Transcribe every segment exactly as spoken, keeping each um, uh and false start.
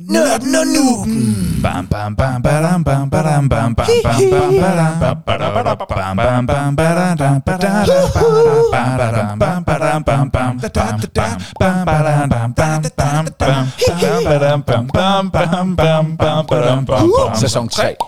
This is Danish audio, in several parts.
Nørden og Nuben. Bam bam bam badam bam badam bam bam bam bam badam bam bam bam bam badam bam badam bam bam bam bam. Sæson tre.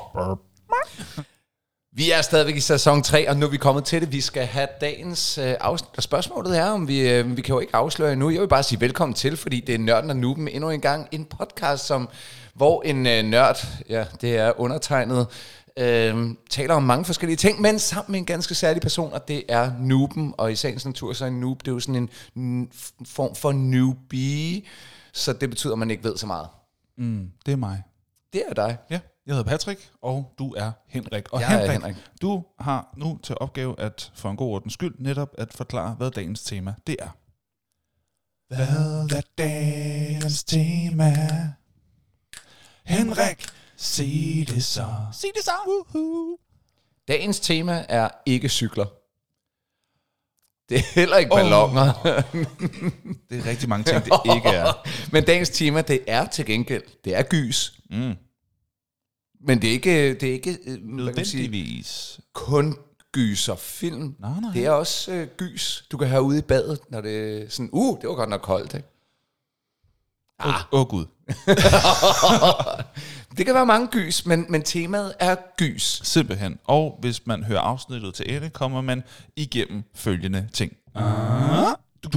Vi er stadigvæk i sæson tre, og nu er vi kommet til det. Vi skal have dagens øh, afsnit, og spørgsmålet er, om vi, øh, vi kan jo ikke afsløre endnu. Jeg vil bare sige velkommen til, fordi det er Nørden og Nuben endnu en gang. En podcast, som, hvor en øh, nørd, ja, det er undertegnet, øh, taler om mange forskellige ting, men sammen med en ganske særlig person, og det er Nuben. Og i sagens natur, så er en noob, det er jo sådan en n- form for newbie, så det betyder, at man ikke ved så meget. Mm, det er mig. Det er dig. Ja, jeg hedder Patrick, og du er Henrik. Og jeg Henrik, er Henrik, du har nu til opgave at, for en god ordens skyld, netop at forklare, hvad dagens tema det er. Hvad er dagens tema? Henrik, sig det så. Sig det så. Woohoo. Dagens tema er ikke cykler. Det er heller ikke balloner. Oh. Det er rigtig mange ting, det ikke er. Men dagens tema, det er til gengæld, det er gys. Mm. Men det er ikke, det er ikke nødvendigvis kun gys og film. Nej, nej. Det er også øh, gys, du kan have ude i badet, når det er sådan, uh, det var godt nok koldt, ikke? Åh ah. oh, gud. Det kan være mange gys, men, men temaet er gys. Simpelthen. Og hvis man hører afsnittet til ende, kommer man igennem følgende ting. Ah.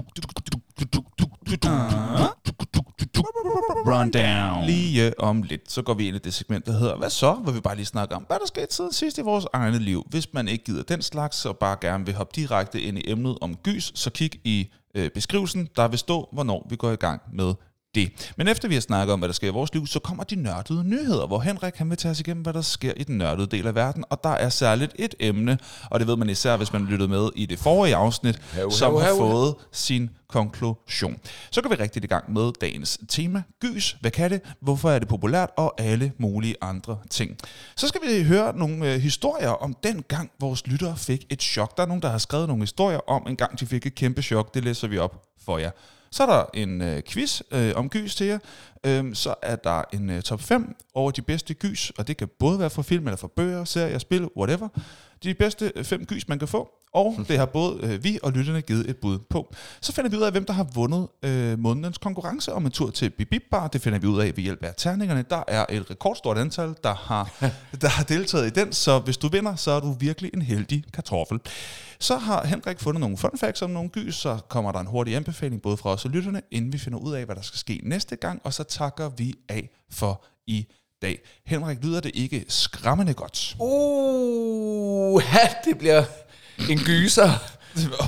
Rundown. Lige om lidt, så går vi ind i det segment, der hedder, hvad så? Hvor vi bare lige snakker om, hvad der skete siden sidst i vores egne liv. Hvis man ikke gider den slags, og bare gerne vil hoppe direkte ind i emnet om gys, så kig i øh, beskrivelsen, der vil stå, hvornår vi går i gang med det. Men efter vi har snakket om, hvad der sker i vores liv, så kommer de nørdede nyheder, hvor Henrik han vil tage os igennem, hvad der sker i den nørdede del af verden. Og der er særligt et emne, og det ved man især, hvis man lyttede med i det forrige afsnit, have, som have, har have. fået sin konklusion. Så går vi rigtig i gang med dagens tema. Gys, hvad kan det? Hvorfor er det populært? Og alle mulige andre ting. Så skal vi høre nogle øh, historier om den gang, vores lyttere fik et chok. Der er nogen, der har skrevet nogle historier om, en gang de fik et kæmpe chok. Det læser vi op for jer. Så er der en øh, quiz øh, om gys til jer. Øhm, så er der en øh, top fem over de bedste gys, og det kan både være for film eller for bøger, serier, spil, whatever. De bedste øh, fem gys, man kan få, og det har både øh, vi og lytterne givet et bud på. Så finder vi ud af, hvem der har vundet øh, månedens konkurrence om en tur til Bip Bip Bar. Det finder vi ud af ved hjælp af terningerne. Der er et rekordstort antal, der har, der har deltaget i den, så hvis du vinder, så er du virkelig en heldig kartoffel. Så har Henrik fundet nogle fun facts om nogle gys, så kommer der en hurtig anbefaling både fra os og lytterne, inden vi finder ud af, hvad der skal ske næste gang, og så takker vi af for i dag. Henrik, lyder det ikke skræmmende godt? Uh, det bliver en gyser. Åh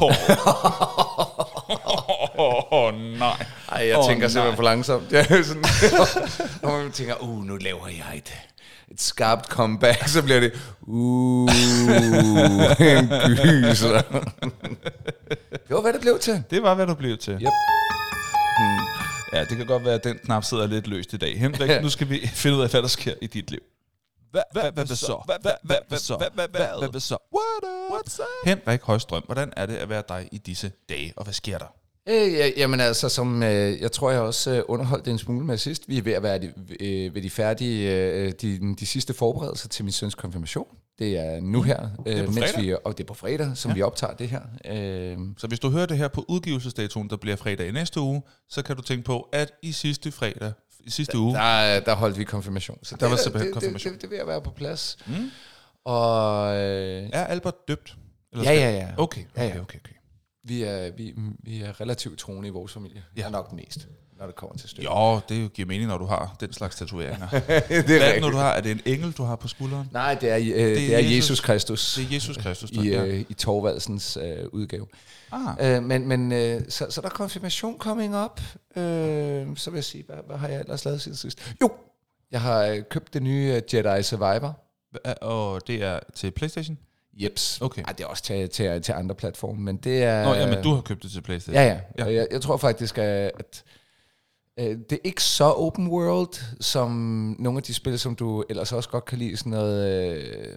oh. oh, nej. Ej, jeg oh, tænker simpelthen nej. for langsomt. Jeg er sådan, når man tænker, uh, nu laver jeg et, et skarpt comeback, så bliver det, uh, en gyser. Det var, hvad det blev til. Det var, hvad det blev til. Yep. Hmm. Ja, det kan godt være, at den knap sidder lidt løst i dag. Henrik, nu skal vi finde ud af, hvad der sker i dit liv. Hvad så? Hvad så? Hvad så? What's up? Henrik Højstrøm, hvordan er det at være dig i disse dage, og hvad sker der? Øh, ja, jamen altså, som øh, jeg tror, jeg også øh, underholdt en smule med sidst. Vi er ved at være de, øh, ved de færdige, øh, de, de sidste forberedelser til min søns konfirmation. Det er nu her, øh, det er mens vi, og det er på fredag, som ja. vi optager det her. Øh. Så hvis du hører det her på udgivelsesdatoen, der bliver fredag i næste uge, så kan du tænke på, at i sidste fredag, i sidste uge, der, der holdt vi konfirmation. Så der det, var simpelthen det, konfirmation. Det, det, det vil være på plads. Mm. Og øh, er Albert døbt? Eller ja, ja, ja. Okay, okay, ja, ja. okay, okay. Vi er, vi, vi er relativt troende i vores familie. Ja. Jeg er nok den mest, når det kommer til stykket. Jo, det giver mening, når du har den slags tatoveringer. det er Hvad er det, når du har? Er det en engel, du har på skulderen? Nej, det er, øh, det er, det er Jesus, Jesus Kristus. Det er Jesus Kristus, I, øh, i Thorvaldsens øh, udgave. Ah. Øh, men men øh, så, så der er konfirmation coming up. Øh, så vil jeg sige, hvad, hvad har jeg ellers lavet siden sidst? Jo, jeg har øh, købt det nye Jedi Survivor. Og det er til PlayStation? Jeps. Okay. Ej, det er også til, til, til andre platforme, men det er... Nå, ja, men du har købt det til PlayStation. Ja, ja. ja. Jeg, jeg tror faktisk, at, at det er ikke så open world, som nogle af de spil, som du ellers også godt kan lide, sådan noget,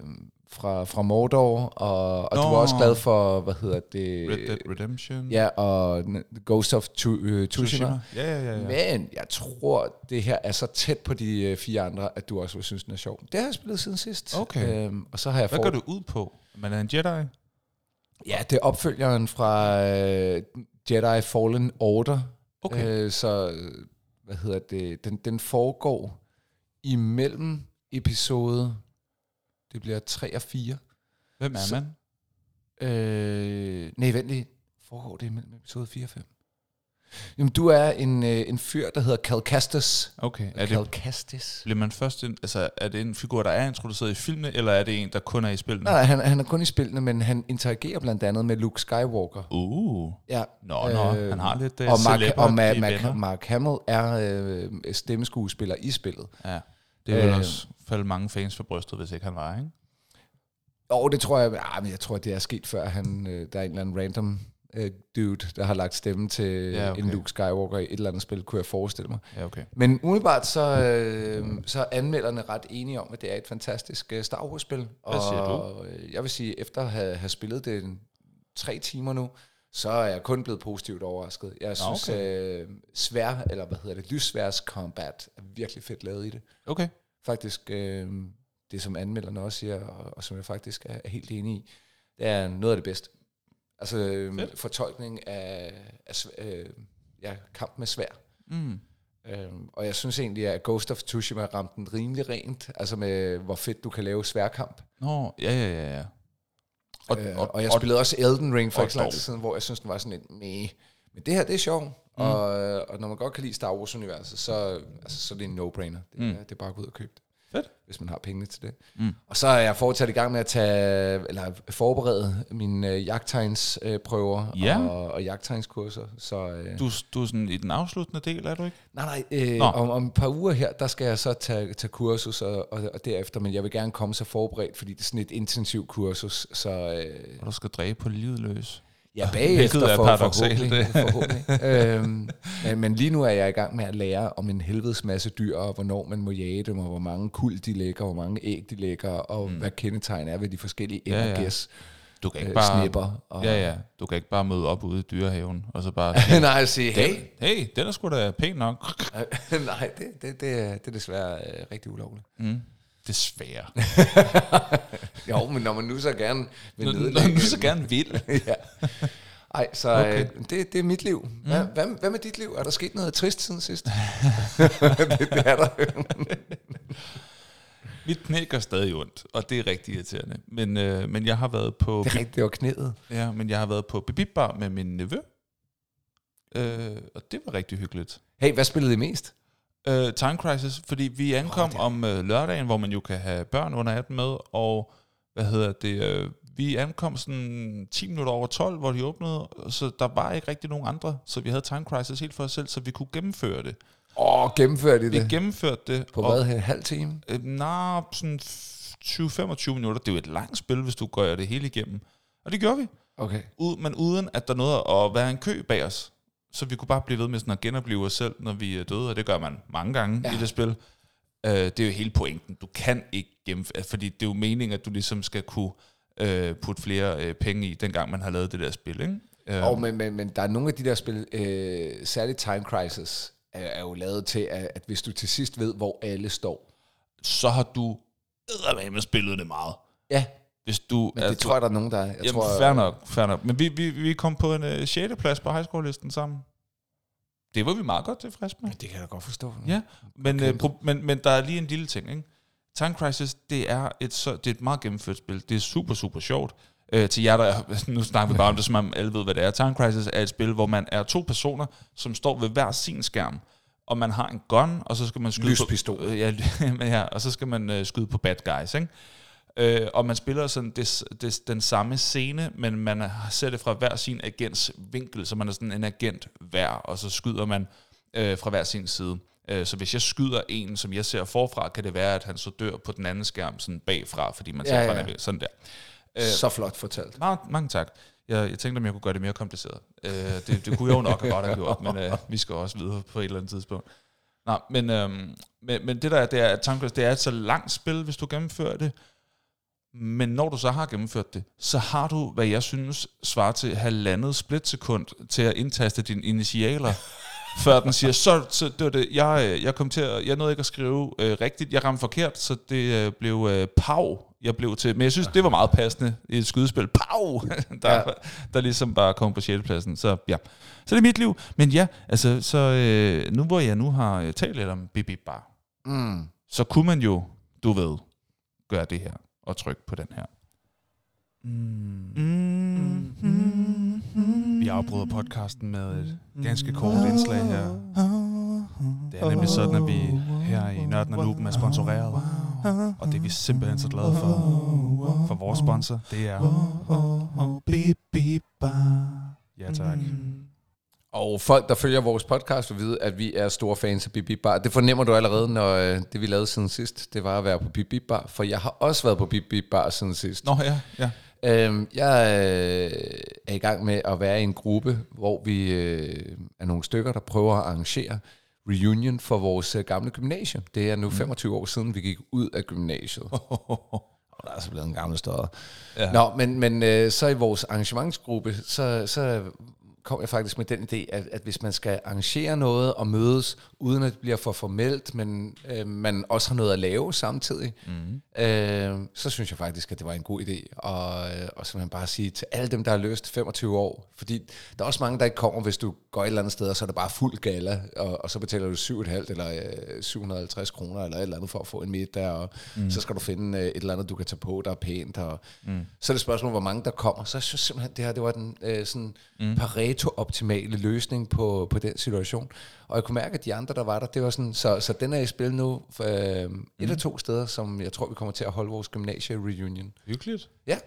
fra, fra Mordor, og, og Nå. du er også glad for, hvad hedder det? Red Dead Redemption. Ja, og Ghost of Tsushima. Tsushima. Ja, ja, ja, ja. Men jeg tror, det her er så tæt på de øh, fire andre, at du også vil synes, den er sjov. Det har jeg spillet siden sidst. Okay. Øhm, og så har jeg Hvad for... går du ud på? Man er en Jedi? Ja, det er opfølgeren fra øh, Jedi Fallen Order. Okay. Øh, så, hvad hedder det? Den, den foregår imellem episode... Det bliver tre og fire. Hvem er så, man? Øh, nej, vent lige. Foregår det imellem episode fire og fem? Jamen, du er en, øh, en fyr, der hedder Cal Kestis. Okay. Er Cal det, Kestis. bliver man først en, altså, er det en figur, der er introduceret i filmene, eller er det en, der kun er i spillene? Nej, han, han er kun i spillene, men han interagerer blandt andet med Luke Skywalker. Uh. Ja. Nå, nå. Øh, Han har lidt uh, og Mark, og Ma- celebrity Mark, Mark Hamill er øh, stemmeskuespiller i spillet. Ja. Det vil Øh, også falde mange fans for brystet, hvis ikke han var, ikke? Og det tror jeg, ah, men jeg tror, det er sket før, han, øh, der er en eller anden random øh, dude, der har lagt stemme til Ja, okay. en Luke Skywalker i et eller andet spil, kunne jeg forestille mig. Ja, okay. Men umiddelbart så, øh, så er anmelderne ret enige om, at det er et fantastisk øh, Star Wars-spil. Hvad siger du? Og øh, jeg vil sige, efter at have, have spillet det en, tre timer nu, så er jeg kun blevet positivt overrasket. Jeg synes, okay. øh, svær, eller hvad hedder det, lysværs combat er virkelig fedt lavet i det. Okay. Faktisk, øh, det som anmelderne også siger, og, og som jeg faktisk er, er helt enig i, det er noget af det bedste. Altså øh, fortolkning af, af sv- øh, ja, kamp med svær. Mm. Øhm, og jeg synes egentlig, at Ghost of Tsushima ramte den rimelig rent, altså med, hvor fedt du kan lave sværkamp. Nå, ja, ja, ja, ja. Og, øh, og, og jeg spillede også Elden Ring for ikke så lang tid siden, hvor jeg synes, den var sådan en meh. Men det her, det er sjovt. Mm. Og, og når man godt kan lide Star Wars-universet, så, altså, så er det en no-brainer. Det, mm. det er bare at gå ud og købe det. Fedt. Hvis man har pengene til det. Mm. Og så er jeg fortsat i gang med at tage, eller forberede mine øh, jagttegnsprøver øh, ja. og, og jagttegnskurser. Så, øh, du, du er sådan i den afsluttende del, er du ikke? Nej, nej. Øh, om, om et par uger her, der skal jeg så tage, tage kursus og, og, og derefter, men jeg vil gerne komme så forberedt, fordi det er sådan et intensivt kursus. Så, øh, og du skal dræbe på livet løs. Ja, bagefter er for, forhåbentlig. forhåbentlig. øhm, men, men lige nu er jeg i gang med at lære om en helvedes masse dyr, og hvornår man må jage dem, og hvor mange kuld de lægger, hvor mange æg de lægger, og mm. hvad kendetegn er ved de forskellige ja, ja. gæs. Du kan ikke bare snipper. Og ja, ja. Du kan ikke bare møde op ude i dyrehaven, og så bare sige, nej, sige, hey. Hey, den er sgu da pæn nok. nej, det, det, det, er, det er desværre uh, rigtig ulovligt. Mm. Desværre. jo, men når man nu så gerne vil nødlægge... Når man nu så gerne vil. ja. Ej, så okay. øh, det, det er mit liv. Hvad, mm. hvad, hvad med dit liv? Er der sket noget trist siden sidst? det, det er der. Mit knæ gør stadig ondt, og det er rigtig irriterende. Men, øh, men jeg har været på... Det er rigtigt, det var knæet. Ja, men jeg har været på Bip Bar med min nevø. Øh, og det var rigtig hyggeligt. Hey, hvad spillede I mest? Uh, Time Crisis, fordi vi ankom oh, om uh, lørdagen, hvor man jo kan have børn under atten med, og hvad hedder det, uh, vi ankom sådan ti minutter over tolv, hvor de åbnede, så der var ikke rigtig nogen andre, så vi havde Time Crisis helt for os selv, så vi kunne gennemføre det. Åh, oh, gennemførte I det? Vi gennemførte det. På hvad, en halv time? Uh, Nej, sådan tyve til femogtyve minutter. Det er jo et langt spil, hvis du gør det hele igennem. Og det gjorde vi. Okay. Ud, men uden at der nåede at være en kø bag os. Så vi kunne bare blive ved med sådan at genopleve os selv, når vi er døde, og det gør man mange gange ja. i det spil. Uh, det er jo hele pointen. Du kan ikke gennemføre, fordi det er jo meningen, at du ligesom skal kunne uh, putte flere uh, penge i, dengang man har lavet det der spil, ikke? Uh, oh, men, men, men der er nogle af de der spil, uh, særligt Time Crisis, er, er jo lavet til, at, at hvis du til sidst ved, hvor alle står, så har du eddermame spillet det meget. Ja. Hvis du, men det altså, tror jeg, der er nogen, der er. Jeg jamen, tror, fair nok, fair nok. Men vi, vi, vi kom på en uh, sjette plads på highscore-listen sammen. Det var vi meget godt tilfreds med. Ja, det kan jeg godt forstå. Ja, men, okay. øh, pro- men, men der er lige en lille ting, ikke? Time Crisis, det er et, så, det er et meget gennemført spil. Det er super, super sjovt. Øh, til jer, der, nu snakker vi bare om det, som om alle ved, hvad det er. Time Crisis er et spil, hvor man er to personer, som står ved hver sin skærm. Og man har en gun, og så skal man skyde lyspistol. på... Øh, ja, ja, og så skal man øh, skyde på bad guys, ikke? Øh, og man spiller sådan des, des, den samme scene, men man ser det fra hver sin agents vinkel, så man er sådan en agent hver, og så skyder man øh, fra hver sin side. Øh, så hvis jeg skyder en, som jeg ser forfra, kan det være, at han så dør på den anden skærm sådan bagfra, fordi man ser ja, fra ja. sådan der. Øh, så flot fortalt. Meget, mange tak. Jeg, jeg tænkte, om jeg kunne gøre det mere kompliceret. Øh, det, det kunne jeg jo nok have godt have gjort, men øh, vi skal også videre på et eller andet tidspunkt. Nej, men, øh, men, men det der er, det er, at Time Crisis, det er et så langt spil, hvis du gennemfører det. Men når du så har gennemført det, så har du, hvad jeg synes, svarer til halvandet splitsekund til at indtaste dine initialer, før den siger, så, så det var det, jeg, jeg kom til at, jeg nåede ikke at skrive øh, rigtigt, jeg ramte forkert, så det øh, blev øh, pav, jeg blev til, men jeg synes, det var meget passende i et skydespil, pav, der, ja. der ligesom bare kom på sjette pladsen, så ja, så det er mit liv, men ja, altså, så øh, nu hvor jeg nu har talt lidt om Bip Bip Bar, mm. så kunne man jo, du ved, gøre det her, og trykke på den her. Mm. Mm. Mm. Mm. Vi afbryder podcasten med et ganske kort indslag her. Det er nemlig sådan, at vi her i Nørden og Nuben er sponsoreret. Og det er vi simpelthen så glade for. For vores sponsor, det er Bip Bip Bar. Ja, tak. Og folk, der følger vores podcast, vil vide, at vi er store fans af Bip Bip Bar. Det fornemmer du allerede, når øh, det vi lavede siden sidst, det var at være på Bip Bip Bar. For jeg har også været på Bip Bip Bar siden sidst. Nå ja, ja. Øhm, jeg øh, er i gang med at være i en gruppe, hvor vi øh, er nogle stykker, der prøver at arrangere reunion for vores øh, gamle gymnasium. Det er nu femogtyve år siden, vi gik ud af gymnasiet. Og der er altså blevet en gammel større. Ja. Nå, men, men øh, så i vores arrangementsgruppe, så... så kom jeg faktisk med den idé, at, at hvis man skal arrangere noget og mødes, uden at det bliver for formelt, men øh, man også har noget at lave samtidig, mm. øh, så synes jeg faktisk, at det var en god idé. Og, øh, og så man bare sige til alle dem, der har lyst femogtyve år, fordi der er også mange, der ikke kommer, hvis du går et eller andet sted, og så er det bare fuld gala, og, og så betaler du syv komma fem eller øh, syv hundrede og halvtreds kroner, eller et eller andet for at få en middag, og mm. så skal du finde øh, et eller andet, du kan tage på, der er pænt. Og, mm. Så er det spørgsmål, hvor mange der kommer. Så jeg synes simpelthen, det her det var den øh, sådan mm. Pareto-optimale løsning på, på den situation. Og jeg kunne mærke, at de andre, der var der, det var sådan, så, så den er i spil nu øh, et mm. eller to steder, som jeg tror, vi kommer til at holde vores gymnasie-reunion. Hyggeligt. Ja.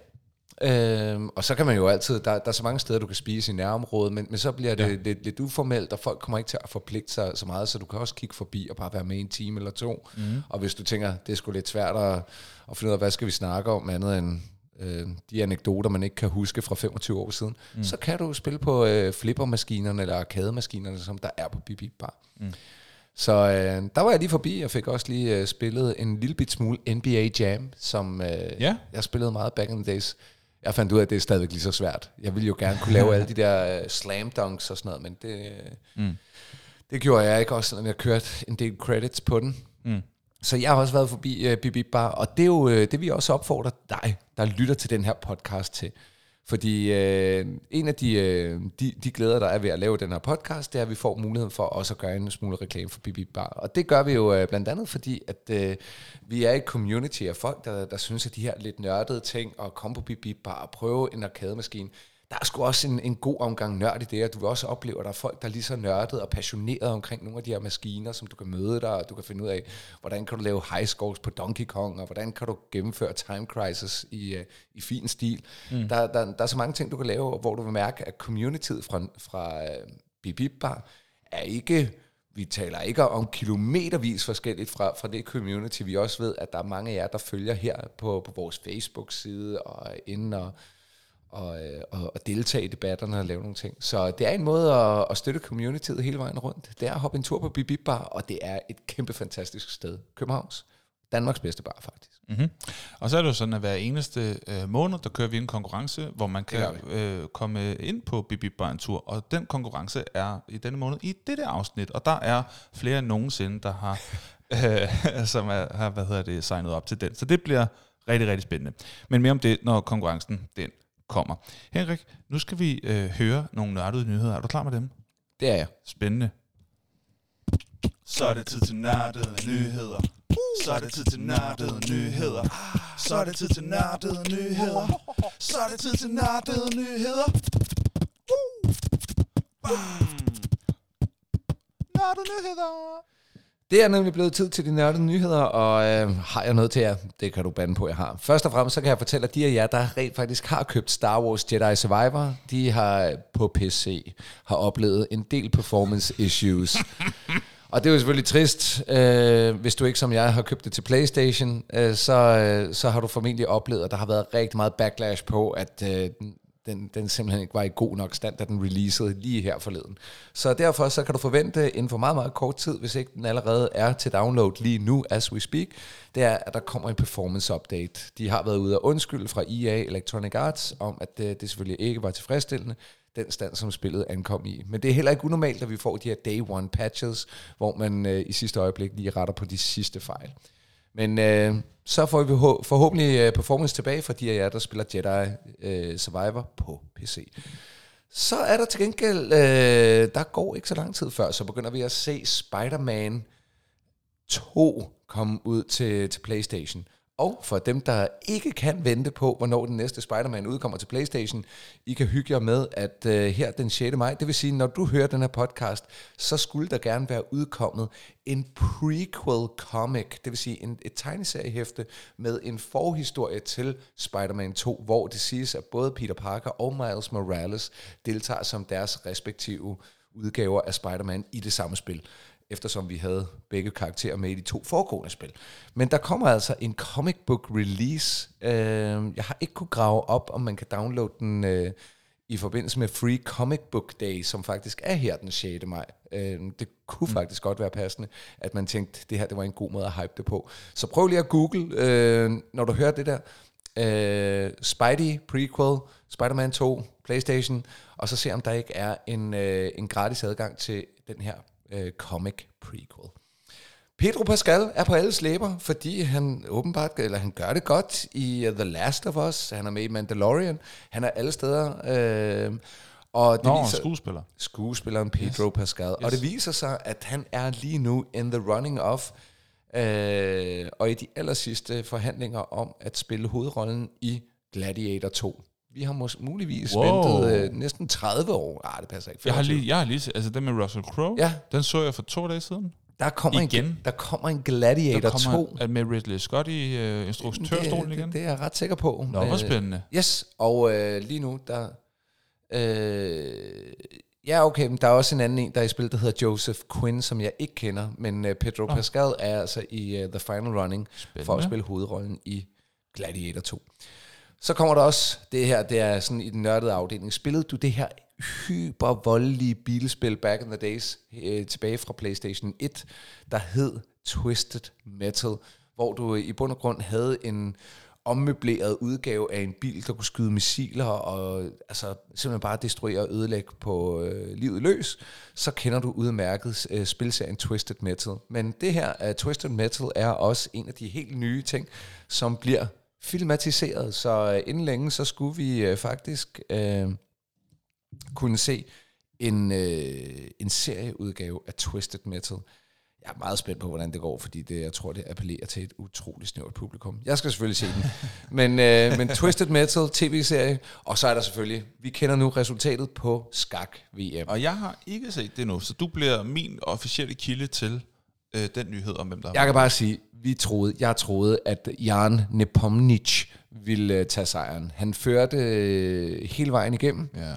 Øhm, og så kan man jo altid, der, der er så mange steder, du kan spise i nærområdet, men, men så bliver det ja. lidt, lidt uformelt, og folk kommer ikke til at forpligte sig så meget, så du kan også kigge forbi og bare være med en time eller to. Mm. Og hvis du tænker, det er sgu lidt svært at, at finde ud af, hvad skal vi snakke om, andet end øh, de anekdoter, man ikke kan huske fra femogtyve år siden, mm. så kan du spille på øh, flippermaskinerne eller arcade-maskinerne, som der er på Bip Bip Bar. Mm. Så øh, der var jeg lige forbi. Jeg fik også lige øh, spillet en lille bit smule N B A Jam, som øh, yeah. jeg spillede meget back in the days. Jeg fandt ud af, at det er stadigvæk lige så svært. Jeg ville jo gerne kunne lave alle de der uh, slam dunks og sådan noget, men det, mm. det gjorde jeg ikke, også selvom jeg kørte en del credits på den. Mm. Så jeg har også været forbi uh, Bip Bip Bar, og det er jo uh, det, vi også opfordrer dig, der lytter til den her podcast til. Fordi øh, en af de, øh, de, de glæder, der er ved at lave den her podcast, det er, at vi får muligheden for også at gøre en smule reklame for Bip Bip Bar. Og det gør vi jo øh, blandt andet, fordi at, øh, vi er et community af folk, der, der synes, at de her lidt nørdede ting, og komme på Bip Bip Bar og prøve en arcade-maskine, der er sgu også en, en god omgang nørd i det, og du vil også opleve, at der er folk, der er lige så nørdede og passionerede omkring nogle af de her maskiner, som du kan møde dig, og du kan finde ud af, hvordan kan du lave high scores på Donkey Kong, og hvordan kan du gennemføre Time Crisis i, uh, i fin stil. Mm. Der, der, der er så mange ting, du kan lave, hvor du vil mærke, at communityet fra, fra uh, Bip Bip Bar er ikke... Vi taler ikke om kilometervis forskelligt fra, fra det community. Vi også ved, at der er mange af jer, der følger her på, på vores Facebook-side og inde og... Og, og, og deltage i debatterne og lave nogle ting. Så det er en måde at, at støtte communityet hele vejen rundt. Det er at hoppe en tur på Bip Bip Bar, og det er et kæmpe fantastisk sted. Københavns. Danmarks bedste bar, faktisk. Mm-hmm. Og så er det jo sådan, at hver eneste øh, måned, der kører vi en konkurrence, hvor man kan øh, komme ind på Bip Bip Bar en tur. Og den konkurrence er i denne måned i dette afsnit. Og der er flere end nogensinde, der har, øh, som er, har hvad hedder det, signet op til den. Så det bliver rigtig, rigtig spændende. Men mere om det, når konkurrencen den kommer. Henrik, nu skal vi øh, høre nogle nørdede nyheder. Er du klar med dem? Det er jeg. Spændende. Så er det tid til nørdede nyheder. Så er det tid til nørdede nyheder. Så er det tid til nørdede nyheder. Så er det tid til nørdede nyheder. Nørdede nyheder. Det er nemlig blevet tid til de nørdede nyheder, og øh, har jeg noget til jer? Det kan du bande på, jeg har. Først og fremmest så kan jeg fortælle, at de af jer, der rent faktisk har købt Star Wars Jedi Survivor, de har på P C har oplevet en del performance issues. Og det er jo selvfølgelig trist. Øh, hvis du ikke som jeg har købt det til PlayStation, øh, så, øh, så har du formentlig oplevet, at der har været rigtig meget backlash på, at øh, den, den simpelthen ikke var i god nok stand, da den releasede lige her forleden. Så derfor så kan du forvente inden for meget, meget kort tid, hvis ikke den allerede er til download lige nu, as we speak, det er, at der kommer en performance update. De har været ude og undskylde fra E A Electronic Arts om, at det, det selvfølgelig ikke var tilfredsstillende, den stand, som spillet ankom i. Men det er heller ikke unormalt, at vi får de her day one patches, hvor man øh, i sidste øjeblik lige retter på de sidste fejl. Men øh, så får vi forhåbentlig uh, performance tilbage fra de af jer, der spiller Jedi uh, Survivor på P C. Så er der til gengæld, uh, der går ikke så lang tid før, så begynder vi at se Spider-Man to komme ud til, til PlayStation. Og for dem, der ikke kan vente på, hvornår den næste Spider-Man udkommer til PlayStation, I kan hygge jer med, at uh, her den sjette maj, det vil sige, når du hører den her podcast, så skulle der gerne være udkommet en prequel comic, det vil sige en, et tegneseriehæfte med en forhistorie til Spider-Man to, hvor det siges, at både Peter Parker og Miles Morales deltager som deres respektive udgaver af Spider-Man i det samme spil, eftersom vi havde begge karakterer med i de to foregående spil. Men der kommer altså en comic book release. Uh, jeg har ikke kunne grave op, om man kan downloade den uh, i forbindelse med Free Comic Book Day, som faktisk er her den sjette maj. Uh, det kunne mm. faktisk godt være passende, at man tænkte, det her det var en god måde at hype det på. Så prøv lige at google, uh, når du hører det der, uh, Spidey prequel, Spider-Man to, PlayStation, og så se om der ikke er en, uh, en gratis adgang til den her Uh, comic prequel. Pedro Pascal er på alles læber, fordi han åbenbart, eller han gør det godt i uh, The Last of Us. Han er med i Mandalorian. Han er alle steder. Uh, og det Nå, viser, skuespiller. Skuespilleren Pedro yes. Pascal. Yes. Og det viser sig, at han er lige nu in the running of, uh, og i de aller sidste forhandlinger om at spille hovedrollen i Gladiator to. Vi har mås- muligvis wow. ventet øh, næsten tredive år. Ah, det passer ikke. Jeg har lige, jeg har lige, altså den med Russell Crowe, ja. Den så jeg for to dage siden. Der kommer igen. En, der kommer en Gladiator der kommer to. En, med Ridley Scott i øh, instruktørstolen igen. Det, det er jeg ret sikker på. Nå, hvor spændende. Yes, og øh, lige nu, der... Øh, ja, okay, men der er også en anden en, der er i spil, der hedder Joseph Quinn, som jeg ikke kender, men øh, Pedro oh. Pascal er altså i uh, The Final Running spændende. For at spille hovedrollen i Gladiator to. Så kommer der også det her, det er sådan i den nørdede afdeling. Spillede du det her hypervoldelige bilspil back in the days, øh, tilbage fra PlayStation et, der hed Twisted Metal, hvor du i bund og grund havde en ommøbleret udgave af en bil, der kunne skyde missiler og altså simpelthen bare destruere og ødelægge på øh, livet løs, så kender du udmærket øh, spilserien Twisted Metal. Men det her uh, Twisted Metal er også en af de helt nye ting, som bliver filmatiseret, så uh, inden længe, så skulle vi uh, faktisk uh, kunne se en, uh, en serieudgave af Twisted Metal. Jeg er meget spændt på, hvordan det går, fordi det, jeg tror, det appellerer til et utroligt snævert publikum. Jeg skal selvfølgelig se den. Men, uh, men Twisted Metal, tv-serie, og så er der selvfølgelig, vi kender nu resultatet på skak-V M. Og jeg har ikke set det nu, så du bliver min officielle kilde til øh, den nyhed om, hvem der har. Jeg kan bare sige, vi troede, jeg troede, at Jan Nepomniachtchi ville uh, tage sejren. Han førte uh, hele vejen igennem, ja.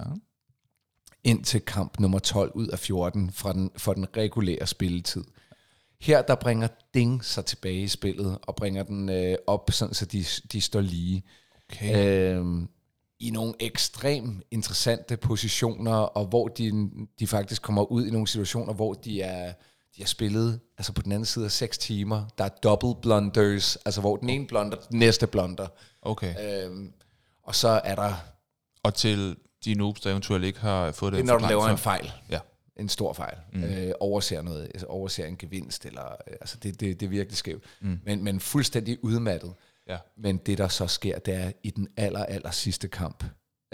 ind til kamp nummer tolv ud af fjorten for den, for den regulære spilletid. Her der bringer Ding sig tilbage i spillet, og bringer den øh, op, sådan, så de, de står lige. Okay. Øhm, I nogle ekstremt interessante positioner, og hvor de, de faktisk kommer ud i nogle situationer, hvor de er, de er spillet altså på den anden side af seks timer. Der er double blunders, altså hvor den ene blunder, den næste blunder. Okay. Øhm, og så er der... Og til de noobs, der eventuelt ikke har fået det. Det er, når du laver en fejl. Ja. En stor fejl. Mm. Øh, overser noget, altså overser en gevinst, eller, altså det, det, det er virkelig skævt. Mm. Men, men fuldstændig udmattet. Ja. Men det, der så sker, det er i den aller, aller sidste kamp.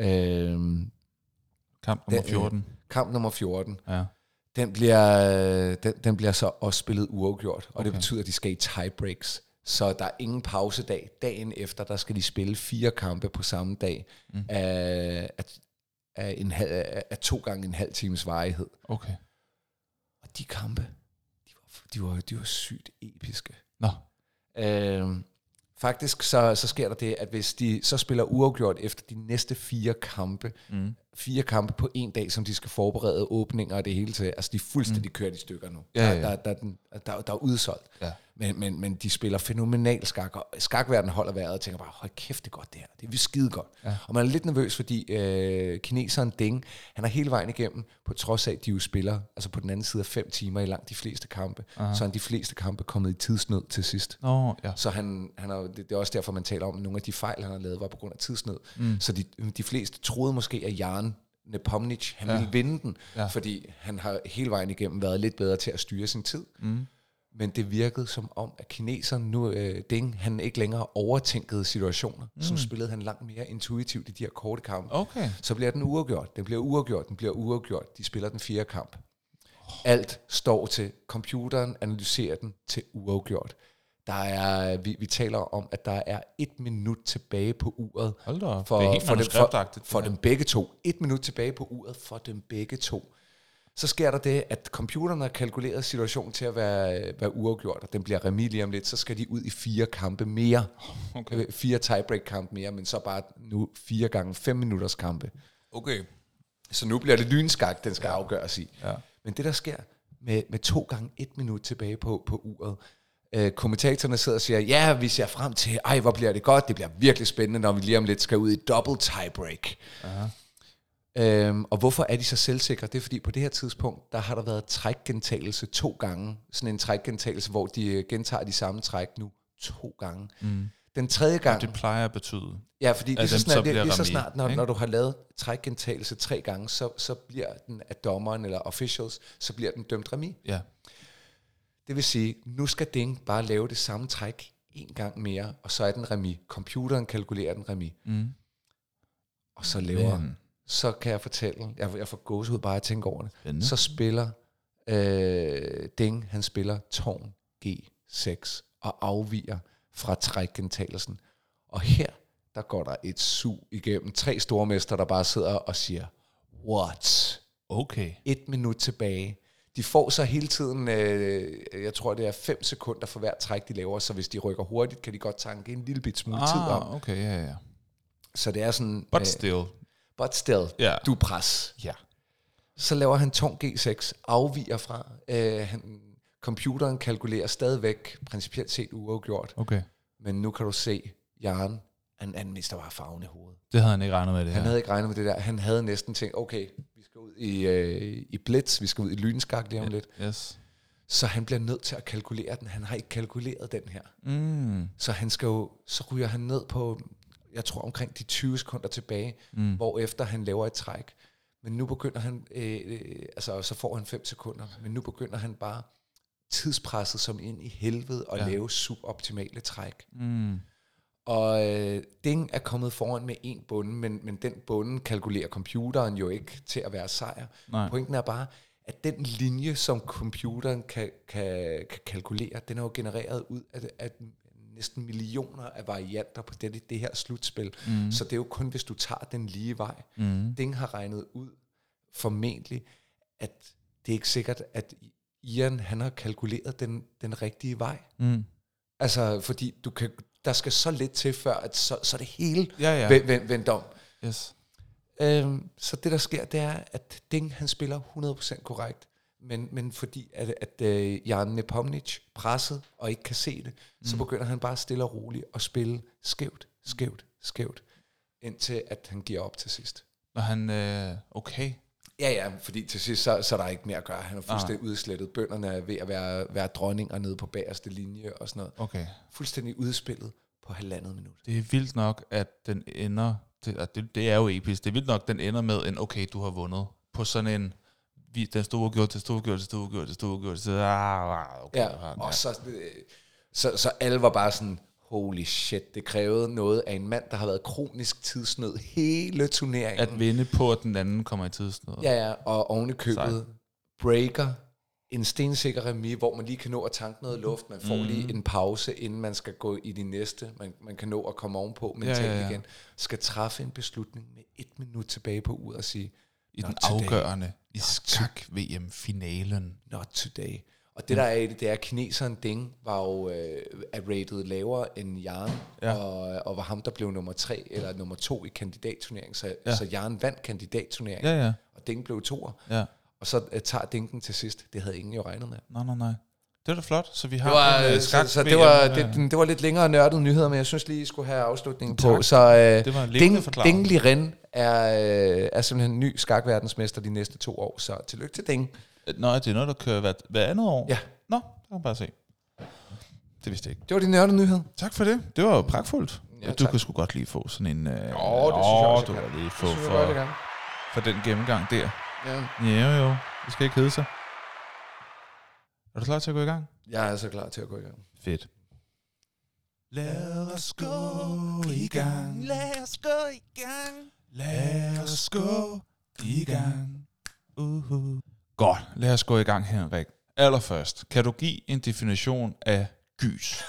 Øhm, kamp nummer fjorten. Øh, kamp nummer fjorten. Ja. Den bliver, den, den bliver så også spillet uafgjort, og okay. det betyder, at de skal i tiebreaks. Så der er ingen pausedag. Dagen efter, der skal de spille fire kampe på samme dag. Mm. Af, af, af, en halv, af to gange en halv times varighed. Okay. Og de kampe, de var, de var, de var sygt episke. Nå. Øhm, faktisk så, så sker der det, at hvis de så spiller uafgjort efter de næste fire kampe, mm. fire kampe på en dag, som de skal forberede åbninger og det hele til. Altså, de er fuldstændig mm. kørt i stykker nu. Ja, ja. Der, der, der, der, der, der er udsolgt. Ja. Men, men, men de spiller fænomenal skak, og skakverdenen holder vejret og tænker bare, hold kæft, det er godt det her. Det er skide godt. Ja. Og man er lidt nervøs, fordi øh, kineseren Ding, han er hele vejen igennem, på trods af, at de jo spiller altså på den anden side af fem timer i langt de fleste kampe, Aha. så er de fleste kampe kommet i tidsnød til sidst. Oh, ja. Så han, han er, det, det er også derfor, man taler om, at nogle af de fejl, han har lavet, var på grund af tidsnød. Mm. Så de, de fleste troede måske, at Jan Nepomniachtchi, han ja. ville vinde den, ja. fordi han har hele vejen igennem været lidt bedre til at styre sin tid. Mm. Men det virkede som om, at kineseren nu, øh, Ding, han ikke længere overtænkede situationer, mm. som spillede han langt mere intuitivt i de her korte kampe. Okay. Så bliver den uafgjort, den bliver uafgjort, den bliver uafgjort, de spiller den fjerde kamp. Alt står til, computeren analyserer den til uafgjort. Der er, vi, vi taler om, at der er et minut tilbage på uret. Hold da, for, det er helt for, dem, for, for ja. dem begge to. Et minut tilbage på uret for dem begge to. Så sker der det, at computeren har kalkuleret situationen til at være, være uafgjort, og den bliver remis lige om lidt, så skal de ud i fire kampe mere. Okay. Fire tiebreak-kampe mere, men så bare nu fire gange fem minutters kampe. Okay. Så nu bliver det lynskak, den skal ja. afgøres i. Ja. Men det, der sker med, med to gange et minut tilbage på, på uret, øh, kommentatorerne sidder og siger, ja, vi ser frem til, ej, hvor bliver det godt, det bliver virkelig spændende, når vi lige om lidt skal ud i double tiebreak. Aha. Øhm, og hvorfor er de så selvsikre? Det er fordi på det her tidspunkt, der har der været trækgentagelse to gange. Sådan en trækgentagelse, hvor de gentager de samme træk nu to gange. Mm. Den tredje gang... Det plejer at betyde... Ja, fordi lige så snart, så det, lige så snart når, når du har lavet trækgentagelse tre gange, så, så bliver den af dommeren eller officials, så bliver den dømt remis. Ja. Det vil sige, nu skal Ding bare lave det samme træk en gang mere, og så er den remis. Computeren kalkulerer den remis. Mm. Og så laver... Men. Så kan jeg fortælle, jeg, jeg får gåsehud bare at tænke over det. Spændende. Så spiller øh, Ding, han spiller tårn G seks og afviger fra trækgentagelsen. Og her, der går der et sug igennem tre stormester, der bare sidder og siger, what? Okay. Et minut tilbage. De får så hele tiden, øh, jeg tror det er fem sekunder for hver træk, de laver, så hvis de rykker hurtigt, kan de godt tanke en lille bit smule ah, tid om. Okay, ja, ja. Så det er sådan... But øh, still... But still, yeah. du pres. Yeah. Så laver han tårn G seks, afviger fra. Øh, han, computeren kalkulerer stadigvæk, principielt set uafgjort. Okay. Men nu kan du se, Jan, han, han mister bare farven i hovedet. Det havde han ikke regnet med det Han her. havde ikke regnet med det der. Han havde næsten tænkt, okay, vi skal ud i, øh, i blitz, vi skal ud i lynskak lige om lidt. Yes. Så han bliver nødt til at kalkulere den. Han har ikke kalkuleret den her. Mm. Så han skal jo, så ryger han ned på... jeg tror omkring de tyve sekunder tilbage, mm. hvor efter han laver et træk. Men nu begynder han, øh, øh, altså så får han fem sekunder, men nu begynder han bare tidspresset som ind i helvede og ja. lave suboptimale træk. Mm. Og øh, Ding er kommet foran med en bunde, men, men den bunde kalkulerer computeren jo ikke til at være sejr. Nej. Pointen er bare, at den linje, som computeren kan, kan, kan kalkulere, den er jo genereret ud af, af næsten millioner af varianter på det, det her slutspil. Mm. Så det er jo kun, hvis du tager den lige vej. Mm. Ding har regnet ud formentlig, at det er ikke sikkert, at Ian, han har kalkuleret den, den rigtige vej. Mm. Altså, fordi du kan, der skal så lidt til, før at så, så det hele ja, ja. Vend, vendt om. Yes. Øhm, så det, der sker, det er, at Ding, han spiller hundrede procent korrekt. Men, men fordi at, at uh, Jan Nepomniachtchi presset og ikke kan se det, mm. så begynder han bare stille og roligt at spille skævt, skævt, skævt, indtil at han giver op til sidst. Og han, øh, okay. Ja, ja, fordi til sidst, så, så er der ikke mere at gøre. Han er fuldstændig ah. udslettet. Bønderne er ved at være, være dronninger nede på bagerste linje og sådan noget. Okay. Fuldstændig udspillet på halvandet minut. Det er vildt nok, at den ender, det, det, det er jo episk, det er vildt nok, den ender med en, okay, du har vundet, på sådan en, vi, den stod uafgjort, det stod uafgjort, det stod uafgjort, det stod uafgjort, så ah, okay. Ja, og så, så, så alle var bare sådan, holy shit, det krævede noget af en mand, der har været kronisk tidsnød hele turneringen. At vinde på, at den anden kommer i tidsnød. Ja, ja, og oven i købet breaker, en stensikker remis, hvor man lige kan nå at tanke noget luft, man får mm. lige en pause, inden man skal gå i de næste, man, man kan nå at komme ovenpå mentalt ja, ja, ja. igen, skal træffe en beslutning med et minut tilbage på uret og sige, i den afgørende, i skak-V M-finalen. Not today. Og det, der er i det, det er, at kineseren Deng var jo øh, er rated lavere end Jaren, Ja. og, og var ham, der blev nummer tre eller nummer to i kandidatturneringen. Så, Ja. så Jaren vandt kandidatturneringen, Ja, ja. og Deng blev toer. Ja. Og så uh, tager Denken til sidst. Det havde ingen jo regnet med. Nej, nej, nej. Det er da flot, så vi har Det var, en, uh, så, skak så det, var, det, det var lidt længere nørdede nyheder, men jeg synes lige, I skulle have afslutningen på. Tak. Så uh, Det var en levende forklaring. Deng Liren er, uh, er simpelthen ny skakverdensmester de næste to år. Så tillykke til Deng. Nå, det er noget, der kører hver, hver andet år? Ja. Nå, det kan man bare se. Det vidste jeg ikke. Det var din nørdede nyhed. Tak for det. Det var jo pragtfuldt. Ja, du tak. kan sgu godt lige få sådan en... Øh, Åh, det synes jeg også, du jeg kan kan. lige få Det synes jeg for, godt, jeg kan. for den gennemgang der. Ja. Ja, jo. Det skal ikke hedde sig. Er du klar til at gå i gang? Jeg er så klar til at gå i gang. Fedt. Lad os gå i gang. Lad os gå i gang. Lad os gå i gang. Uh-huh. Godt, lad os gå i gang, Henrik. Allerførst, kan du give en definition af gys?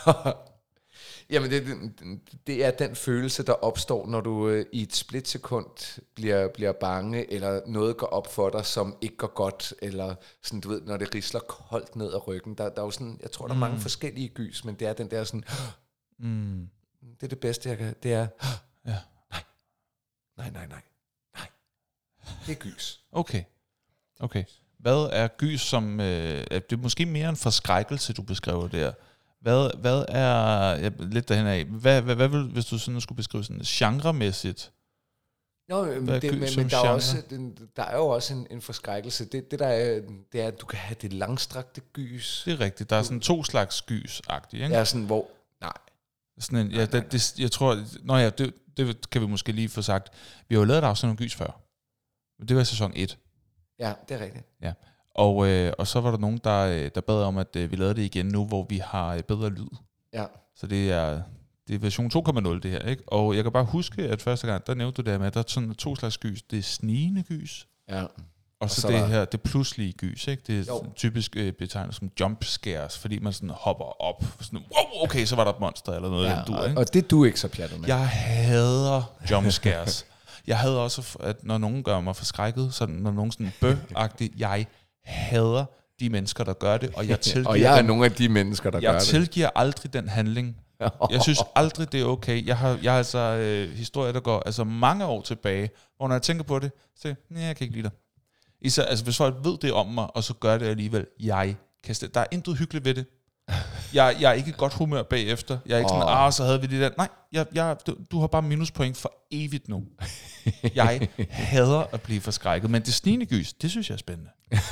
Jamen, det, det, det er den følelse, der opstår, når du øh, i et splitsekund bliver, bliver bange, eller noget går op for dig, som ikke går godt, eller sådan, du ved, når det risler koldt ned ad ryggen. Der, der er jo sådan, jeg tror, der er mange forskellige gys, men det er den der sådan, Mm. det er det bedste, jeg kan, det er, Ja. nej, nej, nej, nej, nej, det er gys. Okay. Okay. Hvad er gys som... Øh, er det er måske mere en forskrækkelse, du beskriver der. Hvad, hvad er... Ja, lidt derhen af. Hvad, hvad, hvad vil, hvis du sådan skulle beskrive sådan genremæssigt? Nå, men, Hvad er det, gys men, som men der, er genre? også, den, der er jo også en, en forskrækkelse. Det, det der er, det er, at du kan have det langstrakte gys. Det er rigtigt. Der er sådan to slags gys-agtige, ikke? Ja, sådan, hvor, nej, Sådan en, ja, nej, nej. det, det, jeg tror... Nå ja, det, det kan vi måske lige få sagt. Vi har jo lavet et afsnit om gys før. Det var i sæson et. ja, det er rigtigt. Ja. Og, øh, og så var der nogen, der, der bad om, at øh, vi lavede det igen nu, hvor vi har øh, bedre lyd. Ja. Så det er, det er version to punkt nul det her, ikke? Og jeg kan bare huske, at første gang, der nævnte du det her med, at der er sådan to slags gys. Det er snigende gys, Ja. og, Og så, så det var- her, det pludselige gys, ikke? Det er Jo. typisk øh, betegnet som jump scares, fordi man sådan hopper op. Sådan, wow, okay, så var der et monster eller noget. Ja, Ja, du, og, ikke? og det er du ikke så pjattet med. Jeg hader jump scares. Jeg havde også, at når nogen gør mig forskrækket, sådan, når nogen sådan bøh-agtigt, jeg hader de mennesker, der gør det, og jeg tilgiver og jeg er dem. nogle af de mennesker, der gør Jeg tilgiver aldrig den handling. Jeg synes aldrig, det er okay. Jeg har, jeg har altså øh, historier, der går altså mange år tilbage, hvor når jeg tænker på det, så siger jeg, nej, jeg kan ikke lide dig. Især, altså, hvis folk ved det om mig, og så gør det alligevel, jeg kan slet, der er intet hyggeligt ved det. Jeg, jeg er ikke i godt humør bagefter. Jeg er ikke sådan, Åh. ah, så havde vi det der. Nej, jeg, jeg, du, du har bare minuspoint for evigt nu. Jeg hader at blive forskrækket, men det snigende gys, det synes jeg er spændende.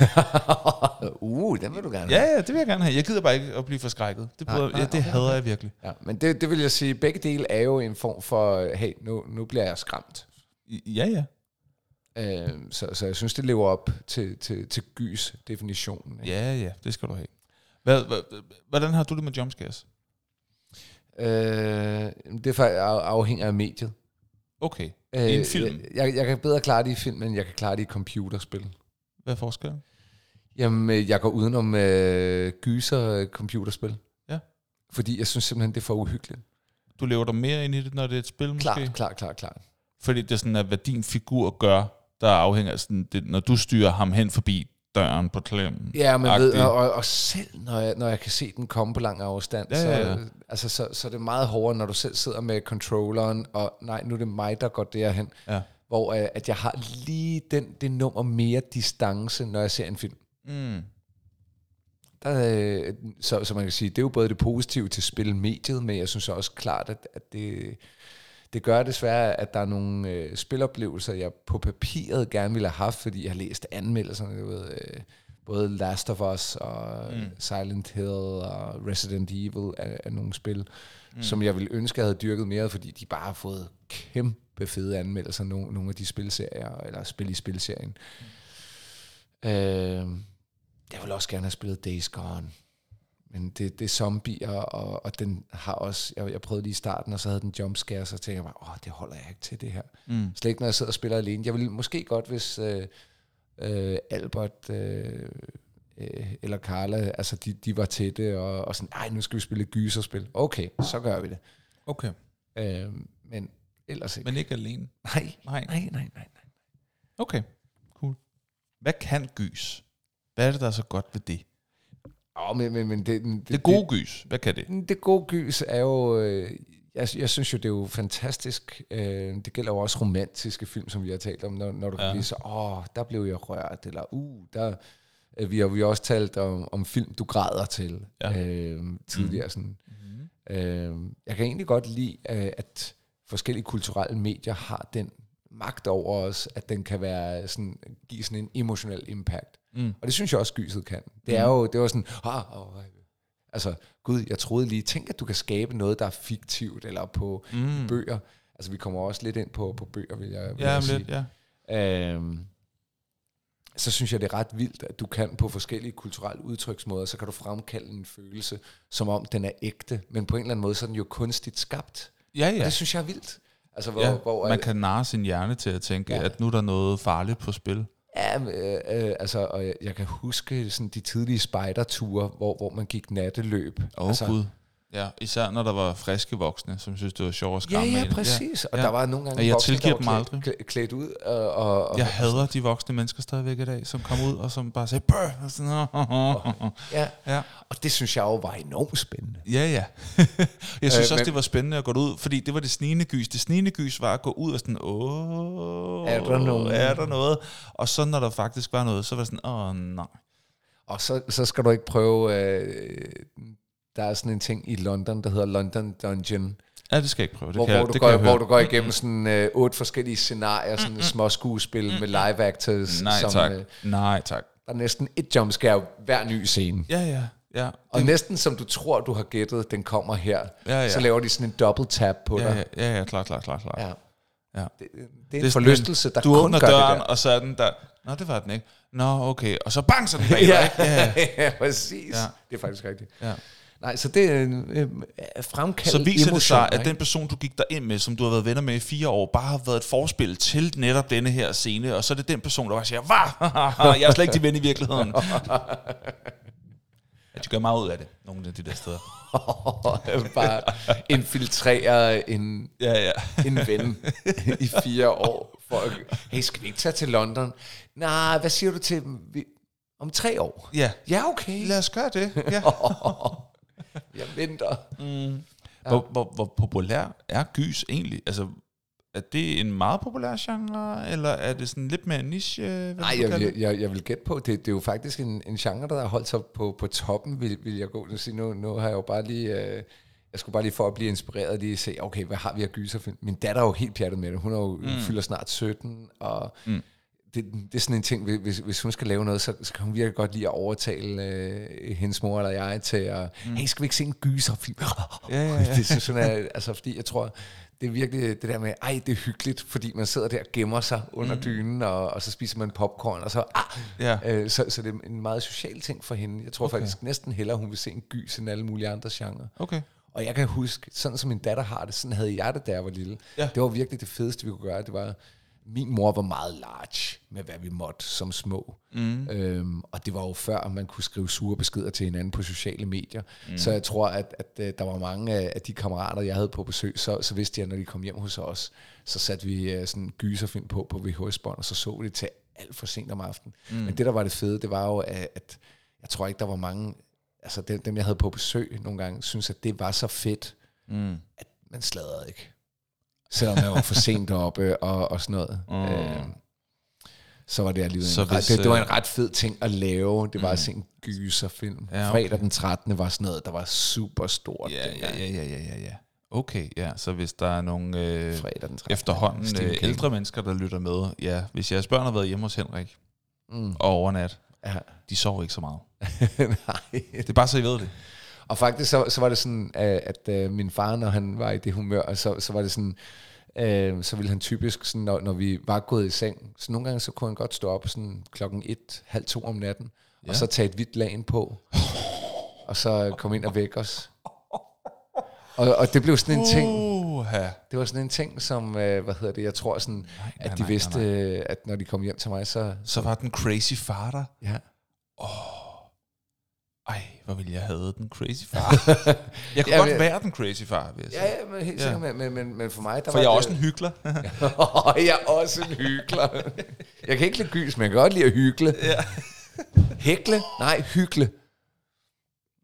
uh, den vil du gerne Ja, have. ja, det vil jeg gerne have. Jeg gider bare ikke at blive forskrækket. Det, Nej, bryder, nej, ja, det okay, hader jeg virkelig. Ja, men det, det vil jeg sige, begge dele er jo en form for, hey, nu, nu bliver jeg skræmt. Ja, ja. Øh, så, så jeg synes, det lever op til, til, til gys definitionen. Ikke? Ja, ja, det skal du have. Hvad, hvad, hvordan har du det med jumpscares? Øh, det er faktisk af- afhænger af mediet. Okay. Øh, I en film? Jeg, jeg kan bedre klare det i film, end jeg kan klare det i computerspil. Hvad er forskellen? Jamen, øh, jeg går udenom øh, gyser computerspil. Ja. Fordi jeg synes simpelthen, det er for uhyggeligt. Du lever dig mere ind i det, når det er et spil, måske? Klart, klart, klart, klart. Fordi det er sådan, at hvad din figur gør, der afhænger af sådan, det, når du styrer ham hen forbi døren på klemmen. Ja, men ved, Agtigt. og, og, og selv når jeg, når jeg kan se den komme på lang afstand, Ja, ja, ja. Så, altså, så, så er det meget hårdere, når du selv sidder med controlleren, og nej, nu er det mig, der går derhen. Ja. Hvor øh, at jeg har lige den, det nummer mere distance, når jeg ser en film. Mm. Der, øh, så, så man kan sige, det er jo både det positive til spilmediet, men jeg synes også klart, at, at det, det gør desværre, at der er nogle øh, spiloplevelser, jeg på papiret gerne ville have haft, fordi jeg har læst anmeldelserne, du ved, øh, både Last of Us og mm. Silent Hill og Resident Evil er, er nogle spil, mm. som jeg ville ønske, jeg havde dyrket mere, fordi de bare har fået kæmpe fede anmeldelser, nogle, nogle af de spilserier, eller spil i spilserien. Mm. Øh, Jeg vil også gerne have spillet Days Gone. Men det, det er zombier, og, og den har også... Jeg, jeg prøvede lige i starten, og så havde den jumpscare, så tænkte jeg bare, åh, det holder jeg ikke til det her. Mm. Slet ikke, når jeg sidder og spiller alene. Jeg ville måske godt, hvis øh, øh, Albert øh, øh, eller Carla, altså de, de var til det, og, og sådan, ej, nu skal vi spille et gyserspil. Okay, så gør vi det. Okay. Øh, men ellers ikke. Men ikke alene? Nej, Nej. nej, nej, nej, nej. Okay, cool. Hvad kan gys? Hvad er det, der er så godt ved det? Ja, men, men, men det, det, Det gode gys, hvad kan det? Det, det gode gys er jo... Øh, jeg, jeg synes jo, det er jo fantastisk. Øh, det gælder jo også romantiske film, som vi har talt om, når, når du ja. kan blive så, åh, der blev jeg rørt, eller uh, der... Øh, vi har vi har også talt om, om film, du græder til ja. øh, tidligere. Mm. Sådan. Mm. Øh, jeg kan egentlig godt lide, øh, at forskellige kulturelle medier har den magt over os, at den kan være sådan, give sådan en emotionel impact. Mm. Og det synes jeg også, gyset kan. Det er jo det var sådan, ah, oh, altså, gud, jeg troede lige, tænk, at du kan skabe noget, der er fiktivt, eller på mm. bøger. Altså, vi kommer også lidt ind på, på bøger, vil jeg, vil ja, jeg sige. Lidt, ja. Øhm, så synes jeg, det er ret vildt, at du kan på forskellige kulturelle udtryksmåder, så kan du fremkalde en følelse, som om den er ægte, men på en eller anden måde, så er den jo kunstigt skabt. Ja, ja. Og det synes jeg er vildt. Altså, hvor, ja, hvor, man kan narre sin hjerne til at tænke, ja. at nu er der noget farligt på spil. Ja, øh, øh, altså, og jeg, jeg kan huske sådan de tidlige spejderture, hvor, hvor man gik natteløb. Åh, oh, altså, Gud. Ja, især når der var friske voksne, som synes det var sjovt at skræmme. Ja, ja, præcis. Ja. Og ja. der var nogle gange jeg voksne, tilgiver der dem var aldrig. klædt, klædt ud. Og, og, og jeg hader de voksne mennesker stadigvæk i dag, som kom ud og som bare sagde, bøh! Og sådan, oh, oh, oh. Ja. ja, og det synes jeg jo var enormt spændende. Ja, ja. jeg synes øh, også, men, det var spændende at gå ud, fordi det var det snigende gys. Det snigende gys var at gå ud og sådan, åh, er der noget? Er der noget? Og så når der faktisk var noget, så var det sådan, åh, nej. Og så, så skal du ikke prøve... Øh, der er sådan en ting i London, der hedder London Dungeon. Ja, det skal jeg ikke prøve. Det hvor, kan, hvor, det du, kan går, hvor du går igennem sådan øh, otte forskellige scenarier, sådan mm-hmm. små skuespil med live actors. Nej, som, tak. Øh, Nej, tak. Der er næsten et jumpscare hver ny scene. Ja, ja. ja. Og det, næsten som du tror, du har gættet, den kommer her, ja, ja. så laver de sådan en double tap på ja, dig. Ja, ja, ja, klar, klar, klar, klar. Ja. Ja. Det, det er en det forlystelse, der du kun åbner gør døren, det der. Og så er den der, nå, det var den ikke. Nå, okay. Og så bang, så den bag ja, ja, ja. ja, præcis. Ja. Det er faktisk rigtigt. Ja. Nej, så det er øh, fremkaldt Så viser det sig, at ikke? den person, du gik derind med, som du har været venner med i fire år, bare har været et forspil til netop denne her scene, og så er det den person, der bare siger, hvad? Jeg er slet ikke din ven i virkeligheden. At du gør meget ud af det, nogle af de der steder. Bare infiltrere en, ja, ja. en ven i fire år. For at, hey, skal vi ikke tage til London? Nej, hvad siger du til om tre år? Ja, ja okay. Lad os gøre det. Ja. Jeg venter. Mm. Ja. Hvor, hvor, hvor populær er gys egentlig? Altså, er det en meget populær genre, eller er det sådan lidt mere niche? Nej, jeg, jeg, jeg, jeg vil gætte på, det, det er jo faktisk en, en genre, der har holdt sig på, på toppen, vil, vil jeg gå og sige. Nu, nu har jeg jo bare lige... Øh, jeg skulle bare lige for at blive inspireret lige se, okay, hvad har vi af gyserfilm? Min datter er jo helt pjattet med det. Hun er jo, mm. fylder snart sytten, og... Mm. Det, det er sådan en ting, hvis, hvis hun skal lave noget, så, så kan hun virkelig godt lide at overtale øh, hendes mor eller jeg til at, mm. hey, skal vi ikke se en gyserfilm? Ja, ja, ja. Det synes hun er, altså fordi jeg tror, det er virkelig det der med, ej, det er hyggeligt, fordi man sidder der og gemmer sig under mm. dynen, og, og så spiser man popcorn, og så, ah, ja. øh, så, så det er en meget social ting for hende. Jeg tror okay. faktisk næsten hellere, hun vil se en gys end alle mulige andre genrer. Okay. Og jeg kan huske, sådan som min datter har det, sådan havde jeg det, da jeg var lille. Ja. Det var virkelig det fedeste, vi kunne gøre. Det var, min mor var meget large med, hvad vi måtte som små. Mm. Øhm, og det var jo før, man kunne skrive sure beskeder til hinanden på sociale medier. Mm. Så jeg tror, at, at, at der var mange af de kammerater, jeg havde på besøg, så, så vidste jeg, når de kom hjem hos os, så satte vi uh, sådan en gyserfilm på på V H S-bånd, og så så vi det til alt for sent om aftenen. Mm. Men det, der var det fede, det var jo, at, at jeg tror ikke, der var mange, altså dem, dem jeg havde på besøg nogle gange, synes at det var så fedt, mm. at man sladrede ikke. Selvom jeg var for sent deroppe og, og sådan noget. Mm. Øh, så var det alligevel en ret, det, det var en ret fed ting at lave. Det var mm. at se en gyserfilm. Ja, okay. Fredag den trettende var sådan noget, der var super stort. Ja, ja, ja, ja, ja, ja. Okay, ja. Så hvis der er nogle øh, den efterhånden øh, ældre mennesker, der lytter med, ja, hvis jeres børn har været hjemme hos Henrik mm. og overnat, ja. De sover ikke så meget. Nej. Det er bare så, I ved det. Og faktisk så, så var det sådan, at, at min far, når han var i det humør, så, så var det sådan, øh, så ville han typisk, sådan, når, når vi var gået i seng, så nogle gange så kunne han godt stå op sådan klokken et, halv to om natten, ja. Og så tage et hvidt lagen på, og så komme ind og vække os. Og, og det blev sådan en ting, det var sådan en ting, som, øh, hvad hedder det, jeg tror sådan, nej, at de nej, vidste, nej, nej. At når de kom hjem til mig, så... Så var den crazy far der? Ja. Åh. Oh. Ej, hvor ville jeg have den crazy far. Jeg kunne ja, godt men, være den crazy far, vil jeg sige. Ja, ja, men helt sikkert, ja. men, men, men for mig... Der for var jeg er det, også en hykler. Jeg er også en hykler. Jeg kan ikke lide gys, men jeg kan godt lide at hykle. Ja. Hækle? Nej, hykle.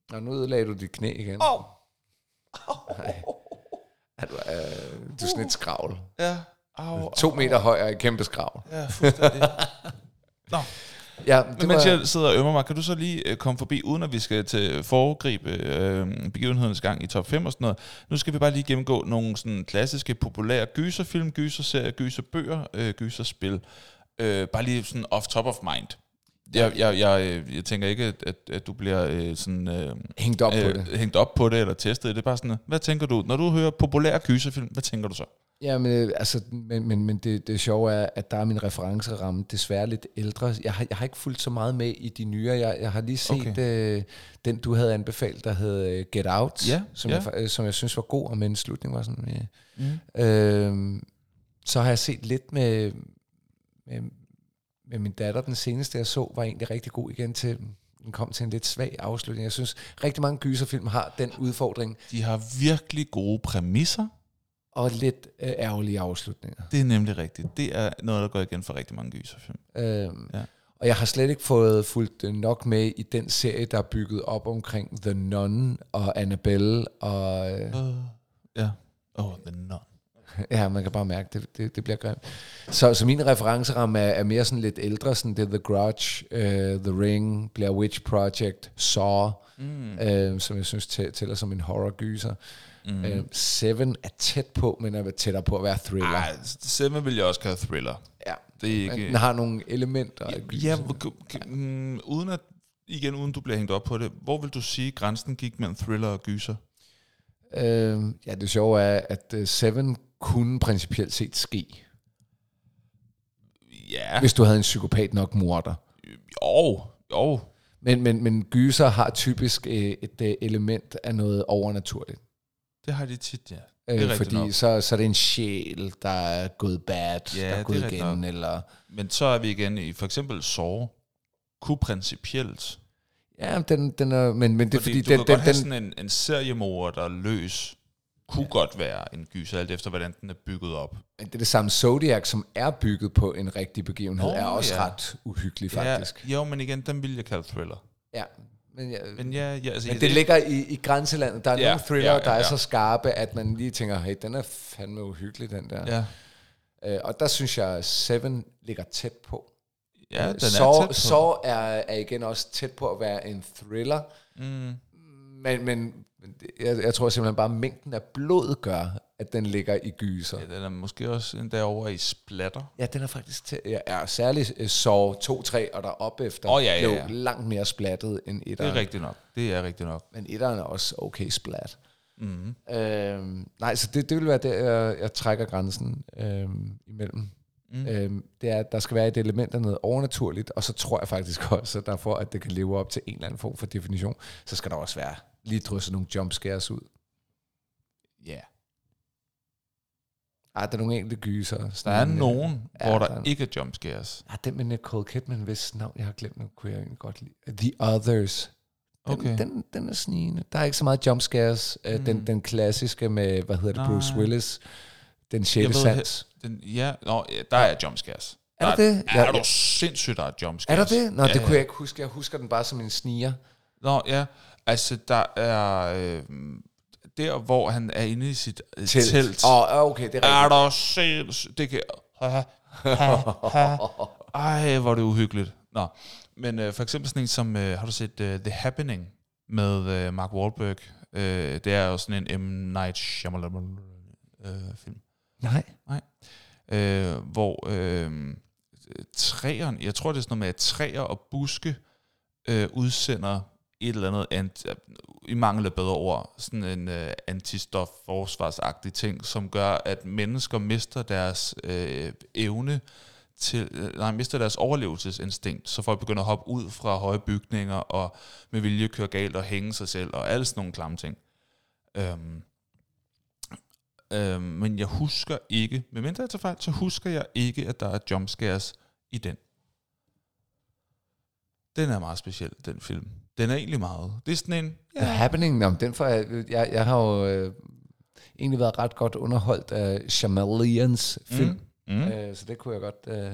Og nu ødelagde du dit knæ igen. Åh! Nej. Er du, øh, du er sådan et skravl. Ja. Au, To meter høj og et kæmpe skravl. Ja, fuldstændig. Nå. Ja, Men det mens var, jeg sidder og ømmer mig, kan du så lige øh, komme forbi, uden at vi skal til foregribe øh, begivenhedernes gang i top fem og sådan noget. Nu skal vi bare lige gennemgå nogle sådan klassiske, populære gyserfilm, gyserserier, gyserbøger, øh, gyserspil. Øh, bare lige sådan off top of mind. Jeg, jeg, jeg, jeg tænker ikke, at, at, at du bliver øh, sådan, øh, hængt op øh, på det. hængt op på det eller testet. Det er bare sådan, hvad tænker du, når du hører populære gyserfilm, hvad tænker du så? Ja, men, øh, altså, men, men, men det, det sjove er, at der er min referenceramme desværre lidt ældre. Jeg har, jeg har ikke fulgt så meget med i de nyere. Jeg, jeg har lige set okay. øh, den, du havde anbefalet, der hed Get Out, ja, som, ja. Jeg, øh, som jeg synes var god, og med en slutning var sådan... Øh, mm. øh, så har jeg set lidt med, med, med min datter. Den seneste, jeg så, var egentlig rigtig god igen til... Den kom til en lidt svag afslutning. Jeg synes, rigtig mange gyserfilm har den udfordring. De har virkelig gode præmisser. Og lidt øh, ærgerlige afslutninger. Det er nemlig rigtigt. Det er noget, der går igen for rigtig mange gyserfilm. Øhm, ja. Og jeg har slet ikke fået fulgt nok med i den serie, der er bygget op omkring The Nun og Annabelle. Og, øh, uh, ja, oh, The Nun. Ja, man kan bare mærke, det, det, det bliver grimt. Så, så min referenceramme er, er mere sådan lidt ældre, sådan det er The Grudge, uh, The Ring, Blair Witch Project, Saw, mm. øh, som jeg synes tæ- tæller som en horror-gyser. Mm. Øh, Seven er tæt på, men er tættere på at være thriller. Ej, Seven vil jeg også kalde thriller. Ja, det er ikke... den har nogle elementer af gyser. Ja, ja, mm, uden at, igen uden du bliver hængt op på det, hvor vil du sige, grænsen gik mellem thriller og gyser? Øh, ja, det sjove er, at uh, Seven kunne principielt set ske. Ja. Hvis du havde en psykopat nok morder. Jo, jo. Men, men, men gyser har typisk et, et element af noget overnaturligt. Det har de tit, ja. Det er øh, fordi så, så er det en sjæl, der er gået bad, ja, der er gået er igen. Eller... Men så er vi igen i for eksempel Saw, kunne principielt. Ja, den, den er, men, men det er fordi... fordi du den, kan den, godt have den, sådan en, en seriemorder, der er løs, kunne ja. godt være en gyser, alt efter hvordan den er bygget op. Det er det samme. Zodiac, som er bygget på en rigtig begivenhed, oh, er også ja. ret uhyggelig faktisk. Ja, jo, men igen, den vil jeg kalde thriller. Ja. Men, ja, men, ja, ja, altså, men det, det ligger i, i grænselandet. Der er ja, nogle thriller, ja, ja, ja. der er så skarpe, at man lige tænker, hey, den er fandme uhyggelig, den der. Ja. Øh, og der synes jeg, Seven ligger tæt på. Ja, den Saw, er tæt på. Saw er, er igen også tæt på at være en thriller. Mm. Men, men jeg, jeg tror simpelthen bare, at mængden af blod gør, at den ligger i gyser. Ja, den er måske også endda over i splatter. Ja, den er faktisk til, ja, er særligt uh, Saw to, tre og der op efter oh, ja, ja, ja. blev langt mere splattet end etteren. Det er rigtigt nok. Det er rigtigt nok. Men etteren er også okay splat. Mm-hmm. Øhm, nej, så det, det vil være der, jeg, jeg trækker grænsen øhm, imellem. Mm. Øhm, det er, at der skal være et element af noget overnaturligt, og så tror jeg faktisk også, at der for, at det kan leve op til en eller anden form for definition, så skal der også være lige drysset nogle jumpscares ud. Ja. Yeah. Ej, der er nogle enkelte gyser. Der er nogen, ja, hvor der, der ikke er jumpscares. Ja, den med Nicole Kidman, hvis navn jeg har glemt, nu kunne jeg egentlig godt lide. The Others. Den, okay. den, den er snigende. Der er ikke så meget jumpscares. Mm. Den, den klassiske med, hvad hedder det, Nej. Bruce Willis. Den sjette sans. Den, ja, nå, ja, der er jumpscares. Er der, der det? Er, er du sindssygt, der er jumpscares. Er der det? Nå, ja, det kunne jeg ikke huske. Jeg husker den bare som en sniger. Nå, ja. Altså, der er... Øh, der, hvor han er inde i sit øh, telt. telt. Åh, oh, okay, det er rigtigt. Er der sindssygt... Det kan... Ej, hvor er det uhyggeligt. Nå, men øh, for eksempel sådan en som... Øh, har du set uh, The Happening med øh, Mark Wahlberg? Øh, det er jo sådan en M. Night Shyamalan øh, film. Nej. Nej. Øh, hvor øh, træerne, jeg tror det er sådan noget med, at træer og buske øh, udsender et eller andet, anti, i mangel af bedre ord, sådan en øh, antistof-forsvarsagtig ting, som gør, at mennesker mister deres øh, evne til, øh, nej, mister deres overlevelsesinstinkt, så folk begynder at hoppe ud fra høje bygninger, og med vilje køre galt og hænge sig selv, og alle sådan nogle klamme ting. Øhm, øhm, men jeg husker ikke, medmindre jeg tager fejl, så husker jeg ikke, at der er jumpscares i den. Den er meget speciel, den film. Den er egentlig meget. Det er sådan en... Ja. The Happening, no, den for, jeg, jeg, jeg har jo øh, egentlig været ret godt underholdt af Shyamalans film. Mm. Mm. Øh, så det kunne jeg godt... Øh...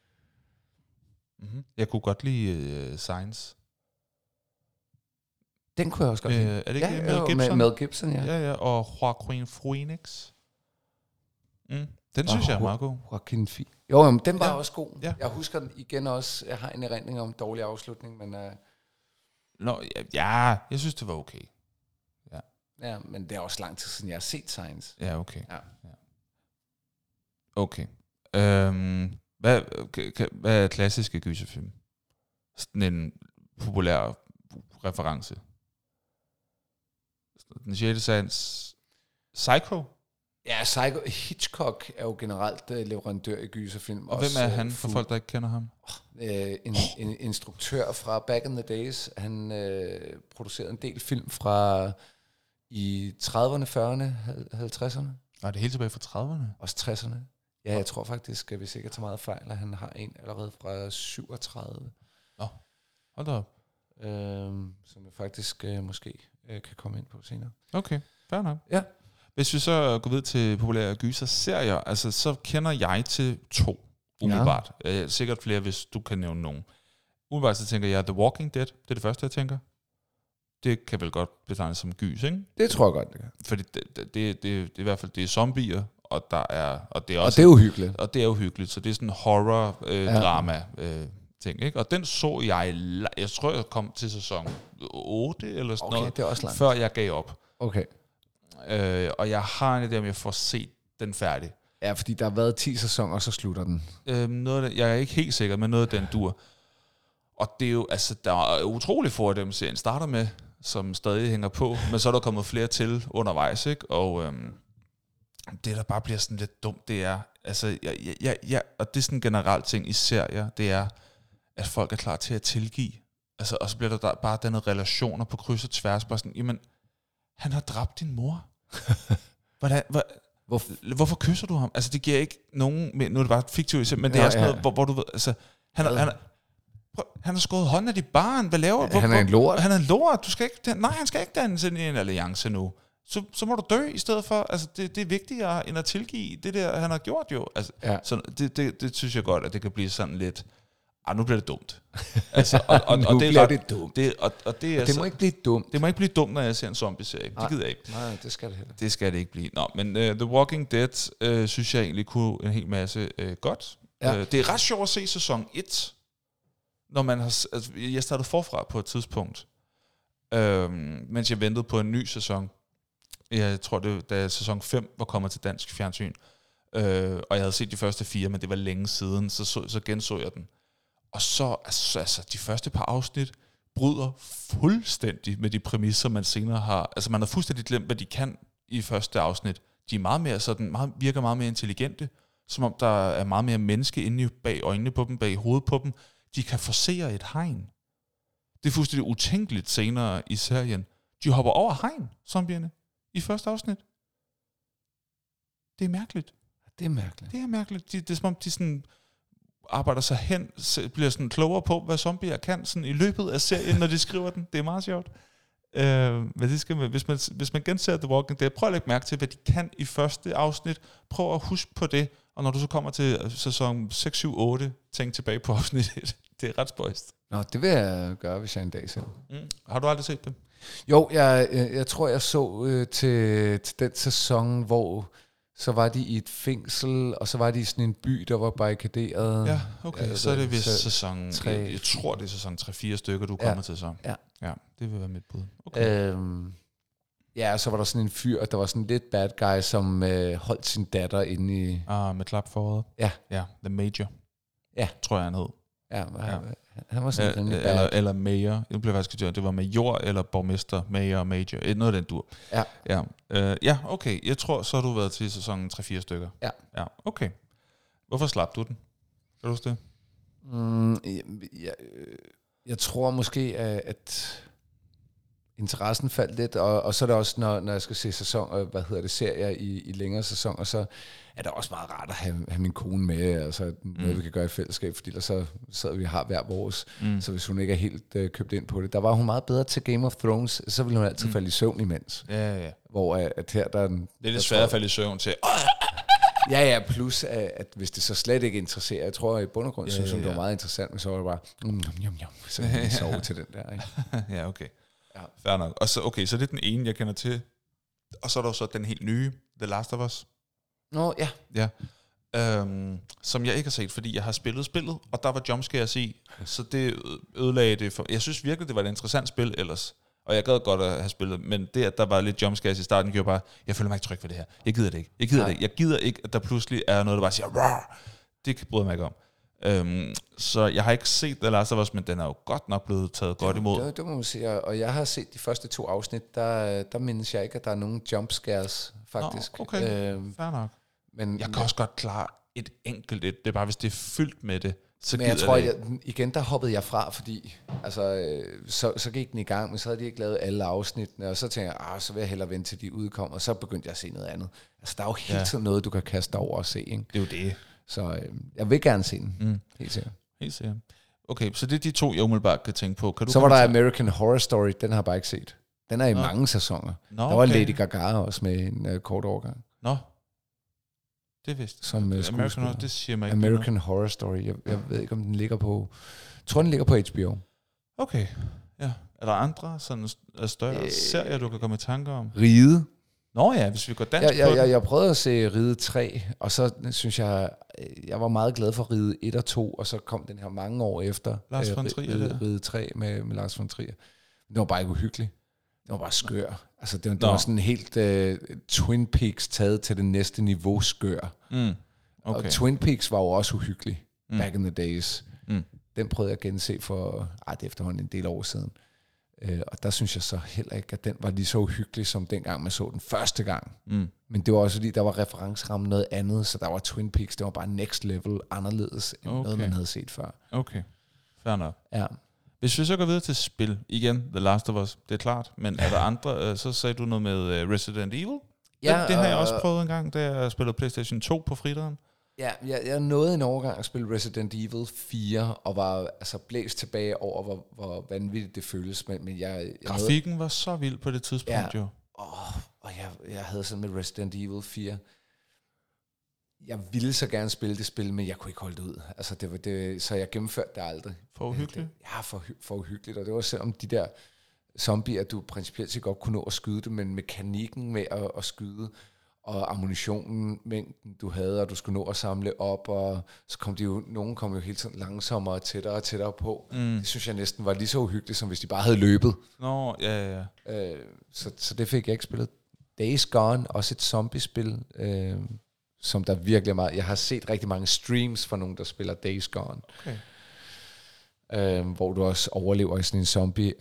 Mm-hmm. Jeg kunne godt lide uh, Science. Den kunne jeg også godt Øh, lide. er det ikke ja, Mel jo, Gibson? Med Mel Gibson, ja. Ja, ja, og Joaquin Phoenix. Mm. Den synes Og jeg er meget god. Joaquin Phoenix. Jo, jo, men den var Ja. også god. Ja. Jeg husker den igen også. Jeg har en erindring om dårlig afslutning, men... Uh, Nå, ja, ja, jeg synes, det var okay. ja, men det er også lang tid siden, jeg har set Science. Ja, okay. Ja. Ja. Okay. Øhm, hvad, kan, kan, hvad er klassiske gyserfilm? Sådan en populær reference. Den sjette sans. Psycho? Ja, Psycho. Hitchcock er jo generelt uh, leverandør i gyserfilm. Og hvem er han, for folk, der ikke kender ham? Uh, en, en instruktør fra Back in the Days. Han uh, producerede en del film fra i trediverne, fyrrerne, halvtredserne. Nej, det er helt tilbage fra trediverne. Også tresserne. Ja, jeg tror faktisk, at vi sikkert tager meget fejl, at han har en allerede fra syvogtredive. Nå, hold da op. Øhm, som vi faktisk øh, måske øh, kan komme ind på senere. Okay, fair nok. Ja. Hvis vi så går videre til populære gyser-serier, altså så kender jeg til to, umiddelbart. Ja. Øh, sikkert flere, hvis du kan nævne nogen. Umiddelbart så tænker jeg, The Walking Dead, det er det første, jeg tænker. Det kan vel godt betegnes som gys, ikke? Det tror jeg godt, det kan. Fordi det, det, det, det, det er i hvert fald, det er zombier, og der er, og det er Og også, det er uhyggeligt. og det er uhyggeligt, så det er sådan en horror øh, Ja. drama øh, ting, ikke? Og den så jeg, la- jeg tror jeg kom til sæson otte eller sådan Okay, noget, det er også langt. før jeg gav op. Okay. Øh, og jeg har en idé om, jeg får set den færdig. Ja, fordi der har været ti sæsoner, og så slutter den. Øh, noget af det, jeg er ikke helt sikker, men noget af den dur. Og det er jo, altså, der er utrolig få af dem, serien starter med, som stadig hænger på, men så er der kommet flere til undervejs, ikke? Og øhm, det, der bare bliver sådan lidt dumt, det er, altså, jeg, jeg, jeg, jeg, og det er sådan en generelt ting i serier, det er, at folk er klar til at tilgive. Altså, og så bliver der, der bare dannet relationer på kryds og tværs, bare sådan, jamen, han har dræbt din mor. Hvordan, hvor, Hvorfor? hvorfor kysser du ham? Altså, det giver ikke nogen, men nu er det bare fiktivt, men det Ja, er sådan ja. noget, hvor, hvor du ved, altså, han, han, han, prøv, han har skåret hånden af dit barn, hvad laver du? Han er en lort. Han er en lort, du skal ikke, dan- nej, han skal ikke danne sådan en alliance nu. Så, så må du dø i stedet for, altså, det, det er vigtigere, end at tilgive det der, han har gjort jo. Altså, Ja. så det, det, det synes jeg godt, at det kan blive sådan lidt, ah, nu bliver det dumt. Altså, og, og, Nu og det er bliver ret, det dumt. Det, og, og det, er Det så, må ikke blive dumt. det må ikke blive dumt, når jeg ser en zombie-serie. Nej. Det gider jeg ikke. Nej, det skal det heller. Det skal det ikke blive. Nå, men uh, The Walking Dead uh, synes jeg egentlig kunne en hel masse uh, godt. Ja. Uh, det er ret sjovt at se sæson et, når man har... s- Altså, jeg startede forfra på et tidspunkt, uh, mens jeg ventede på en ny sæson. Jeg tror, det da sæson fem var kommet til dansk fjernsyn. Uh, og jeg havde set de første fire, men det var længe siden, så, så, så genså jeg den. Og så, altså, altså, de første par afsnit bryder fuldstændig med de præmisser, man senere har. Altså, man har fuldstændig glemt, hvad de kan i første afsnit. De er meget mere sådan, meget, virker meget mere intelligente, som om der er meget mere menneske inde i- bag øjnene på dem, bag hovedet på dem. De kan forsere et hegn. Det er fuldstændig utænkeligt senere i serien. De hopper over hegn, zombierne, i første afsnit. Det er mærkeligt. Det er mærkeligt. Det er mærkeligt. De, det er som om, de sådan arbejder sig hen, se- bliver sådan klogere på, hvad zombier kan sådan i løbet af serien, når de skriver den. Det er meget sjovt. Øh, men det skal man, hvis, man, hvis man genser The Walking Dead, prøv at lægge mærke til, hvad de kan i første afsnit. Prøv at huske på det, og når du så kommer til sæson seks, syv, otte, tænk tilbage på afsnit et. Det er ret spøjst. Nå, det vil jeg gøre, hvis jeg en dag ser. Mm. Har du aldrig set det? Jo, jeg, jeg, jeg tror, jeg så øh, til, til den sæson, hvor så var de i et fængsel, og så var de i sådan en by, der var barrikaderet. Ja, okay. Ja, Så er det vist så- sæson... tre- Jeg, jeg tror, det er sæson tre fire stykker, du er Ja. kommet til så. Ja. Ja, det vil være mit bud. Okay. Øhm, ja, og så var der sådan en fyr, der var sådan lidt bad guy, som øh, holdt sin datter inde i... Ah, med klap foråret. Ja. Ja, The Major. Ja. Tror jeg, han hed. Ja, Ja. han, han var sådan Øh, rimelig eller, bad. eller mayor. Det blev faktisk det var major eller borgmester, mayor, major. Et- Noget af den dur. Ja. Ja, øh, ja, okay. Jeg tror, så har du været til sæsonen tre fire stykker. Ja. Ja, okay. Hvorfor slap du den? Kan du huske det? Mm, jeg, jeg, jeg tror måske, at, at interessen faldt lidt, og, og så er det også, når, når jeg skal se sæson, hvad hedder det, serier i, i længere sæsoner, så er det også meget rart at have, have min kone med, altså noget, vi kan gøre i fællesskab, fordi ellers så sidder vi og har hver vores, Mm. så hvis hun ikke er helt øh, købt ind på det. Der var hun meget bedre til Game of Thrones, så ville hun altid mm. falde i søvn imens, Ja, ja. hvor at, at her der er en... Det er lidt svært at falde i søvn til. Ja, ja, plus at, at hvis det så slet ikke interesserer, jeg tror i bund og grund, Ja, synes hun, ja, det var ja. meget interessant, men så var det bare, mm, jom, jom, jom, så kan vi sove til den der, ikke? Ja, okay. Ja. Fair nok. Og så, okay, så det er den ene, jeg kender til. Og så er der jo så den helt nye, The Last of Us. Nå, ja. Ja. Øhm, som jeg ikke har set, fordi jeg har spillet spillet, og der var jumpscares i, så det ødelagde det for... Jeg synes virkelig, det var et interessant spil ellers, og jeg gad godt at have spillet, men det, at der var lidt jumpscares i starten, gjorde bare, jeg føler mig ikke tryg for det her. Jeg gider det ikke. Jeg gider Nej. det ikke. Jeg gider ikke, at der pludselig er noget, der bare siger, Rawr! Det bryder mig ikke om. Øhm, så jeg har ikke set The Last of Us, men den er jo godt nok blevet taget godt imod. Det, det må man sige, og jeg har set de første to afsnit, der, der mindes jeg ikke, at der er nogen jumpscares, faktisk. Nå, okay, øhm, fair nok. men, Jeg kan også godt klare et enkelt et. Det er bare, hvis det er fyldt med det, så Men gider jeg tror, det jeg, ikke. igen, der hoppede jeg fra, fordi altså, øh, så, så gik den i gang, men så havde de ikke lavet alle afsnittene, og så tænkte jeg, ah, så vil jeg hellere vente til de udkom, og så begyndte jeg at se noget andet. Altså, der er jo hele Ja. tiden noget, du kan kaste dig over og se, ikke? Det er jo det. Så øh, jeg vil gerne se den, Mm. helt sikkert. Helt sikkert. Okay, så det er de to, jeg umiddelbart kan tænke på. Kan du Så var der kommentere- American Horror Story, den har jeg bare ikke set. Den er i Nå. mange sæsoner. Nå, Der var okay. Lady Gaga også med en uh, kort overgang. Nå, det vidste Som, uh, American skuespiller. Horror, det siger mig ikke American Horror Story. Jeg, jeg ved ikke, om den ligger på... Jeg tror, den ligger på H B O. noget. Okay, ja. Er der andre sådan st- større Øh, serier, du kan komme i tanke om? Ride. Nå ja, hvis vi går dansk Jeg, jeg, på jeg, den. jeg prøvede at se Ride tre, og så synes jeg, jeg var meget glad for Ride et og to, og så kom den her mange år efter. Lars øh, von Ri- Trier, Ride, der. Ride tre med, med Lars von Trier. Den var bare ikke uhyggelig. Den var bare skør. Altså, det, det Nå. var sådan helt uh, Twin Peaks taget til det næste niveau skør. Mm. Okay. Okay. Og Twin Peaks var jo også uhyggelig Mm. mm. back in the days. Mm. Den prøvede jeg at gense for ej, det er efterhånden en del år siden. Uh, og der synes jeg så heller ikke, at den var lige så uhyggelig, som dengang man så den første gang. Mm. Men det var også fordi, der var referencerammen noget andet, så der var Twin Peaks, det var bare next level anderledes, end Okay. noget, man havde set før. Okay, fair nok. Ja. Hvis vi så går videre til spil, igen, The Last of Us, det er klart, men er der andre, øh, så sagde du noget med uh, Resident Evil? Ja, det, det har jeg og- også prøvet en gang, da jeg spillede PlayStation to på fritiden. Ja, jeg, jeg nåede en overgang at spille Resident Evil fire, og var altså blæst tilbage over, hvor, hvor vanvittigt det føles, men, men jeg... jeg Grafikken var så vild på det tidspunkt, Ja. jo. Åh, og jeg, jeg havde sådan med Resident Evil fire, jeg ville så gerne spille det spil, men jeg kunne ikke holde det ud. Altså det var det, så jeg gennemførte det aldrig. For uhyggeligt. Ja, for, hy- for uhyggeligt, og det var selvom de der zombier, du principielt set godt kunne nå at skyde det, men mekanikken med at, at skyde, og ammunitionen, mængden du havde, og du skulle nå at samle op, og så kom de jo, nogen kom jo hele tiden langsommere og tættere og tættere på. Mm. Det synes jeg næsten var lige så uhyggeligt, som hvis de bare havde løbet. Nå, ja, ja, ja. Øh, så, så det fik jeg ikke spillet. Days Gone, også et zombiespil, øh, som der virkelig er meget... Jeg har set rigtig mange streams fra nogen, der spiller Days Gone. Okay. Øh, hvor du også overlever i sådan en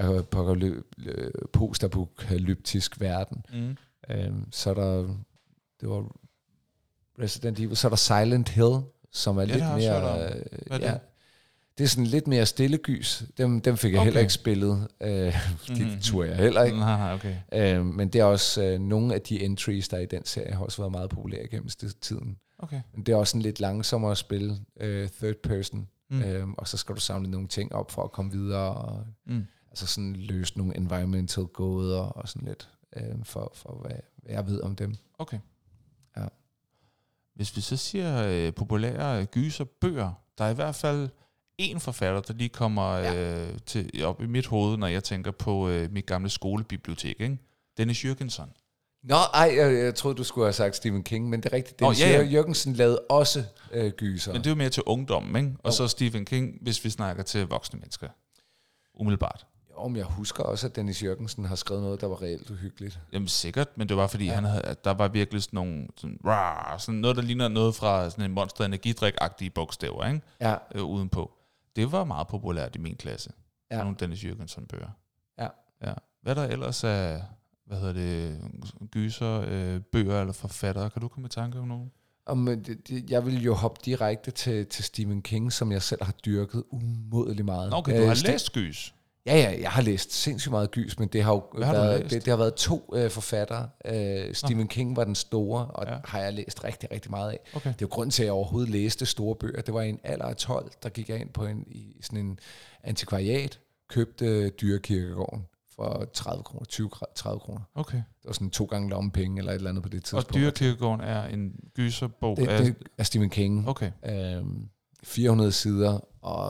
zombie øh, postapokalyptisk verden. Mm. Øh, så er der... Det var Resident Evil. Så er der Silent Hill, som er Ja, lidt det har jeg også mere... hørt om. Øh, Hvad er ja, det? det er sådan lidt mere stillegys. Dem, dem fik jeg Okay. heller ikke spillet. Øh, Mhm. det turde jeg heller ikke. Nej, nej, okay. Øh, men det er også øh, nogle af de entries, der er i den serie, har også været meget populære gennem st- tiden. Okay. Men det er også en lidt langsommere at spille, øh, third person, Mm. mm. øh, og så skal du samle nogle ting op for at komme videre, og Mm. altså sådan løse nogle environmental gåder og sådan lidt, øh, for, for hvad, hvad jeg ved om dem. Okay. Ja. Hvis vi så siger øh, populære gyserbøger, der er i hvert fald en forfatter, der lige kommer Ja. øh, til, op i mit hoved, når jeg tænker på øh, mit gamle skolebibliotek, ikke? Dennis Jürgensen. Nå, ej, jeg, jeg troede, du skulle have sagt Stephen King, men det er rigtigt. Dennis Nå, ja, ja. Jørgensen lavede også øh, gyser. Men det er jo mere til ungdommen, ikke? Og Jo. så Stephen King, hvis vi snakker til voksne mennesker. Umiddelbart. Jo, men jeg husker også, at Dennis Jørgensen har skrevet noget, der var reelt uhyggeligt. Jamen sikkert, men det var fordi, ja. Ja. han havde, at der var virkelig sådan nogle, sådan, rar, sådan noget, der ligner noget fra sådan en Monster Energidrik-agtige bogstaver, ikke? Ja, Øh, udenpå. Det var meget populært i min klasse. Ja. ja. Nogle Dennis Jürgensen-bøger. Ja. Ja. Hvad der ellers er, hvad hedder det, gyser, øh, bøger eller forfattere? Kan du komme i tanke om nogen? Og men det, det, jeg vil jo hoppe direkte til, til Stephen King, som jeg selv har dyrket umådelig meget. Nå, okay, du har Øh, Ste- læst gys. Ja, ja, jeg har læst sindssygt meget gys, men det har jo Hvad har du været, læst? det, det har været to øh, forfattere. Øh, Stephen Nå. King var den store, og Ja. ja. har jeg læst rigtig, rigtig meget af. Okay. Det er jo grunden til, at jeg overhovedet læste store bøger. Det var i en alder af tolv, der gik jeg ind på en, i sådan en antikvariat, købte Dyrekirkegården for tredive kroner, tyve tredive kroner. Okay. Det var sådan to gange lommepenge eller et eller andet på det tidspunkt. Og Dyrekirkegården er en gyserbog det, af... det er Stephen King. Okay. Øhm, fire hundrede sider, og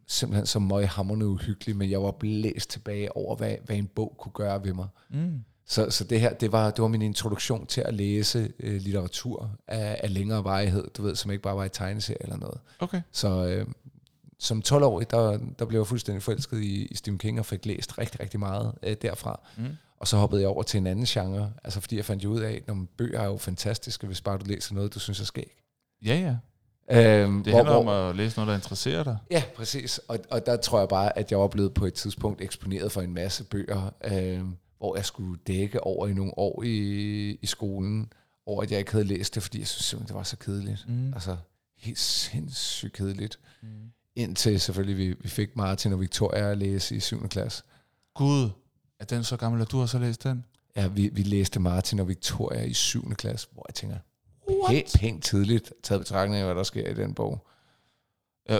simpelthen så møghamrende uhyggelig, men jeg var blæst tilbage over, hvad, hvad en bog kunne gøre ved mig. Mm. Så, så det her, det var, det var min introduktion til at læse øh, litteratur af, af længere varighed, du ved, som ikke bare var i tegneserie eller noget. Okay. Så øh, som tolv-årig, der, der blev jeg fuldstændig forelsket i, i Stephen King, og fik læst rigtig, rigtig meget øh, derfra. Mm. Og så hoppede jeg over til en anden genre, altså fordi jeg fandt jo ud af, at nogle bøger er jo fantastiske, hvis bare du læser noget, du synes er skæg. Ja, ja. Øhm, det hvor, handler hvor, om at læse noget, der interesserer dig. Ja, præcis. Og, og der tror jeg bare, at jeg var blevet på et tidspunkt eksponeret for en masse bøger, øhm, hvor jeg skulle dække over i nogle år i, i skolen, over at jeg ikke havde læst det, fordi jeg synes simpelthen, det var så kedeligt. Mm. Altså, helt sindssygt kedeligt. Mm. Indtil selvfølgelig, vi, vi fik Martin og Victoria at læse i syvende klasse. Gud, er den så gammel, at du har så læst den? Ja, vi, vi læste Martin og Victoria i syvende klasse, hvor jeg tænker, pænt, pænt tidligt taget betragtning af, hvad der sker i den bog. men,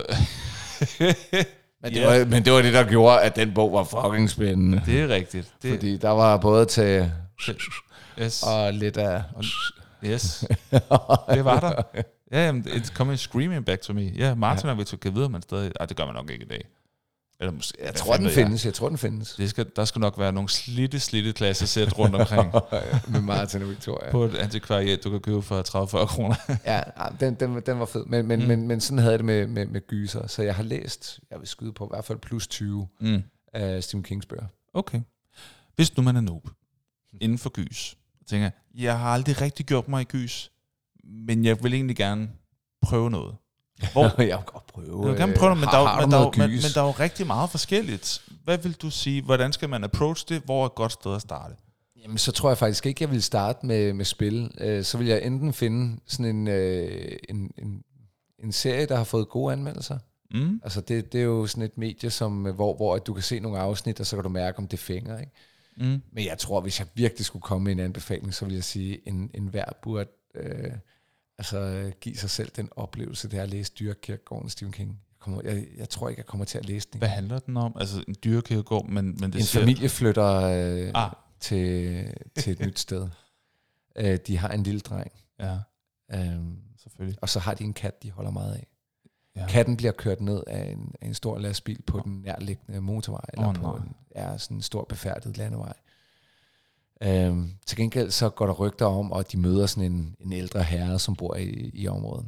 det yeah. var, men det var det, der gjorde, at den bog var fucking spændende. Det er rigtigt. Det... Fordi der var både til... Yes. Og lidt af... Yes. Det var der. Ja, jamen, it's coming screaming back to me. Ja, Martin ja. og Victor kan vide, man stadig... Ej, det gør man nok ikke i dag. Eller måske, jeg tror, den findes. Jeg tror, den findes. Det skal, der skal nok være nogle slitte, slitte klassesæt rundt omkring. Med Martin og Victoria. På et antikvariat, du kan købe for tredive til fyrre kroner. Ja, den, den, den var fed. Men, men, mm. men, men sådan havde jeg det med, med, med gyser. Så jeg har læst, jeg vil skyde på i hvert fald plus tyve mm. af Stephen Kings bøger. Okay. Hvis nu man er noob inden for gys, tænker jeg har aldrig rigtig gjort mig i gys, men jeg vil egentlig gerne prøve noget. Hvor? jeg vil godt prøve. Jeg vil gerne prøve noget, men, har, der, har men, der, men, men der er jo rigtig meget forskelligt. Hvad vil du sige? Hvordan skal man approach det? Hvor er et godt sted at starte? Jamen, så tror jeg faktisk ikke, jeg vil starte med, med spil. Øh, så vil jeg enten finde sådan en, øh, en, en, en serie, der har fået gode anmeldelser. Mm. Altså, det, det er jo sådan et medie, som, hvor, hvor du kan se nogle afsnit, og så kan du mærke, om det fænger, ikke? Mm. Men jeg tror, hvis jeg virkelig skulle komme med en anbefaling, så vil jeg sige, en, en hver burde... Øh, Altså give sig selv den oplevelse, det er at læse Dyrekirkegården af Stephen King. Jeg, kommer, jeg, jeg tror ikke, jeg kommer til at læse den. Hvad handler den om? Altså en Dyrekirkegård, men, men det en ser... familie flytter øh, ah. til, til et nyt sted. Uh, de har en lille dreng. Ja, um, selvfølgelig. Og så har de en kat, de holder meget af. Ja. Katten bliver kørt ned af en, af en stor lastbil på oh. den nærliggende motorvej, eller oh, på en, ja, sådan en stor befærdet landevej. Øhm, til gengæld så går der rygter om, at de møder sådan en, en ældre herre, som bor i, i området,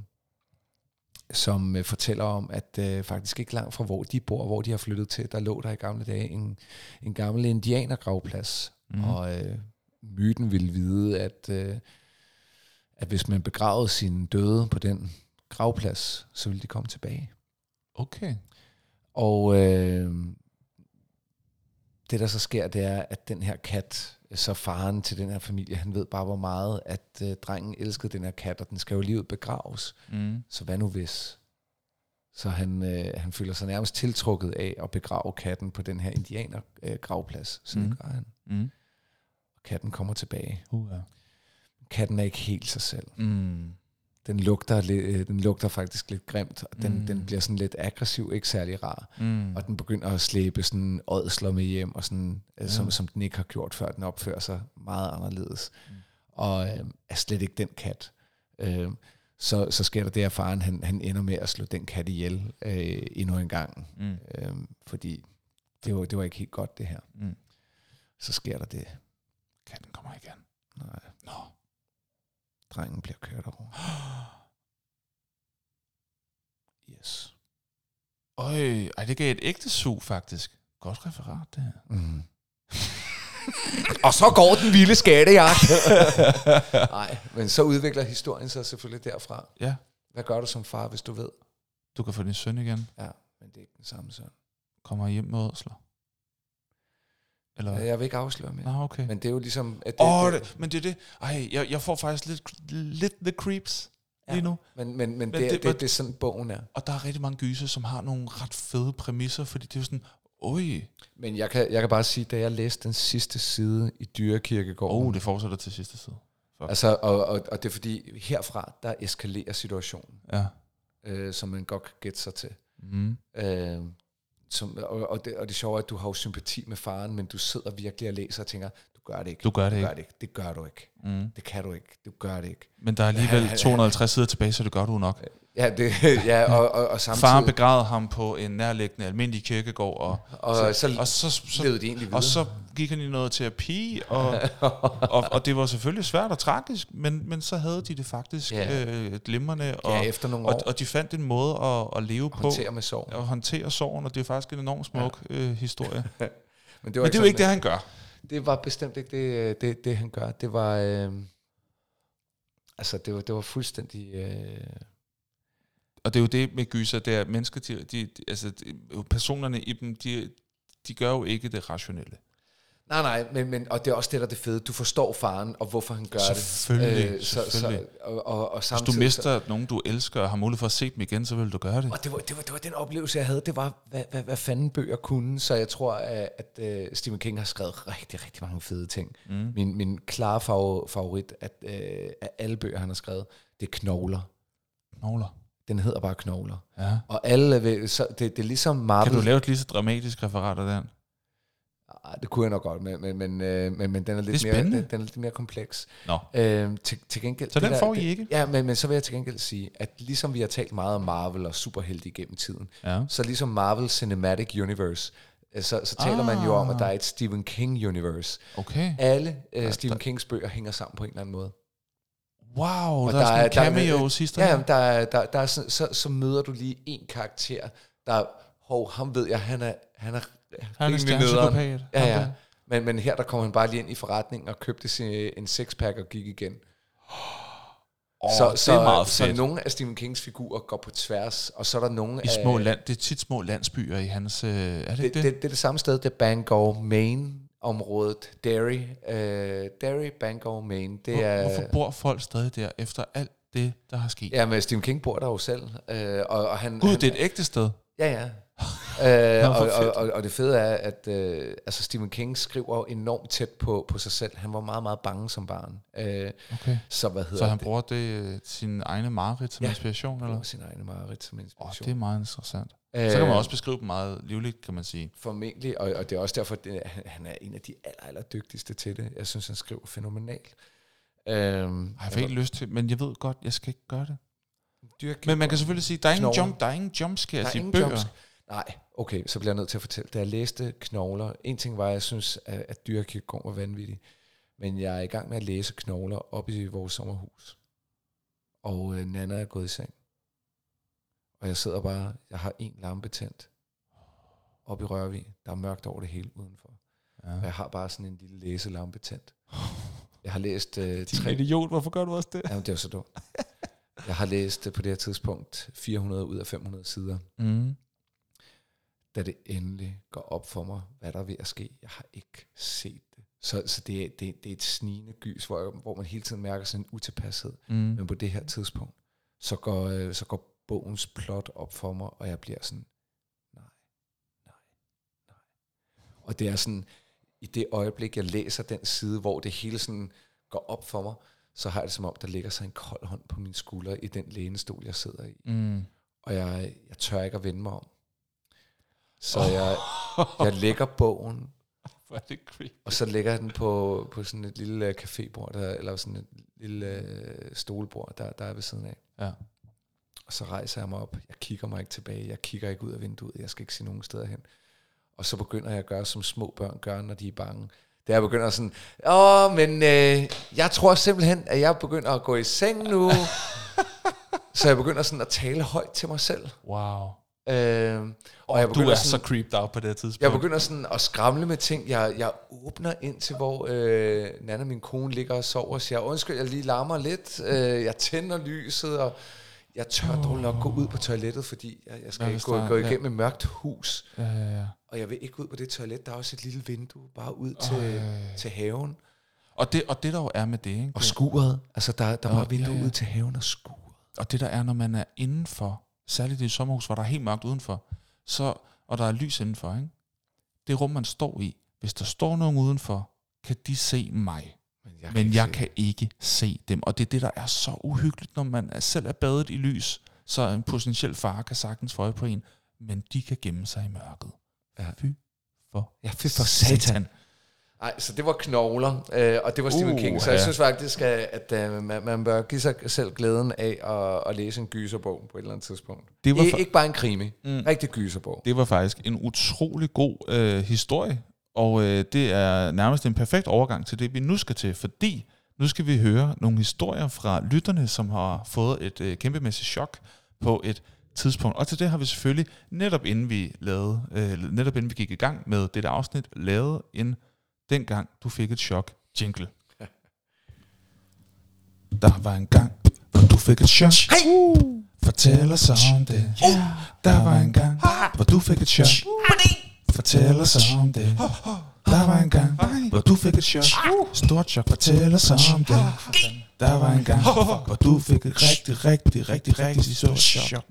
som øh, fortæller om, at øh, faktisk ikke langt fra hvor de bor, hvor de har flyttet til, der lå der i gamle dage en, en gammel indianergravplads. Mm. Og øh, myten ville vide, at, øh, at hvis man begravede sine døde på den gravplads, så ville de komme tilbage. Okay. Og øh, det der så sker, det er, at den her kat, så faren til den her familie, han ved bare, hvor meget, at øh, drengen elskede den her kat, og den skal jo lige ud begraves. Mm. Så hvad nu hvis? Så han, øh, han føler sig nærmest tiltrukket af at begrave katten på den her indianer øh, gravplads. Så mm. det gør han. Mm. Og katten kommer tilbage. Uh, ja. Katten er ikke helt sig selv. Mm. Den lugter, den lugter faktisk lidt grimt, og den, mm. den bliver sådan lidt aggressiv, ikke særlig rar. Mm. Og den begynder at slæbe sådan ådsler med hjem, og sådan, ja. som, som den ikke har gjort før. Den opfører sig meget anderledes. Mm. Og øh, er slet ikke den kat. Øh, så, så sker der det, at faren han, han ender med at slå den kat ihjel øh, endnu en gang. Mm. Øh, fordi det var, det var ikke helt godt, det her. Mm. Så sker der det. Katten kommer igen. Nej. Nå. Drengen bliver kørt over. Yes. Øj, ej, det gav et ægte sug, faktisk. Godt referat, det her. Mm. Og så går den vilde skattejagt. Nej, men så udvikler historien sig selvfølgelig derfra. Ja. Hvad gør du som far, hvis du ved? Du kan få din søn igen. Ja, men det er ikke den samme søn. Kommer hjem med ådsler. Eller? Jeg vil ikke afsløre mere. Ah, okay. Men det er jo ligesom... Åh, oh, det, men det er det. Ej, jeg, jeg får faktisk lidt, lidt the creeps ja, lige nu. Men, men, men, men det, det, det, det er sådan, bogen er. Og der er rigtig mange gyser, som har nogle ret fede præmisser, fordi det er jo sådan, oj. Men jeg kan, jeg kan bare sige, da jeg læste den sidste side i Dyrekirkegården... Oh, det fortsætter til sidste side. Fuck. Altså, og, og, og det er fordi, herfra, der eskalerer situationen. Ja. Øh, som man godt kan gætte sig til. Mm. Øh, Som, og, og, det, og det sjove er, at du har jo sympati med faren, men du sidder virkelig og læser og tænker, du gør det ikke. Du gør det, du ikke. Gør det ikke. Det gør du ikke. Mm. Det kan du ikke. Du gør det ikke. Men der er alligevel to hundrede og halvtreds sider tilbage, så det gør du nok. Ja, det, ja og, og, og samtidig... Faren begravede ham på en nærliggende almindelig kirkegård, og, og, så, så, og, så, så, levede de egentlig videre. Og så gik han i noget terapi, og, og, og det var selvfølgelig svært og tragisk, men, men så havde de det faktisk ja. øh, glimrende, og, ja, efter nogle og, år. og de fandt en måde at, at leve på. Håndtere med sorg. Og håndtere sorgen, og det er faktisk en enormt smuk ja. øh, historie. men det, var men det er jo ikke det, han gør. Det var bestemt ikke det, det, det han gør. Det var... Øh, altså, det var, det var fuldstændig... Øh, Og det er jo det med gyser, det er mennesker, de, de, altså de, personerne i dem, de, de gør jo ikke det rationelle. Nej, nej, men, men, og det er også det, der er det fede. Du forstår faren, og hvorfor han gør selvfølgelig, det. Øh, så, selvfølgelig. Så, og, og, og Hvis du mister så, nogen, du elsker, og har mulighed for at se dem igen, så vil du gøre det. Og det var, det var, det var den oplevelse, jeg havde. Det var, hvad, hvad, hvad fanden bøger kunne. Så jeg tror, at, at uh, Stephen King har skrevet rigtig, rigtig mange fede ting. Mm. Min, min klare favorit at, uh, af alle bøger, han har skrevet, det er Knogler. Knogler? Den hedder bare Knogler. Ja. Og alle, så det, det er ligesom Marvel. Kan du lave et lige så dramatisk referat af den? Ah, det kunne jeg nok godt, men, men, men, men, men den er lidt, er mere, den, den er lidt mere kompleks. Nå. Øhm, til, til gengæld, så den der, får I det, ikke? Ja, men, men så vil jeg til gengæld sige, at ligesom vi har talt meget om Marvel og superhelte igennem tiden, ja. så ligesom Marvel Cinematic Universe, så, så taler ah. man jo om, at der er et Stephen King Universe. Okay. Alle uh, Stephen Kings bøger hænger sammen på en eller anden måde. Wow, og der, der er sådan en cameo sidste Ja, der er, der, der er sådan, så, så møder du lige en karakter, der, hov, ham ved jeg, han er, han er, han er stjernepsykopat. Ja, ja. Men, men her der kommer han bare lige ind i forretningen og købte sin, en sixpack og gik igen. Oh, så, det så, er meget så fedt. nogle af Stephen Kings figurer går på tværs, og så er der nogle I af... små land, det er tit små landsbyer i hans... Øh, er det, det, det? Det, det, det er det samme sted, det er Bangor, Maine området. Derry, øh, Derry, Bangor, Maine. Det Hvor, er, hvorfor bor folk stadig der, efter alt det, der har sket? Ja, men Stephen King bor der jo selv. Øh, og, og han, Gud, han, det er et ægte sted. Ja, ja. øh, og, og, og, og det fede er, at øh, altså Stephen King skriver enormt tæt på, på sig selv. Han var meget, meget bange som barn. Øh, okay. Så hvad hedder Så han det? bruger det sin egne mareridt som ja, inspiration? Eller? sin egne mareridt som inspiration. Oh, det er meget interessant. Øh, Så kan man også beskrive dem meget livligt, kan man sige. Formentlig, og, og det er også derfor, at han er en af de aller, aller dygtigste til det. Jeg synes, han skriver fænomenalt. Øh, jeg har ikke lyst til, men jeg ved godt, jeg skal ikke gøre det. Dyrk, men man kan selvfølgelig sige, der er ingen, jump, der er ingen jumpscares i bøger. Jumps- Nej, okay, så bliver jeg nødt til at fortælle. Da jeg læste Knogler, en ting var, at jeg synes, at, at Dyrekirkegård var vanvittig, men jeg er i gang med at læse Knogler op i vores sommerhus. Og øh, Nana er gået i seng. Og jeg sidder bare, jeg har en lampe tændt op i Rørvig. Der er mørkt over det hele udenfor. Ja. Og jeg har bare sådan en lille læselampe tændt. Jeg har læst... Øh, tre... idiot, hvorfor gør du også det? Jamen, det er så dumt. Jeg har læst øh, på det her tidspunkt fire hundrede ud af fem hundrede sider. Mm. Da det endelig går op for mig, hvad der er ved at ske. Jeg har ikke set det. Så, så det, er, det, det er et snigende gys, hvor, hvor man hele tiden mærker sådan en utilpashed. Mm. Men på det her tidspunkt, så går, øh, så går bogens plot op for mig, og jeg bliver sådan, nej, nej, nej. Og det er sådan, i det øjeblik, jeg læser den side, hvor det hele sådan går op for mig, så har jeg det som om, der ligger sig en kold hånd på min skulder i den lænestol, jeg sidder i. Mm. Og jeg, jeg tør ikke at vende mig om. Så oh. jeg, jeg lægger bogen, og så lægger jeg den på, på sådan et lille cafébord, der, eller sådan et lille uh, stolebord, der, der er ved siden af. Ja. Og så rejser jeg mig op. Jeg kigger mig ikke tilbage. Jeg kigger ikke ud af vinduet. Jeg skal ikke se nogen steder hen. Og så begynder jeg at gøre, som små børn gør, når de er bange. Da jeg begynder sådan, åh, men øh, jeg tror simpelthen, at jeg begynder at gå i seng nu. Så jeg begynder sådan at tale højt til mig selv. Wow. Øh, og jeg du er sådan, så creeped out på det tidspunkt. Jeg begynder sådan at skramle med ting. Jeg, jeg åbner ind til, hvor øh, Nana, min kone, ligger og sover og siger, undskyld, jeg lige larmer lidt. Øh, jeg tænder lyset, og jeg tør oh. dog nok gå ud på toilettet, fordi jeg, jeg skal ja, ikke gå, gå igennem ja. et mørkt hus. Ja, ja, ja. Og jeg vil ikke ud på det toilet. Der er også et lille vindue, bare ud til, oh. til haven. Og det, og det der jo er med det, ikke? Og skuret. Altså, der, der var vindue ja, ja. ud til haven og skuret. Og det der er, når man er indenfor, særligt i et sommerhus, hvor der er helt mørkt udenfor, så, og der er lys indenfor, ikke? Det rum, man står i, hvis der står nogen udenfor, kan de se mig. Men jeg, kan, Men jeg kan ikke se dem. Og det er det, der er så uhyggeligt, når man selv er badet i lys, så en potentiel far kan sagtens få øje på en, men de kan gemme sig i mørket. Ja. Fy for, ja, fy for satan. satan. Nej, så det var knogler, øh, og det var Stephen Uh, King, så jeg ja. synes faktisk, at, at, at man, man bør give sig selv glæden af at, at læse en gyserbog på et eller andet tidspunkt. Det var I, fa- ikke bare en krimi, Mm. rigtig gyserbog. Det var faktisk en utrolig god øh, historie, og øh, det er nærmest en perfekt overgang til det, vi nu skal til, fordi nu skal vi høre nogle historier fra lytterne, som har fået et øh, kæmpemæssigt chok på et tidspunkt. Og til det har vi selvfølgelig, netop inden vi, lavede, øh, netop inden vi gik i gang med dette afsnit, lavet en dengang du fik et chok jingle. Der var en gang, hvor du fik et chok. Hey! Uh, fortæl os om det. Uh, der var en gang, hvor du fik et chok. Fortæl os om det. Der var en gang, hvor du fik et chok. Stort chok. Fortæl os om det. Der var en gang, hvor du fik et rigtig, rigtig, rigtig, rigtig stort chok.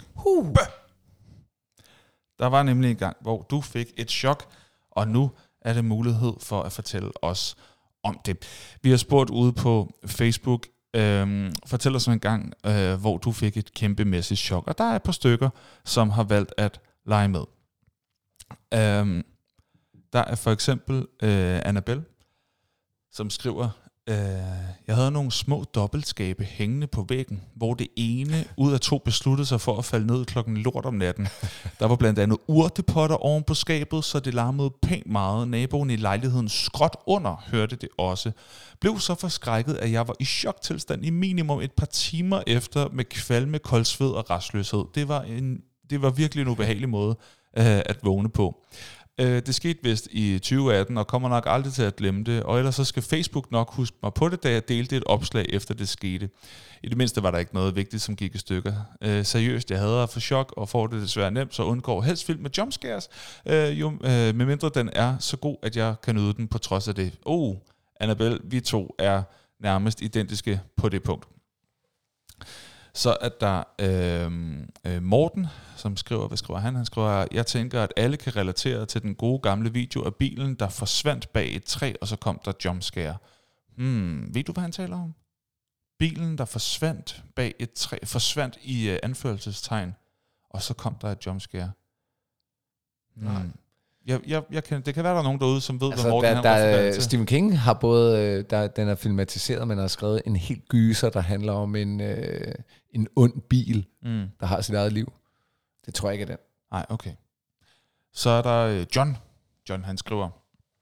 Der var nemlig en gang, hvor du fik et chok, og nu er det mulighed for at fortælle os om det. Vi har spurgt ude på Facebook, øhm, fortæl os en gang, øh, hvor du fik et kæmpemæssigt chok, og der er et par stykker, som har valgt at lege med. Øhm, der er for eksempel øh, Annabelle, som skriver, øh, jeg havde nogle små dobbeltskabe hængende på væggen, hvor det ene ud af to besluttede sig for at falde ned klokken lort om natten. Der var blandt andet urtepotter oven på skabet, så det larmede pænt meget. Naboen i lejligheden skråt under hørte det også. Blev så forskrækket, at jeg var i choktilstand i minimum et par timer efter med kvalme, kold sved og rastløshed. Det var, en, det var virkelig en ubehagelig måde øh, at vågne på. Det skete vist i tyve atten, og kommer nok aldrig til at glemme det, og ellers så skal Facebook nok huske mig på det, da jeg delte et opslag efter det skete. I det mindste var der ikke noget vigtigt, som gik i stykker. Øh, seriøst, jeg hader for chok, og får det desværre nemt, så undgår helst film med jumpscares, øh, jo, øh, medmindre den er så god, at jeg kan nyde den på trods af det. Oh, Annabelle, vi to er nærmest identiske på det punkt. Så er der øh, øh, Morten, som skriver, hvad skriver han? Han skriver, jeg tænker, at alle kan relatere til den gode gamle video af bilen, der forsvandt bag et træ, og så kom der jumpscare. Hmm, ved du, hvad han taler om? Bilen, der forsvandt bag et træ, forsvandt i uh, anførselstegn, og så kom der et jumpscare. Hmm. Jeg, jeg, jeg kan, det kan være, der er nogen derude, som ved, altså, hvad Morten der, han der, refererer til. Stephen King har både, der, den er filmatiseret, men har skrevet en helt gyser, der handler om en, øh, en ond bil, Mm. der har sit eget liv. Det tror jeg ikke er den. Nej, okay. Så er der øh, John. John, han skriver.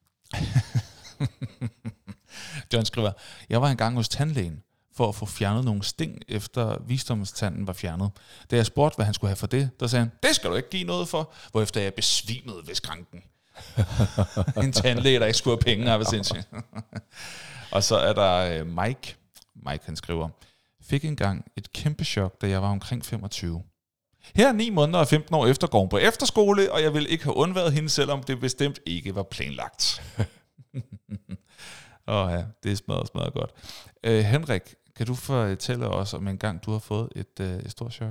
John skriver, jeg var engang hos tandlægen for at få fjernet nogle sting, efter visdomstanden var fjernet. Da jeg spurgte, hvad han skulle have for det, der sagde han, det skal du ikke give noget for, hvorefter jeg besvimede ved skranken. En tandlæge, der ikke skulle have penge, er sindssygt. Og så er der øh, Mike. Mike, han skriver, fik engang et kæmpe chok, da jeg var omkring femogtyve. Her ni måneder og femten år efter går hun på efterskole, og jeg ville ikke have undværet hende, selvom det bestemt ikke var planlagt. Åh oh ja, det er smadret, smadret godt. Uh, Henrik, kan du fortælle os om en gang, du har fået et, uh, et stort chok?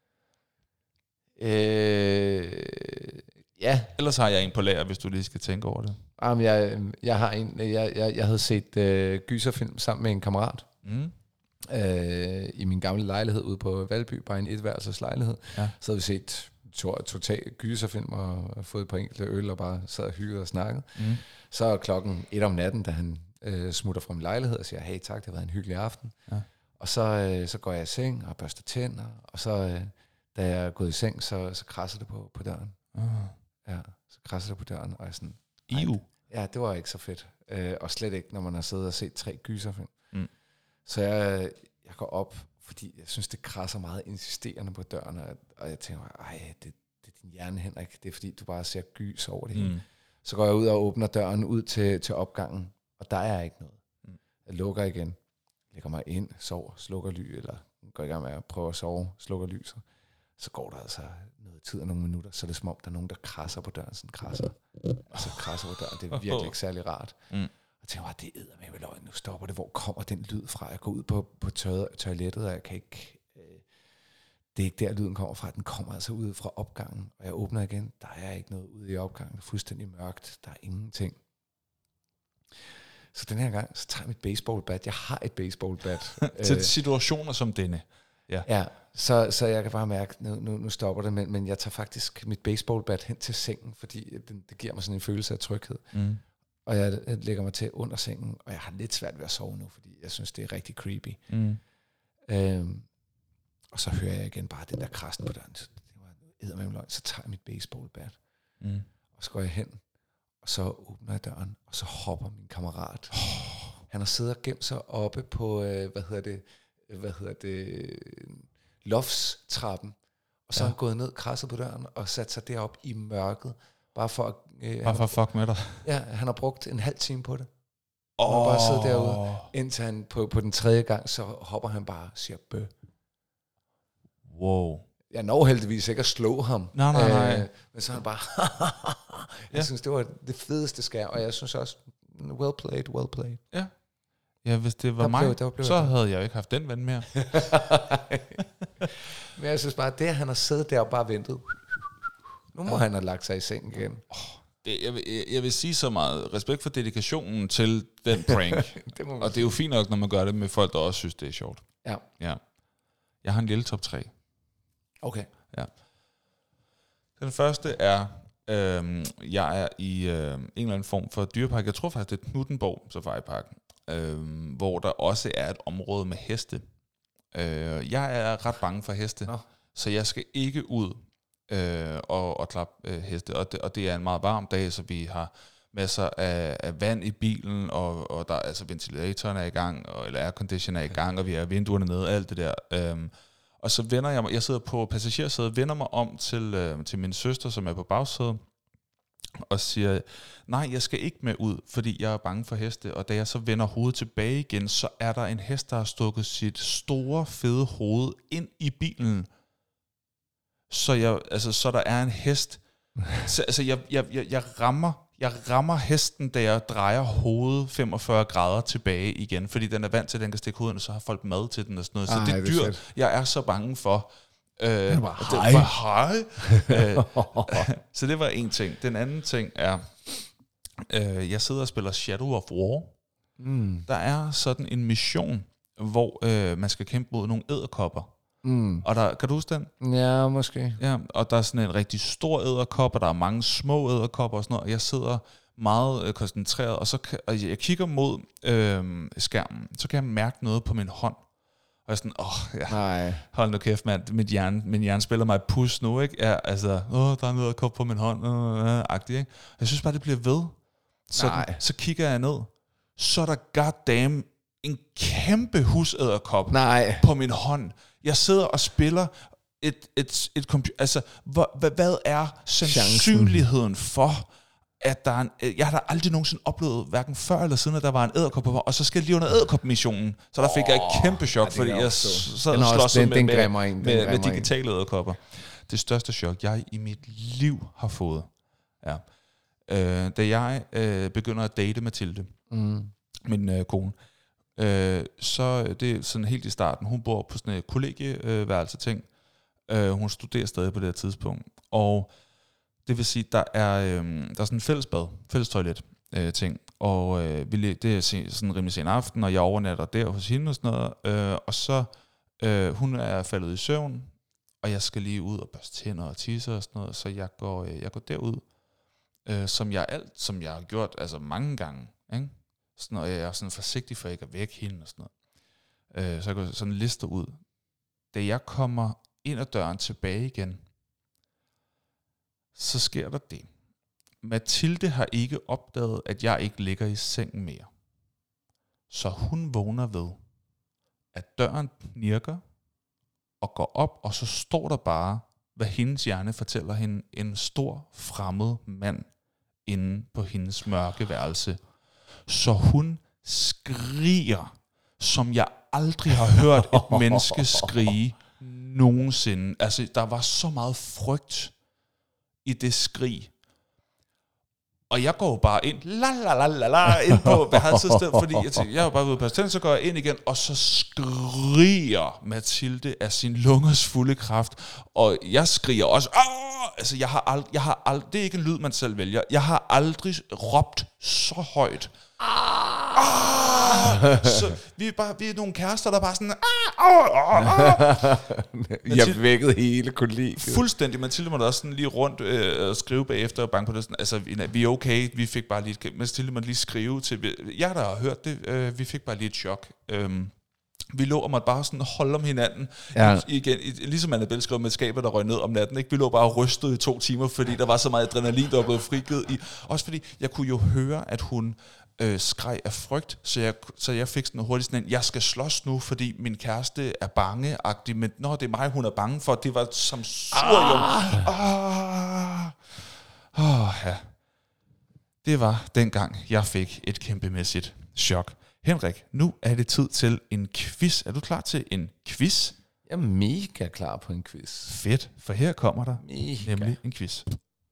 Øh, ja. Ellers har jeg en på lager, hvis du lige skal tænke over det. Jamen, jeg, jeg, har en, jeg, jeg, jeg havde set øh, gyserfilm sammen med en kammerat. Mm. Øh, i min gamle lejlighed ude på Valby, bare en etværelses lejlighed. Ja. Så havde vi set to, totalt gyserfilm og fået et par enkelte øl og bare sad og hyggede og snakkede. Mm. Så er klokken et om natten, da han øh, smutter fra min lejlighed og siger, hey tak, det har været en hyggelig aften. Ja. Og så, øh, så går jeg i seng og børster tænder, og så øh, da jeg er gået i seng, så, så krasser det på, på døren. Oh. Ja, så krasser det på døren, og jeg er sådan... I U. Ja, det var ikke så fedt. Øh, og slet ikke, når man har siddet og set tre gyserfilm. Mm. Så jeg, jeg går op, fordi jeg synes, det krasser meget insisterende på døren, og, og jeg tænker, ej, det, det er din hjerne, Henrik. Det er fordi, du bare ser gys over det hele. Mm. Så går jeg ud og åbner døren ud til, til opgangen, og der er ikke noget. Mm. Jeg lukker igen, lægger mig ind, sover, slukker lys, eller går i gang med at prøve at sove, slukker lyset. Så går der altså noget tid og nogle minutter, så er det som om, der er nogen, der krasser på døren, sådan krasser. Altså krasser på døren, det er virkelig ikke særlig rart. Mm. Og tænker bare, det æder med løgn, nu stopper det, hvor kommer den lyd fra? Jeg går ud på, på tøjet, toilettet, og jeg kan ikke... Øh, det er ikke der, lyden kommer fra. Den kommer altså ud fra opgangen, og jeg åbner igen. Der er ikke noget ude i opgangen. Fuldstændig mørkt. Der er ingenting. Så den her gang, så tager jeg mit baseballbat. Jeg har et baseballbat. Til situationer som denne. Ja. Ja, så, så jeg kan bare mærke, nu, nu, nu stopper det, men, men jeg tager faktisk mit baseballbat hen til sengen, fordi det, det giver mig sådan en følelse af tryghed. Mm. Og jeg, jeg lægger mig til under sengen, og jeg har lidt svært ved at sove nu, fordi jeg synes, det er rigtig creepy. Mm. Øhm, og så hører jeg igen bare den der krassen på døren. Så, det var eddermame løgn. Så tager jeg mit baseballbat, mm. og så går jeg hen, og så åbner jeg døren, og så hopper min kammerat. Oh. Han har siddet og gemt sig oppe på, øh, hvad hedder det, hvad hedder det, loftstrappen. Og så ja. har han gået ned, krasset på døren, og sat sig derop i mørket, bare for at... Øh, bare for at fuck med dig. Ja, han har brugt en halv time på det. Og oh. han har bare siddet derude, indtil han på, på den tredje gang, så hopper han bare og siger bøh. Wow. Jeg når heldigvis ikke at slå ham. Nej, nej, nej. Øh, men så er han bare... jeg ja. synes, det var det fedeste skær, og jeg synes også, well played, well played. Ja. Ja, hvis det var der mig, blev, blev så jeg havde jeg jo ikke haft den ven mere. Men jeg synes bare, det at han har siddet der og bare ventet. Nu må ja. han have lagt sig i sengen igen. Oh, det, jeg, vil, jeg, jeg vil sige så meget. Respekt for dedikationen til den prank. det og det er jo fint nok, når man gør det med folk, der også synes, det er sjovt. Ja. ja. Jeg har en lille top tre. Okay. Ja. Den første er, øhm, jeg er i øh, en eller anden form for dyrepark. Jeg tror faktisk, det er Knuthenborg Safari-park. Øhm, hvor der også er et område med heste. Øh, jeg er ret bange for heste, oh. så jeg skal ikke ud øh, og, og klappe øh, heste. Og det, og det er en meget varm dag, så vi har masser af, af vand i bilen, og, og der altså ventilatoren er i gang, og, eller aircondition er i gang, og vi har vinduerne nede, alt det der. Øhm, og så vender jeg mig, jeg sidder på passagersædet, vender mig om til, øh, til min søster, som er på bagsædet, og siger, nej, jeg skal ikke med ud, fordi jeg er bange for heste. Og da jeg så vender hovedet tilbage igen, så er der en hest, der har stukket sit store, fede hoved ind i bilen. Så, jeg, altså, så der er en hest. Så, altså, jeg, jeg, jeg, jeg, rammer, jeg rammer hesten, da jeg drejer hovedet femogfyrre grader tilbage igen, fordi den er vant til, at den kan stikke hovedet, og så har folk mad til den og sådan noget. Så Ej, det er dyr, det jeg er så bange for. Øh, det var hej. Det var hej. øh, så det var en ting. Den anden ting er, øh, jeg sidder og spiller Shadow of War. Mm. Der er sådan en mission, hvor øh, man skal kæmpe mod nogle edderkopper. Mm. Og der, kan du huske den? Ja, måske. Ja, og der er sådan en rigtig stor edderkop, og der er mange små edderkopper og sådan noget, og jeg sidder meget øh, koncentreret, og så kan, og jeg kigger mod øh, skærmen, så kan jeg mærke noget på min hånd. Og jeg er sådan, åh, oh, ja, hold nu kæft, mand, mit hjerne, min hjerne spiller mig et pus nu, ikke? Ja, altså, åh, der er noget at komme på min hånd, øh, øh, agtigt, ikke? Jeg synes bare, det bliver ved. Sådan, så kigger jeg ned, så er der goddamn en kæmpe husæderkop på min hånd. Jeg sidder og spiller et, et, et computer, altså, hvad, hvad er sandsynligheden for, at der er en, jeg har da aldrig nogensinde oplevet, hverken før eller siden, at der var en edderkop på, og så skal jeg lige under edderkop-missionen. Så der fik oh, jeg et kæmpe chok, ja, fordi jeg sad og slås med, med, med, med, med digitale edderkopper. Det største chok, jeg i mit liv har fået, ja. Øh, da jeg øh, begynder at date Mathilde, mm. min øh, kone, øh, så det er sådan helt i starten, hun bor på sådan et kollegieværelse ting. Øh, hun studerer stadig på det her tidspunkt, og det vil sige, der er øh, der er sådan en fælles bad, fælles toilet øh, ting, og øh, vi, det er sådan rimelig sen aften, og jeg overnatter der hos hende og sådan noget, øh, og så øh, hun er faldet i søvn, og jeg skal lige ud og børste tænder og tisse og sådan noget, så jeg går øh, jeg går derud, øh, som jeg alt, som jeg har gjort altså mange gange, ikke? Sådan, og jeg er sådan forsigtig for ikke at vække hende og sådan noget, øh, så jeg går sådan en liste ud. Da jeg kommer ind ad døren tilbage igen, så sker der det. Mathilde har ikke opdaget, at jeg ikke ligger i sengen mere. Så hun vågner ved, at døren knirker og går op, og så står der bare, hvad hendes hjerne fortæller hende, en stor fremmed mand inde på hendes mørke værelse. Så hun skriger, som jeg aldrig har hørt et menneske skrige nogensinde. Altså, der var så meget frygt i det skrig. Og jeg går bare ind, la la la la la, ind på værelsesstedet, fordi jeg tænker, jeg er bare ude på patent, så går jeg ind igen, og så skriger Mathilde af sin lungers fulde kraft, og jeg skriger også, Åh! altså jeg har aldrig, jeg har aldrig, det er ikke en lyd, man selv vælger, jeg har aldrig råbt så højt. Ah! så vi er, bare, vi er nogle kærester, der bare sådan, ah, åh, åh, åh. Jeg vækkede hele kollegiet. Fuldstændig. Mathilde måtte også sådan lige rundt øh, og skrive bagefter og banke på det. Sådan, altså, vi er okay, vi fik bare lige et... Mathilde måtte lige skrive til... Jeg der har hørt det, øh, vi fik bare lige et chok. Øhm, vi lå og måtte bare sådan holde om hinanden. Ja. I, igen, i, ligesom Annabelle skrev med skabet, der røg ned om natten. Ikke? Vi lå bare rystet i to timer, fordi der var så meget adrenalin, der var blevet frigivet i. Også fordi jeg kunne jo høre, at hun... Øh, skreg af frygt, så jeg, så jeg fik sådan hurtigt sådan en, jeg skal slås nu, fordi min kæreste er bange-agtig, men når det er mig, hun er bange for, det var som surium. Ah. Ah. Oh, ja. Det var dengang, jeg fik et kæmpemæssigt chok. Henrik, nu er det tid til en quiz. Er du klar til en quiz? Jeg er mega klar på en quiz. Fedt, for her kommer der mega. nemlig en quiz.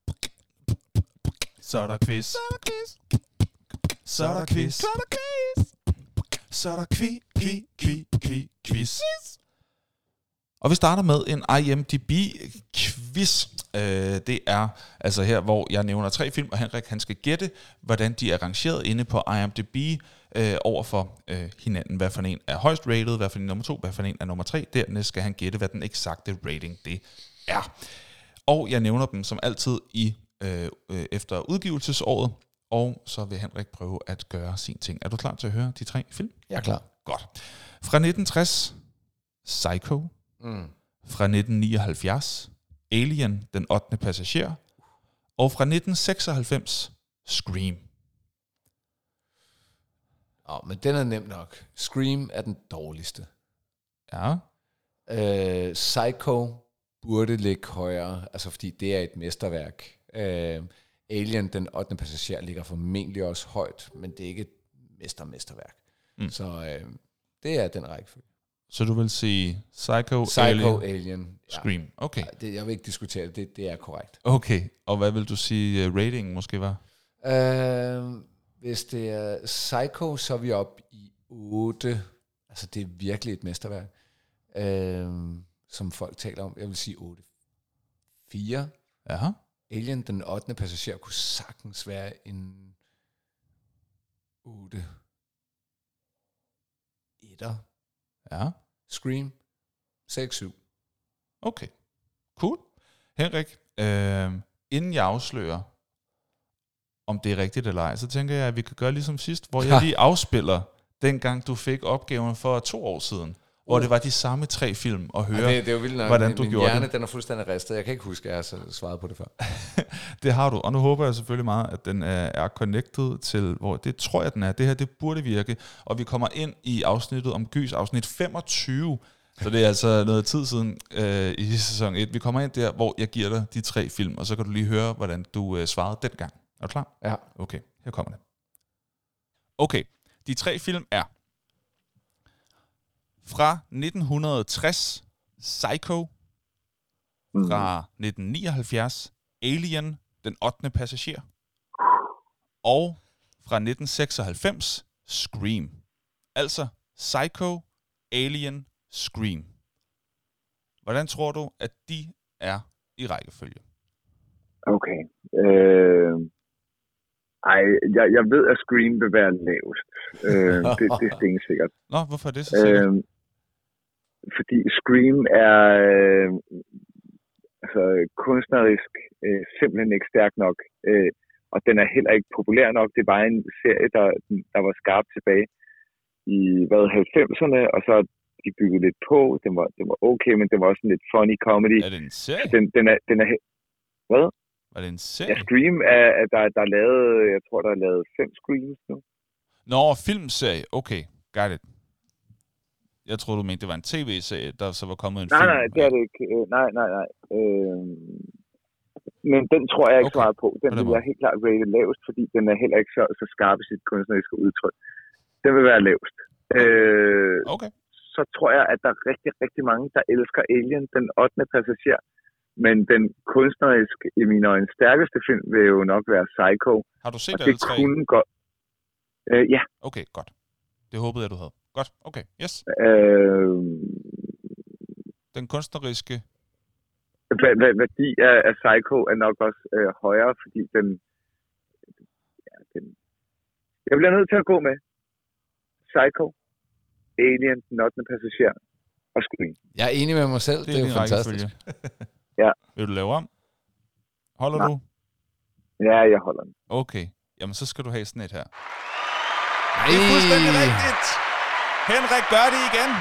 Så er der quiz. Så er der quiz. Så er der quiz. Så er der quiz. Så er der quiz, quiz, quiz, quiz, quiz. Og vi starter med en I M D B-quiz. Uh, det er altså her, hvor jeg nævner tre film, og Henrik han skal gætte, hvordan de er rangeret inde på I M D B uh, over for uh, hinanden. Hvad for en er højst rated, hvad for en er nummer to, hvad for en er nummer tre. Dernæst skal han gætte, hvad den eksakte rating det er. Og jeg nævner dem som altid i uh, uh, efter udgivelsesåret. Og så vil Henrik prøve at gøre sin ting. Er du klar til at høre de tre film? Jeg er klar. Godt. Fra nitten tres, Psycho. Mm. Fra nitten nioghalvfjerds, Alien, den ottende passager. Og fra nitten seksoghalvfems, Scream. Oh, men den er nem nok. Scream er den dårligste. Ja. Uh, Psycho burde ligge højere, altså fordi det er et mesterværk. Uh, Alien, den ottende passager, ligger formentlig også højt, men det er ikke et mester-mesterværk. Mm. Så øh, det er den rækkefølge. Så du vil sige Psycho, Psycho Alien, Alien Scream. Okay. Ja, det, jeg vil ikke diskutere det, det, det er korrekt. Okay, og hvad vil du sige uh, ratingen måske var? Uh, hvis det er Psycho, så er vi oppe i otte. Altså det er virkelig et mesterværk, uh, som folk taler om. Jeg vil sige otte. fire. Jaha. Alien, den ottende passager, kunne sagtens være en otte. Etter. Ja. Scream, seks syv. Okay, cool. Henrik, øh, inden jeg afslører, om det er rigtigt eller ej, så tænker jeg, at vi kan gøre ligesom sidst, hvor jeg lige afspiller, dengang du fik opgaven for to år siden, hvor det var de samme tre film, og høre, ja, det, det er jo vildt nok. hvordan min, du min gjorde hjerne, det. den er fuldstændig ristet. Jeg kan ikke huske, at jeg har så svaret på det før. Det har du, og nu håber jeg selvfølgelig meget, at den er, er connected til, hvor det tror jeg, den er. Det her, det burde virke, og vi kommer ind i afsnittet om gys, afsnit femogtyve, så det er altså noget tid siden øh, i sæson et. Vi kommer ind der, hvor jeg giver dig de tre film, og så kan du lige høre, hvordan du øh, svarede dengang. Er du klar? Ja. Okay, her kommer det. Okay, de tre film er fra nitten tres, Psycho. Fra nitten nioghalvfjerds, Alien, den ottende passager. Og fra nitten seksoghalvfems, Scream. Altså Psycho, Alien, Scream. Hvordan tror du, at de er i rækkefølge? Okay. Øh, ej, jeg, jeg ved, at Scream vil være lavest. Øh, det, det er stensikkert. Nå, hvorfor er det så sikkert? Øh, fordi Scream er øh, altså, kunstnerisk øh, simpelthen ikke stærk nok. Øh, og den er heller ikke populær nok. Det var en serie, der, der var skarpt tilbage i hvad, halvfemserne, og så de byggede lidt på. Den var, den var okay, men den var også en lidt funny comedy. Er det en serie? Den, den er, den er, hvad? Var det en serie? Ja, Scream er, er der, der er lavet, jeg tror, der er lavet fem Screams nu. Nå, filmserie. Okay, got it. Jeg troede, du mente, det var en tv-serie, der så var kommet en nej, film. Nej, nej, det er det ikke. Øh, nej, nej, nej. Øh, men den tror jeg ikke okay. så meget på. Den vil jeg helt klart rate lavest, fordi den er heller ikke så, så skarp i sit kunstneriske udtryk. Den vil være lavest. Øh, okay. Så tror jeg, at der er rigtig, rigtig mange, der elsker Alien, den ottende passager. Men den kunstnerisk, i mine øjne, stærkeste film vil jo nok være Psycho. Har du set og alle det tre? Kunne godt. Øh, ja. Okay, godt. Det håbede jeg, du havde. Godt, okay, yes. Øh, den kunstneriske... Værdi af, af Psycho er nok også øh, højere, fordi den, ja, den... Jeg bliver nødt til at gå med Psycho, Alien, Den ottende passager og Scream. Jeg er enig med mig selv. Det, det er jo fantastisk. Ja. Vil du lave om? Holder Nej. du? Ja, jeg holder den. Okay. Jamen, så skal du have sådan et her. Nej. Det er fuldstændig rigtigt. Henrik gør det igen.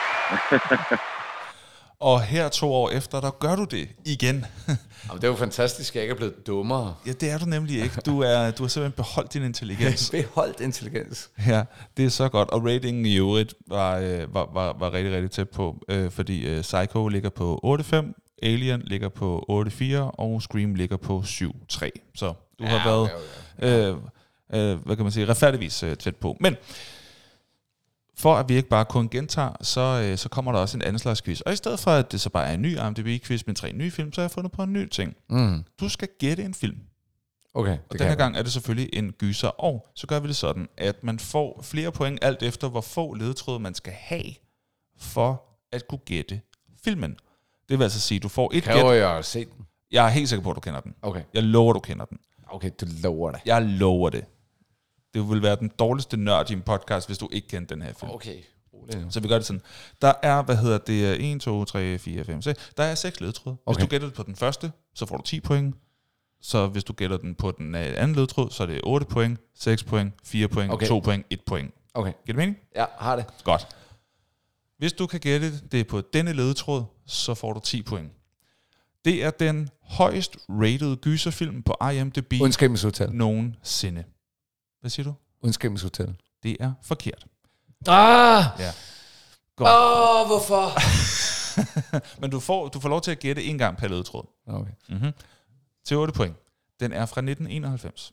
Og her to år efter, der gør du det igen. Jamen, det er jo fantastisk, at jeg ikke er blevet dummere. Ja, det er du nemlig ikke. Du, er, du har simpelthen beholdt din intelligens. Beholdt intelligens. Ja, det er så godt. Og ratingen i øvrigt var, øh, var, var, var rigtig, rigtig tæt på, øh, fordi øh, Psycho ligger på otte komma fem, Alien ligger på otte komma fire, og Scream ligger på syv komma tre. Så du ja, har været, okay, okay. Øh, øh, hvad kan man sige, retfærdigvis øh, tæt på. Men for at vi ikke bare kun gentager, så, øh, så kommer der også en anden slags quiz. Og i stedet for, at det så bare er en ny I M D B-quiz med tre nye film, så har jeg fundet på en ny ting. Mm. Du skal gætte en film. Okay. Og den her gang er det selvfølgelig en gyser, og så gør vi det sådan, at man får flere point alt efter, hvor få ledetråde man skal have, for at kunne gætte filmen. Det vil altså sige, at du får et kan gæt. Kan jeg se den? Jeg er helt sikker på, at du kender den. Okay. Jeg lover, du kender den. Okay, du lover det. Jeg lover det. Det vil være den dårligste nørd i en podcast, hvis du ikke kender den her film. Okay. Så vi gør det sådan. Der er, hvad hedder det, en, to, tre, fire, fem, seks. Der er seks ledetråde. Hvis okay. du gætter det på den første, så får du ti point. Så hvis du gætter den på den anden ledetråd, så er det otte point, seks point, fire point, okay. to point, et point. Okay. Giver det mening? Ja, har det. Godt. Hvis du kan gætte det på denne ledetråd, så får du ti point. Det er den højst rated gyserfilm på I M D B Ondskabens Hotel nogensinde. Hvad siger du? Ondskabens Hotel. Det er forkert. Ah! Ja. Åh, oh, hvorfor? Men du får, du får lov til at gætte en gang per ledetråd. Okay. Mm-hmm. Til otte point. Den er fra nitten enoghalvfems.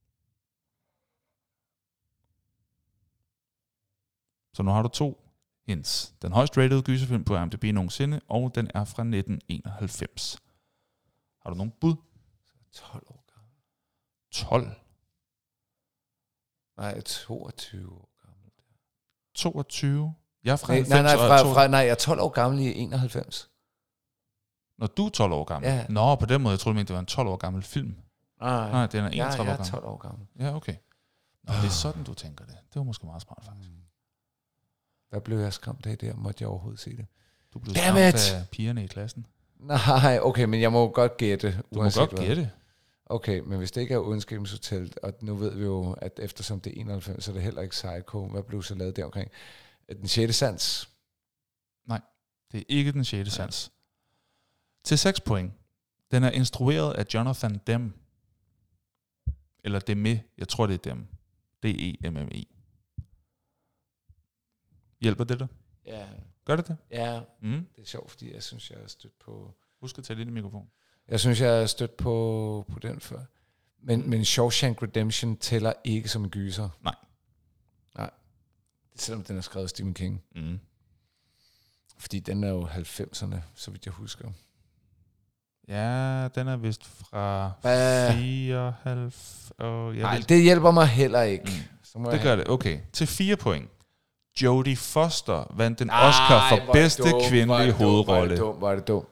Så nu har du to hints. Den højst rated gyserfilm på I M D B nogensinde, og den er fra nitten enoghalvfems. Har du nogen bud? tolv år gammel. tolv? Nej, toogtyve år gammel. toogtyve? Jeg er fra nej, halvfems. Nej, nej, fra, fra, nej, jeg er tolv år gammel i enoghalvfems. Når du er tolv år gammel? Ja. Nå, på den måde, jeg troede, det var en tolv år gammel film. Nej, nej den er enogtredive ja, år gammel. jeg er tolv år gammel. Ja, okay. Nå, det er sådan, du tænker det. Det var måske meget smart, faktisk. Hvad blev jeg skræmt af der? Måtte jeg overhovedet se det? Du blev skræmt af pigerne i klassen. Nej, okay, men jeg må godt gætte. Du må godt gætte. Okay, men hvis det ikke er Ondskabens Hotel, og nu ved vi jo, at eftersom det er enoghalvfems, så er det heller ikke Psycho. Hvad blev så lavet der omkring? Den sjette sans? Nej, det er ikke Den sjette sans. Til seks point. Den er instrueret af Jonathan Demme. Eller Demme. Jeg tror, det er Demme. D-E-M-M-E. Hjælper det dig? Ja. Gør det det? Ja, mm. det er sjovt, fordi jeg synes, jeg er stødt på... Husk at tage lidt i mikrofon. Jeg synes, jeg er stødt på, på den før. Men, men Shawshank Redemption tæller ikke som en gyser. Nej. Nej. Selvom den er skrevet af Stephen King. Mm. Fordi den er jo halvfemserne, så vidt jeg husker. Ja, den er vist fra fireoghalvfems. Oh, Nej, vil... det hjælper mig heller ikke. Mm. Så må det gør have... det, okay. Til fire point. Jodie Foster vandt en Ej, Oscar for bedste dum, kvindelige hovedrolle. Var det dumt, var det dumt.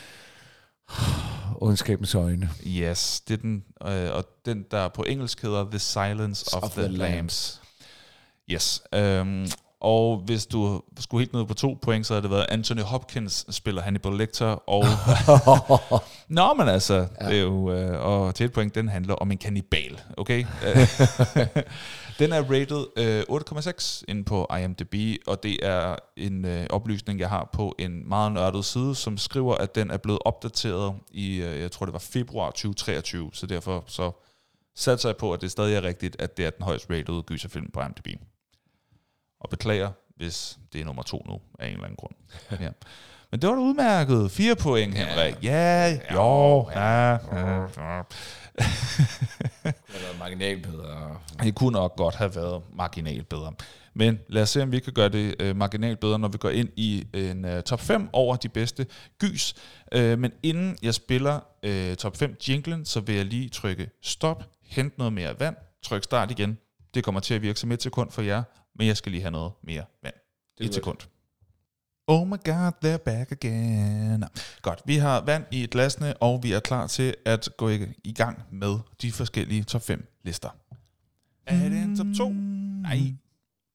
Ondskabens øjne. Yes, det er den, øh, og den der på engelsk hedder The Silence of, of the, the Lambs. Lambs. Yes, um, og hvis du skulle helt ned på to point, så havde det været Anthony Hopkins spiller Hannibal Lecter, og nå, men altså, ja. Det er jo, øh, og til et point, den handler om en kannibal, okay? Den er rated øh, otte komma seks inde på I M D B, og det er en øh, oplysning, jeg har på en meget nørdet side, som skriver, at den er blevet opdateret i, øh, jeg tror det var februar tyve treogtyve, så derfor så satser jeg på, at det stadig er rigtigt, at det er den højst rated gyserfilm på I M D B. Og beklager, hvis det er nummer to nu, af en eller anden grund. Ja. Men det var da udmærket. Fire point, Henrik. Ja, ja jo, ja. ja. ja. Det kunne have været marginalt bedre. Det kunne nok godt have været marginalt bedre. Men lad os se, om vi kan gøre det øh, marginalt bedre, når vi går ind i en uh, top fem over de bedste gys. Uh, men inden jeg spiller uh, top fem jinglen, så vil jeg lige trykke stop, hente noget mere vand, tryk start igen. Det kommer til at virke som et sekund for jer, men jeg skal lige have noget mere vand. Et sekund. Oh my god, they're back again. Godt, vi har vand i glasene, og vi er klar til at gå i gang med de forskellige top fem lister. Er det en top to? Nej.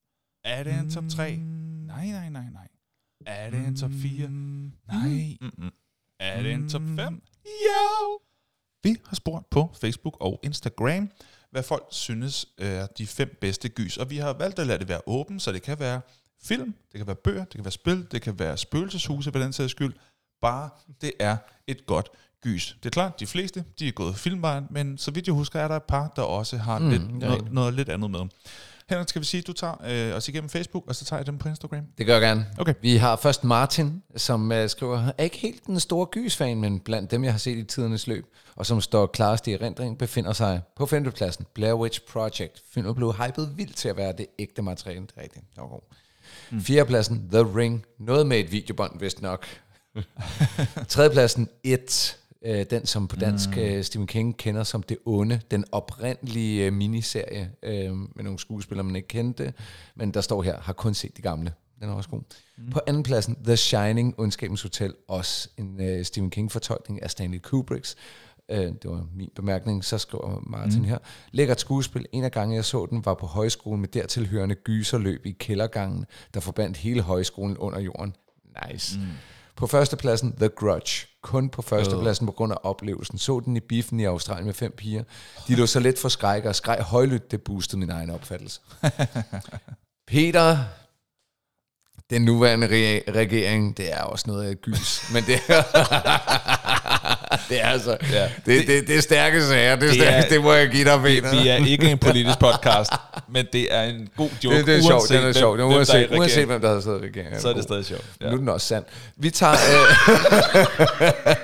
Er det en top tre? Nej, nej, nej, nej. Er det en top fire? Nej. Mm-mm. Er det en top fem? Jo! Vi har spurgt på Facebook og Instagram, hvad folk synes er de fem bedste gys. Og vi har valgt at lade det være åbent, så det kan være film, det kan være bøger, det kan være spil, det kan være spøgelseshuse for den sags skyld. Bare det er et godt gys. Det er klart, de fleste de er gået filmvejen, men så vidt jeg husker, er der et par, der også har mm, lidt, noget, noget lidt andet med. Henrik, skal vi sige, at du tager øh, os igennem Facebook, og så tager jeg dem på Instagram? Det gør jeg gerne. Okay. Vi har først Martin, som uh, skriver, er ikke helt den store gys-fan, men blandt dem, jeg har set i tidernes løb, og som står klarest i erindring, befinder sig på femtepladsen. Blair Witch Project. Filmen blev hypet vildt til at være det ægte materiale. Det er rigtigt. Det var god. Mm. Fjerdepladsen, The Ring. Noget med et videobånd, vist nok. Tredjepladsen, It. Den, som på dansk mm. Stephen King kender som Det Onde. Den oprindelige miniserie øh, med nogle skuespillere, man ikke kendte. Men der står her, har kun set de gamle. Den er også god. Mm. På andenpladsen, The Shining, Ondskabens Hotel. Også en øh, Stephen King-fortolkning af Stanley Kubricks. Øh, det var min bemærkning. Så skriver Martin mm. her. Lækkert skuespil. En af gange, jeg så den, var på højskolen med dertilhørende gyserløb i kældergangen, der forbandt hele højskolen under jorden. Nice. Mm. På førstepladsen, The Grudge. Kun på førstepladsen på grund af oplevelsen. Så den i biffen i Australien med fem piger. De lå så let for skræk og skreg højlydt. Det boostede min egen opfattelse. Peter, den nuværende re- regering, det er også noget af gys. Men det er, det er altså, ja. det, det, det er stærke sager. Det, er det, stærke, er, det må jeg give dig, Peter. Vi er ikke en politisk podcast, men det er en god joke. Det, det er sjovt, det er sjovt. Uanset, uanset hvem der har siddet i regeringen. Så er det stadig sjovt. Ja. Nu er den også sand. Vi tager... Øh,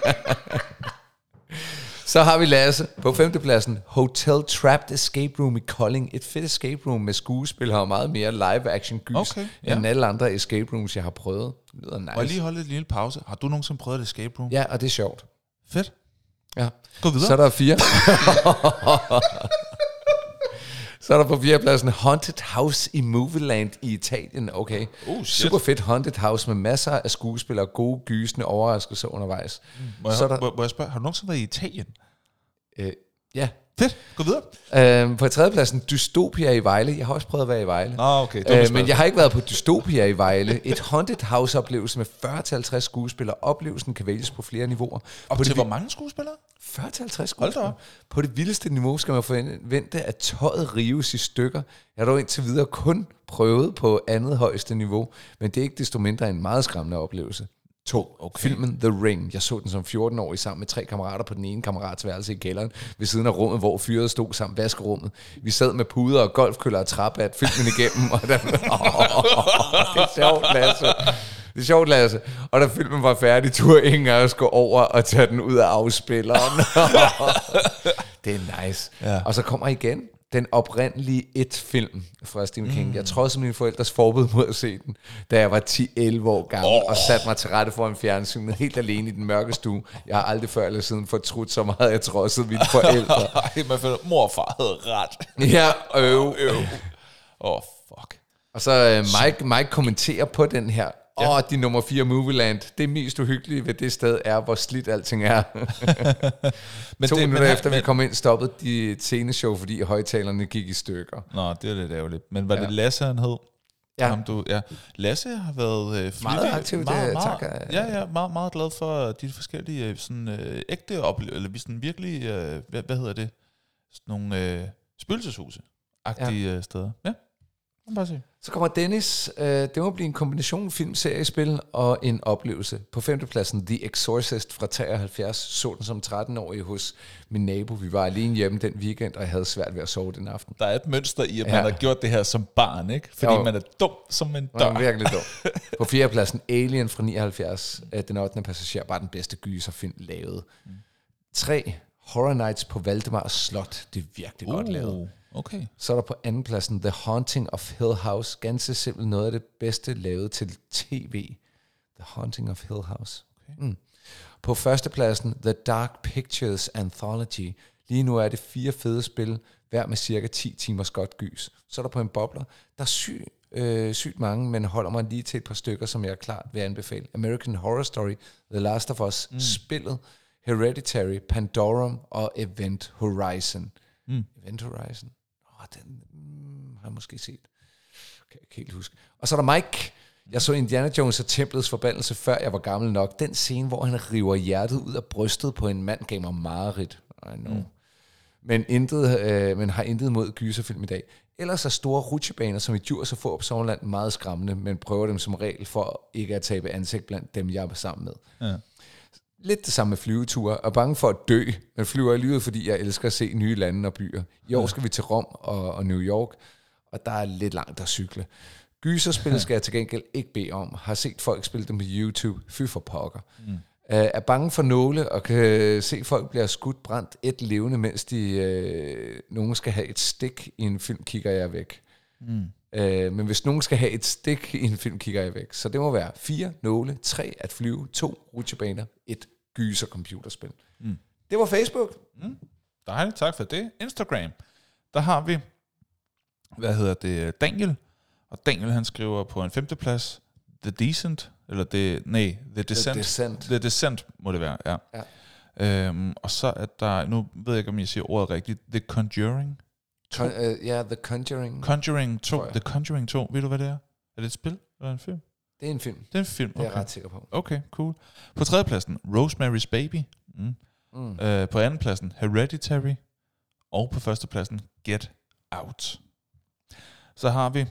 Så har vi Lasse på femtepladsen. Hotel Trapped Escape Room i Kolding. Et fedt escape room med skuespil og meget mere live-action gys okay, ja. end alle andre escape rooms, jeg har prøvet. Det lyder nice. Og lige holde et lille pause. Har du nogensinde prøvet et escape room? Ja, og det er sjovt. Fedt. Ja. Gå videre. Så er der fire. Så er der på fjerdepladsen Haunted House i Movieland i Italien. Okay. Oh, super fedt Haunted House med masser af skuespillere og gode gysende overraskelser undervejs. Mm. Må, jeg, så der, må, må jeg spørge, har du nogensinde været i Italien? Øh, ja. Fedt, gå videre. Øh, på tredjepladsen Dystopia i Vejle. Jeg har også prøvet at være i Vejle. Ah, okay. Øh, men jeg har ikke været på Dystopia i Vejle. Et Haunted House-oplevelse med fyrre til halvtreds skuespillere. Oplevelsen kan vælges på flere niveauer. Op på til det, hvor mange skuespillere? fyrre til halvtreds skuespillere. På det vildeste niveau skal man forvente, at tøjet rives i stykker. Jeg har dog indtil videre kun prøvet på andet højeste niveau, men det er ikke desto mindre en meget skræmmende oplevelse. To. Okay. Filmen The Ring. Jeg så den som fjorten-årig sammen med tre kammerater på den ene kammerats værelse i kælderen, ved siden af rummet, hvor fyret stod samt vaskerummet. Vi sad med puder og golfkøller og trappat filmen igennem, og der... Oh, det er sjovt, Lasse. Det er sjovt, Lasse. Og da filmen var færdig, turde ingen af os gå over og tage den ud af afspilleren. Det er nice. Ja. Og så kommer igen den oprindelige It-film fra Stephen King. Mm. Jeg trodsede mine forældres forbud mod at se den, da jeg var ti elleve år gammel, oh. og satte mig til rette foran fjernsynet helt alene i den mørke stue. Jeg har aldrig før eller siden fortrudt så meget, jeg trodsede mine forældre. Man føler, mor og far havde ret. Ja, øv. øv. Åh, oh, fuck. Og så uh, Mike, Mike kommenterer på den her. Åh, ja. oh, de nummer fire Movieland. Det mest uhyggelige ved det sted er, hvor slidt alting er. men to det, minutter men, efter men, vi kom ind, stoppede de sceneshow, fordi højtalerne gik i stykker. Nå, det er lidt ærgerligt. Men var ja. det Lasse, han hed? Ja. Ham, du, ja. Lasse har været øh, flittig, meget aktiv, meget, det meget, takker. Ja, ja, meget, meget glad for de forskellige sådan, øh, ægte oplevelser, eller sådan virkelig, øh, hvad, hvad hedder det? Sådan nogle øh, spøgelseshuse-agtige ja. steder. Ja. Bare se. Så kommer Dennis. Øh, det må blive en kombination film, seriespil og en oplevelse. På femtepladsen The Exorcist fra treoghalvfjerds. Så den som tretten-årig hos min nabo. Vi var alene hjemme den weekend, og jeg havde svært ved at sove den aften. Der er et mønster i, at man ja. har gjort det her som barn, ikke? Fordi jo. man er dum som en dør. Man er virkelig dum. På fjerdepladsen Alien fra nioghalvfjerds. Den ottende passager. Bare den bedste gyserfilm lavet. Mm. Tre. Horror Nights på Valdemars Slot. Det er virkelig uh. godt lavet. Okay. Så er der på andenpladsen The Haunting of Hill House. Ganske simpelt noget af det bedste lavet til tv. The Haunting of Hill House. Okay. Mm. På førstepladsen The Dark Pictures Anthology. Lige nu er det fire fede spil, hver med cirka ti timers godt gys. Så er der på en bobler. Der er syg, øh, sygt mange, men holder mig lige til et par stykker, som jeg klart vil anbefale. American Horror Story, The Last of Us, mm. spillet, Hereditary, Pandorum og Event Horizon. Mm. Event Horizon. Den mm, har jeg måske set. kan jeg ikke helt huske. Og så er der Mike. Jeg så Indiana Jones og Templets forbandelse, før jeg var gammel nok. Den scene, hvor han river hjertet ud af brystet på en mand, gav mig mareridt. I know. Mm. Men, intet, øh, men har intet mod gyserfilm i dag. Ellers er store rutsjebaner, som i Djurs og Fårup Sommerland, meget skræmmende, men prøver dem som regel for ikke at tabe ansigt blandt dem, jeg er sammen med. Ja. Lidt det samme med flyveture. Jeg er bange for at dø, men flyver alligevel, fordi jeg elsker at se nye lande og byer. I år skal vi til Rom og, og New York, og der er lidt langt at cykle. Gyserspil skal jeg til gengæld ikke bede om. Har set folk spille dem på YouTube. Fy for pokker. Mm. Uh, er bange for nåle og kan se folk bliver skudt, brændt et levende, mens de uh, nogen skal have et stik i en film, kigger jeg væk. Mm. Uh, men hvis nogen skal have et stik i en film, kigger jeg væk. Så det må være fire nåle, tre at flyve, to rutsjebaner, et gyser computerspil. Mm. Det var Facebook. Mm. Dejligt, tak for det. Instagram. Der har vi, hvad hedder det, Daniel. Og Daniel, han skriver på en femteplads, The Descent, eller det, nej, The Descent. The Descent. The Descent må det være, ja. ja. Øhm, og så er der, nu ved jeg ikke, om jeg siger ordet rigtigt, The Conjuring. Con, uh, ja, yeah, The Conjuring. Conjuring to, The Conjuring to, ved du hvad det er? Er det et spil, eller en film? Det er en film. Det er en film, okay. Det er jeg ret sikker på. Okay, cool. På tredjepladsen, Rosemary's Baby. Mm. Mm. Øh, på andenpladsen, Hereditary. Og på førstepladsen, Get Out. Så har vi,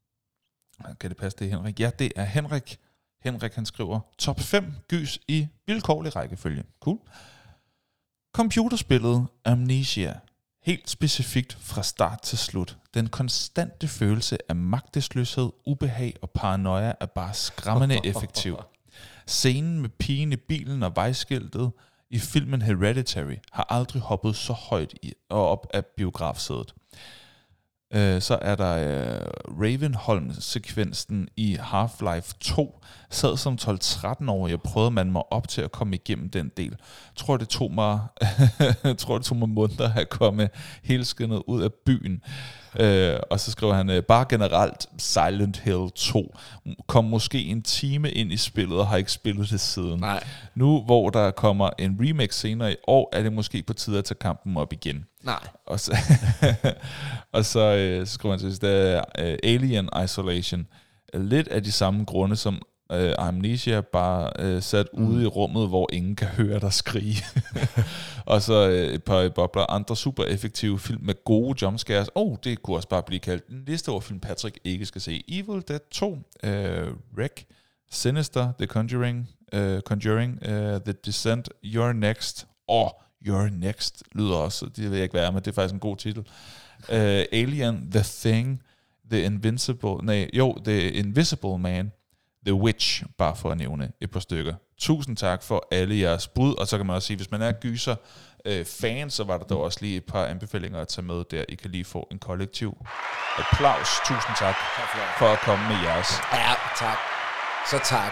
kan det passe, det er Henrik? Ja, det er Henrik. Henrik, han skriver, top fem gys i vilkårlig rækkefølge. Cool. Computerspillet Amnesia. Helt specifikt fra start til slut. Den konstante følelse af magtesløshed, ubehag og paranoia er bare skræmmende effektiv. Scenen med pigen i bilen og vejskiltet i filmen Hereditary har aldrig hoppet så højt i og op af biografsædet. Uh, så er der uh, Ravenholm-sekvensen i Half-Life to. Sad som tolv tretten år, jeg prøvede man mig op til at komme igennem den del. Tror det tog mig, tror det tog mig måneder at komme helskindet ud af byen. Uh, og så skriver han, uh, bare generelt Silent Hill to. Kom måske en time ind i spillet og har ikke spillet det siden. Nej. Nu hvor der kommer en remake senere i år, er det måske på tide at tage kampen op igen. Nej. Og så, og så øh, skriver han til, det er øh, Alien Isolation. Lidt af de samme grunde som øh, Amnesia, bare øh, sat mm. ude i rummet, hvor ingen kan høre dig skrige. Og så øh, et par bobler, andre super effektive film med gode jumpscares. Oh, det kunne også bare blive kaldt en liste over film, Patrick ikke skal se. Evil Dead to, øh, Wreck, Sinister, The Conjuring, uh, Conjuring, uh, The Descent, You're Next, og You're Next lyder også, det ved jeg ikke hvad er, men det er faktisk en god titel. Uh, Alien, The Thing, The Invincible, nej, jo, The Invisible Man, The Witch, bare for at nævne et par stykker. Tusind tak for alle jeres bud, og så kan man også sige, hvis man er gyser øh, fan, så var der dog også lige et par anbefalinger at tage med der. I kan lige få en kollektiv applaus. Tusind tak for at komme med jeres. Ja, tak. Så tak.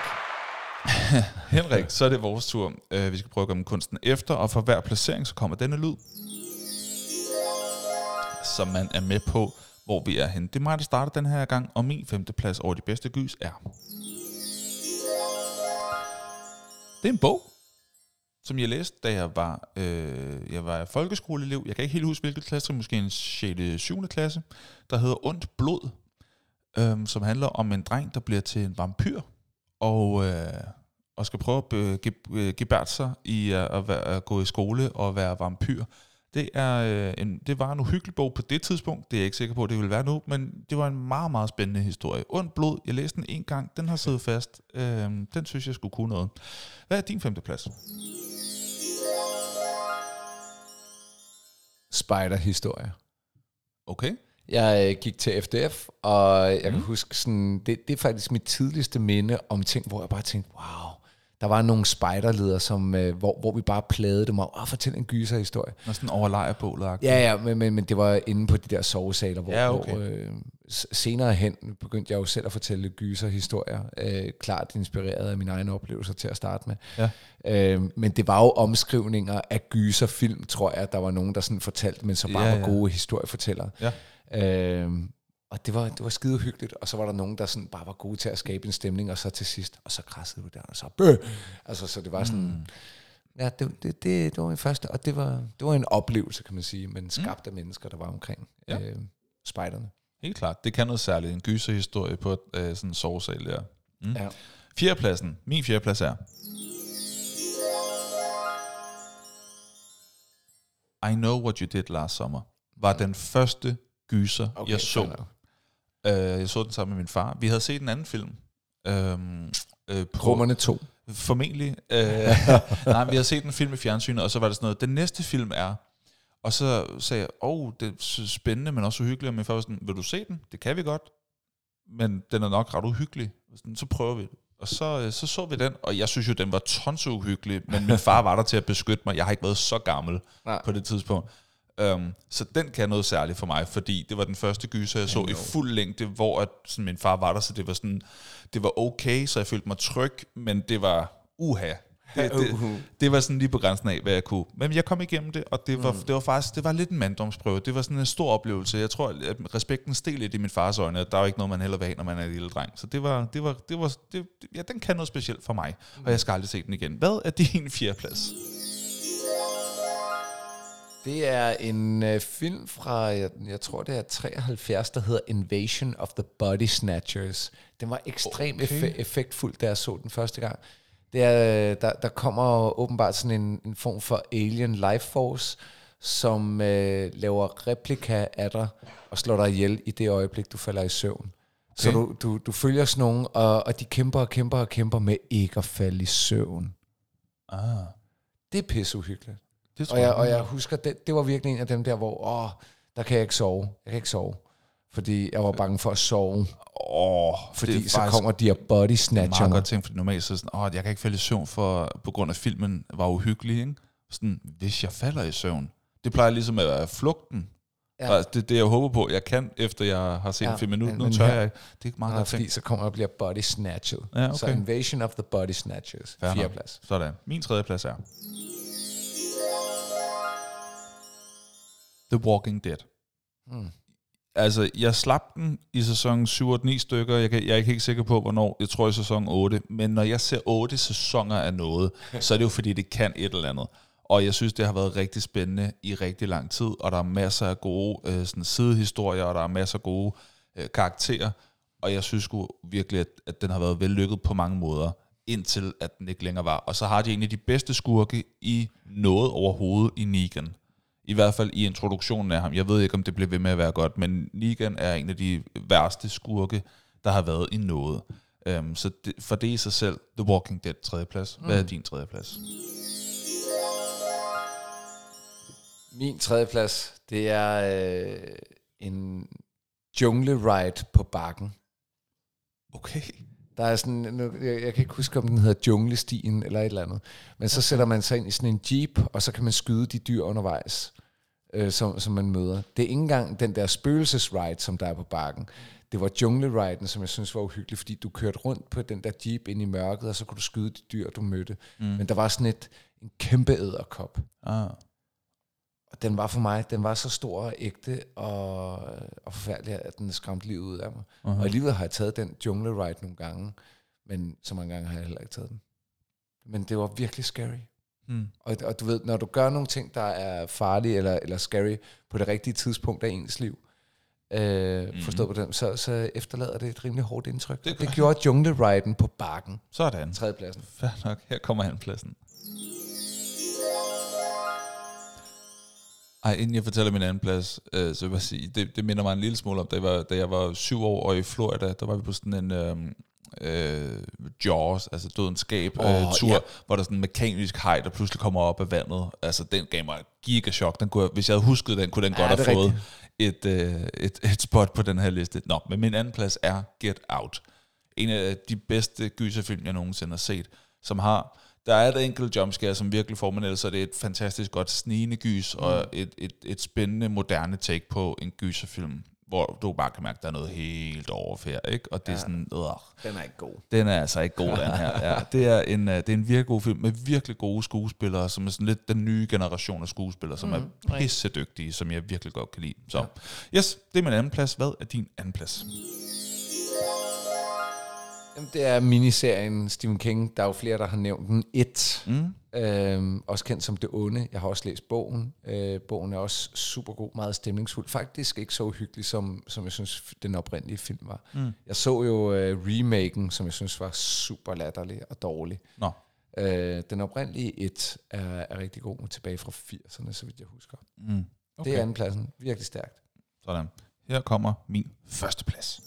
Henrik, så er det vores tur. Uh, vi skal prøve at komme kunsten efter, og for hver placering, så kommer denne lyd, som man er med på, hvor vi er henne. Det er mig, der starter den her gang, og min femteplads over de bedste gys er... Det er en bog, som jeg læste, da jeg var, øh, jeg var folkeskoleelev. Jeg kan ikke helt huske, hvilket klasse, måske en sjette syvende klasse, der hedder Ondt Blod, øh, som handler om en dreng, der bliver til en vampyr, og, øh, og skal prøve at gebærde sig i at, at, være, at gå i skole og være vampyr. Det, er, øh, en, det var en uhyggelig bog på det tidspunkt, det er jeg ikke sikker på, at det ville være nu, men det var en meget, meget spændende historie. Ondt Blod, jeg læste den en gang, den har siddet fast. Øh, den synes jeg skulle kunne noget. Hvad er din femte plads? Spider-historie. Okay. Jeg øh, gik til F D F, og jeg mm. kan huske, sådan, det, det er faktisk mit tidligste minde om ting, hvor jeg bare tænkte, wow, der var nogle spejderledere, som, øh, hvor, hvor vi bare plagede dem og fortælle en gyserhistorie. Nå, sådan over lejrbålet. Ja, ja, men, men, men det var inde på de der sovesaler, hvor, ja, okay. hvor øh, senere hen begyndte jeg jo selv at fortælle gyserhistorier, øh, klart inspireret af mine egne oplevelser til at starte med. Ja. Øh, men det var jo omskrivninger af gyserfilm, tror jeg, der var nogen, der sådan fortalte, men så bare ja, var gode historiefortællere. Ja. Øh, og det var, det var skide hyggeligt, og så var der nogen, der sådan bare var gode til at skabe en stemning, og så til sidst, og så krassede du der, og så bøh! Altså, så det var sådan, mm. ja, det, det, det, det var min første, og det var, det var en oplevelse, kan man sige, men skabt af mennesker, der var omkring ja. øh, spejderne. Helt klart. Det kan noget særligt. En gyserhistorie på øh, sådan en sovesal der. Mm. Ja. Fjerdepladsen. Min fjerdeplads er I Know What You Did Last Summer. Var den første gyser, okay, jeg så. Uh, jeg så den sammen med min far. Vi havde set en anden film. Øhm, øh, på Rummerne to. Formentlig. Uh, nej, vi havde set en film i fjernsynet, og så var det sådan noget, den næste film er, og så sagde jeg, åh, oh, det er spændende, men også uhyggeligt, og min far var sådan, vil du se den? Det kan vi godt, men den er nok ret uhyggelig. Så prøver vi det. Og så, så så vi den, og jeg synes jo, den var tonsigt uhyggelig, men min far var der til at beskytte mig. Jeg har ikke været så gammel Nej. på det tidspunkt. Um, så den kan noget særligt for mig, fordi det var den første gyser, jeg så i fuld længde, hvor at, sådan, min far var der, så det var sådan, det var okay, så jeg følte mig tryg, men det var uha. Det, det, det var sådan lige på grænsen af, hvad jeg kunne. Men jeg kom igennem det, og det var, mm. det var faktisk, det var lidt en manddomsprøve. Det var sådan en stor oplevelse. Jeg tror, at respekten steg lidt i min fars øjne, og der er jo ikke noget, man heller vil have, når man er en lille dreng. Så det var, det var, det var, det, ja, den kan noget specielt for mig, og jeg skal aldrig se den igen. Hvad er din fjerdeplads? Det er en øh, film fra, jeg, jeg tror det er treoghalvfjerds, der hedder Invasion of the Body Snatchers. Den var ekstremt okay. eff- effektfuld, da jeg så den første gang. Det er, der, der kommer åbenbart sådan en, en form for alien life force, som øh, laver replika af dig og slår dig ihjel i det øjeblik, du falder i søvn. Okay. Så du, du, du følger sådan nogen, og, og de kæmper og kæmper og kæmper med ikke at falde i søvn. Ah. Det er pisseuhyggeligt. Det og, jeg, og jeg husker, det, det var virkelig en af dem der, hvor åh, der kan jeg ikke sove. Jeg kan ikke sove. Fordi jeg var bange for at sove. Åh, fordi så kommer de her body snatcherne. Det er meget godt tænkt, fordi normalt så er sådan, åh, jeg kan ikke falde i søvn, for, på grund af filmen var uhyggelig, ikke? Sådan, hvis jeg falder i søvn. Det plejer ligesom at være flugten. Ja. Og det er det, jeg håber på, jeg kan, efter jeg har set ja, en film minut. Nu tør her, jeg ikke. Det er ikke meget nej, godt fordi tænkt. så kommer der og bliver body snatchet. Ja, okay. Så Invasion of the Body Snatchers. Fjerde plads. Sådan. Min tredje plads er The Walking Dead. Hmm. Altså, jeg slap den i sæson syv otte ni stykker. Jeg, kan, jeg er ikke helt sikker på, hvornår. Jeg tror i sæson otte. Men når jeg ser otte sæsoner af noget, så er det jo fordi, det kan et eller andet. Og jeg synes, det har været rigtig spændende i rigtig lang tid. Og der er masser af gode øh, sådan sidehistorier, og der er masser af gode øh, karakterer. Og jeg synes sgu virkelig, at, at den har været vellykket på mange måder, indtil at den ikke længere var. Og så har de en af de bedste skurke i noget overhovedet i Negan. I hvert fald i introduktionen af ham. Jeg ved ikke, om det bliver ved med at være godt, men Negan er en af de værste skurke, der har været i noget. Um, så det, for det i sig selv, The Walking Dead tredje plads. Hvad er din tredje plads? Min tredje plads, det er øh, en jungle ride på bakken. Okay. Der er sådan, nu, jeg, jeg kan ikke huske, om den hedder junglestien eller et eller andet. Men så sætter man sig ind i sådan en jeep, og så kan man skyde de dyr undervejs, øh, som, som man møder. Det er ikke engang den der spøgelsesride, som der er på bakken. Det var jungle-riden, som jeg synes var uhyggelig, fordi du kørte rundt på den der jeep ind i mørket, og så kunne du skyde de dyr, du mødte. Mm. Men der var sådan et, en kæmpe edderkop. Ah. Og den var for mig, den var så stor og ægte og, og forfærdelig, at den skræmte livet ud af mig. Uh-huh. Og alligevel har jeg taget den jungle ride nogle gange, men så mange gange har jeg heller ikke taget den. Men det var virkelig scary. Mm. Og, og du ved, når du gør nogle ting, der er farlige eller, eller scary på det rigtige tidspunkt af ens liv, øh, mm. forstået på dem, så, så efterlader det et rimelig hårdt indtryk. Det, det gjorde jungle riden på bakken. Sådan. Tredjepladsen. Fair nok, her kommer andenpladsen. Ej, inden jeg fortæller min anden plads, øh, så vil jeg sige, det, det minder mig en lille smule om, da jeg var, da jeg var syv år og i Florida, der var vi på sådan en øh, øh, Jaws, altså Dødens Skab oh, øh, tur, yeah. hvor der sådan en mekanisk haj, der pludselig kommer op af vandet. Altså, den gav mig gigachok. Den kunne, hvis jeg havde husket den, kunne den ja, godt have fået et, øh, et, et spot på den her liste. Nå, men min anden plads er Get Out. En af de bedste gyserfilm, jeg nogensinde har set, som har... Der er et enkelt jumpscare, som virkelig får mig ned, så det er et fantastisk godt snigende gys, mm. og et, et, et spændende, moderne take på en gyserfilm, hvor du bare kan mærke, at der er noget helt overfærd, ikke? Og det ja. er sådan, øh, den er ikke god. Den er altså ikke god, den her. Ja, det, er en, det er en virkelig god film med virkelig gode skuespillere, som er sådan lidt den nye generation af skuespillere, som mm. er pissedygtige, som jeg virkelig godt kan lide. Så, ja. Yes, det er min anden plads. Hvad er din anden plads? Jamen, det er miniserien Stephen King. Der er jo flere, der har nævnt den. It. Mm. Øhm, også kendt som Det Onde. Jeg har også læst bogen. Øh, bogen er også super god, meget stemningsfuld. Faktisk ikke så uhyggelig, som, som jeg synes, den oprindelige film var. Mm. Jeg så jo øh, remaken, som jeg synes var super latterlig og dårlig. Nå. Øh, den oprindelige It er, er rigtig god, tilbage fra firserne, så vidt jeg husker. Mm. Okay. Det er andenpladsen. Virkelig stærkt. Sådan. Her kommer min første plads.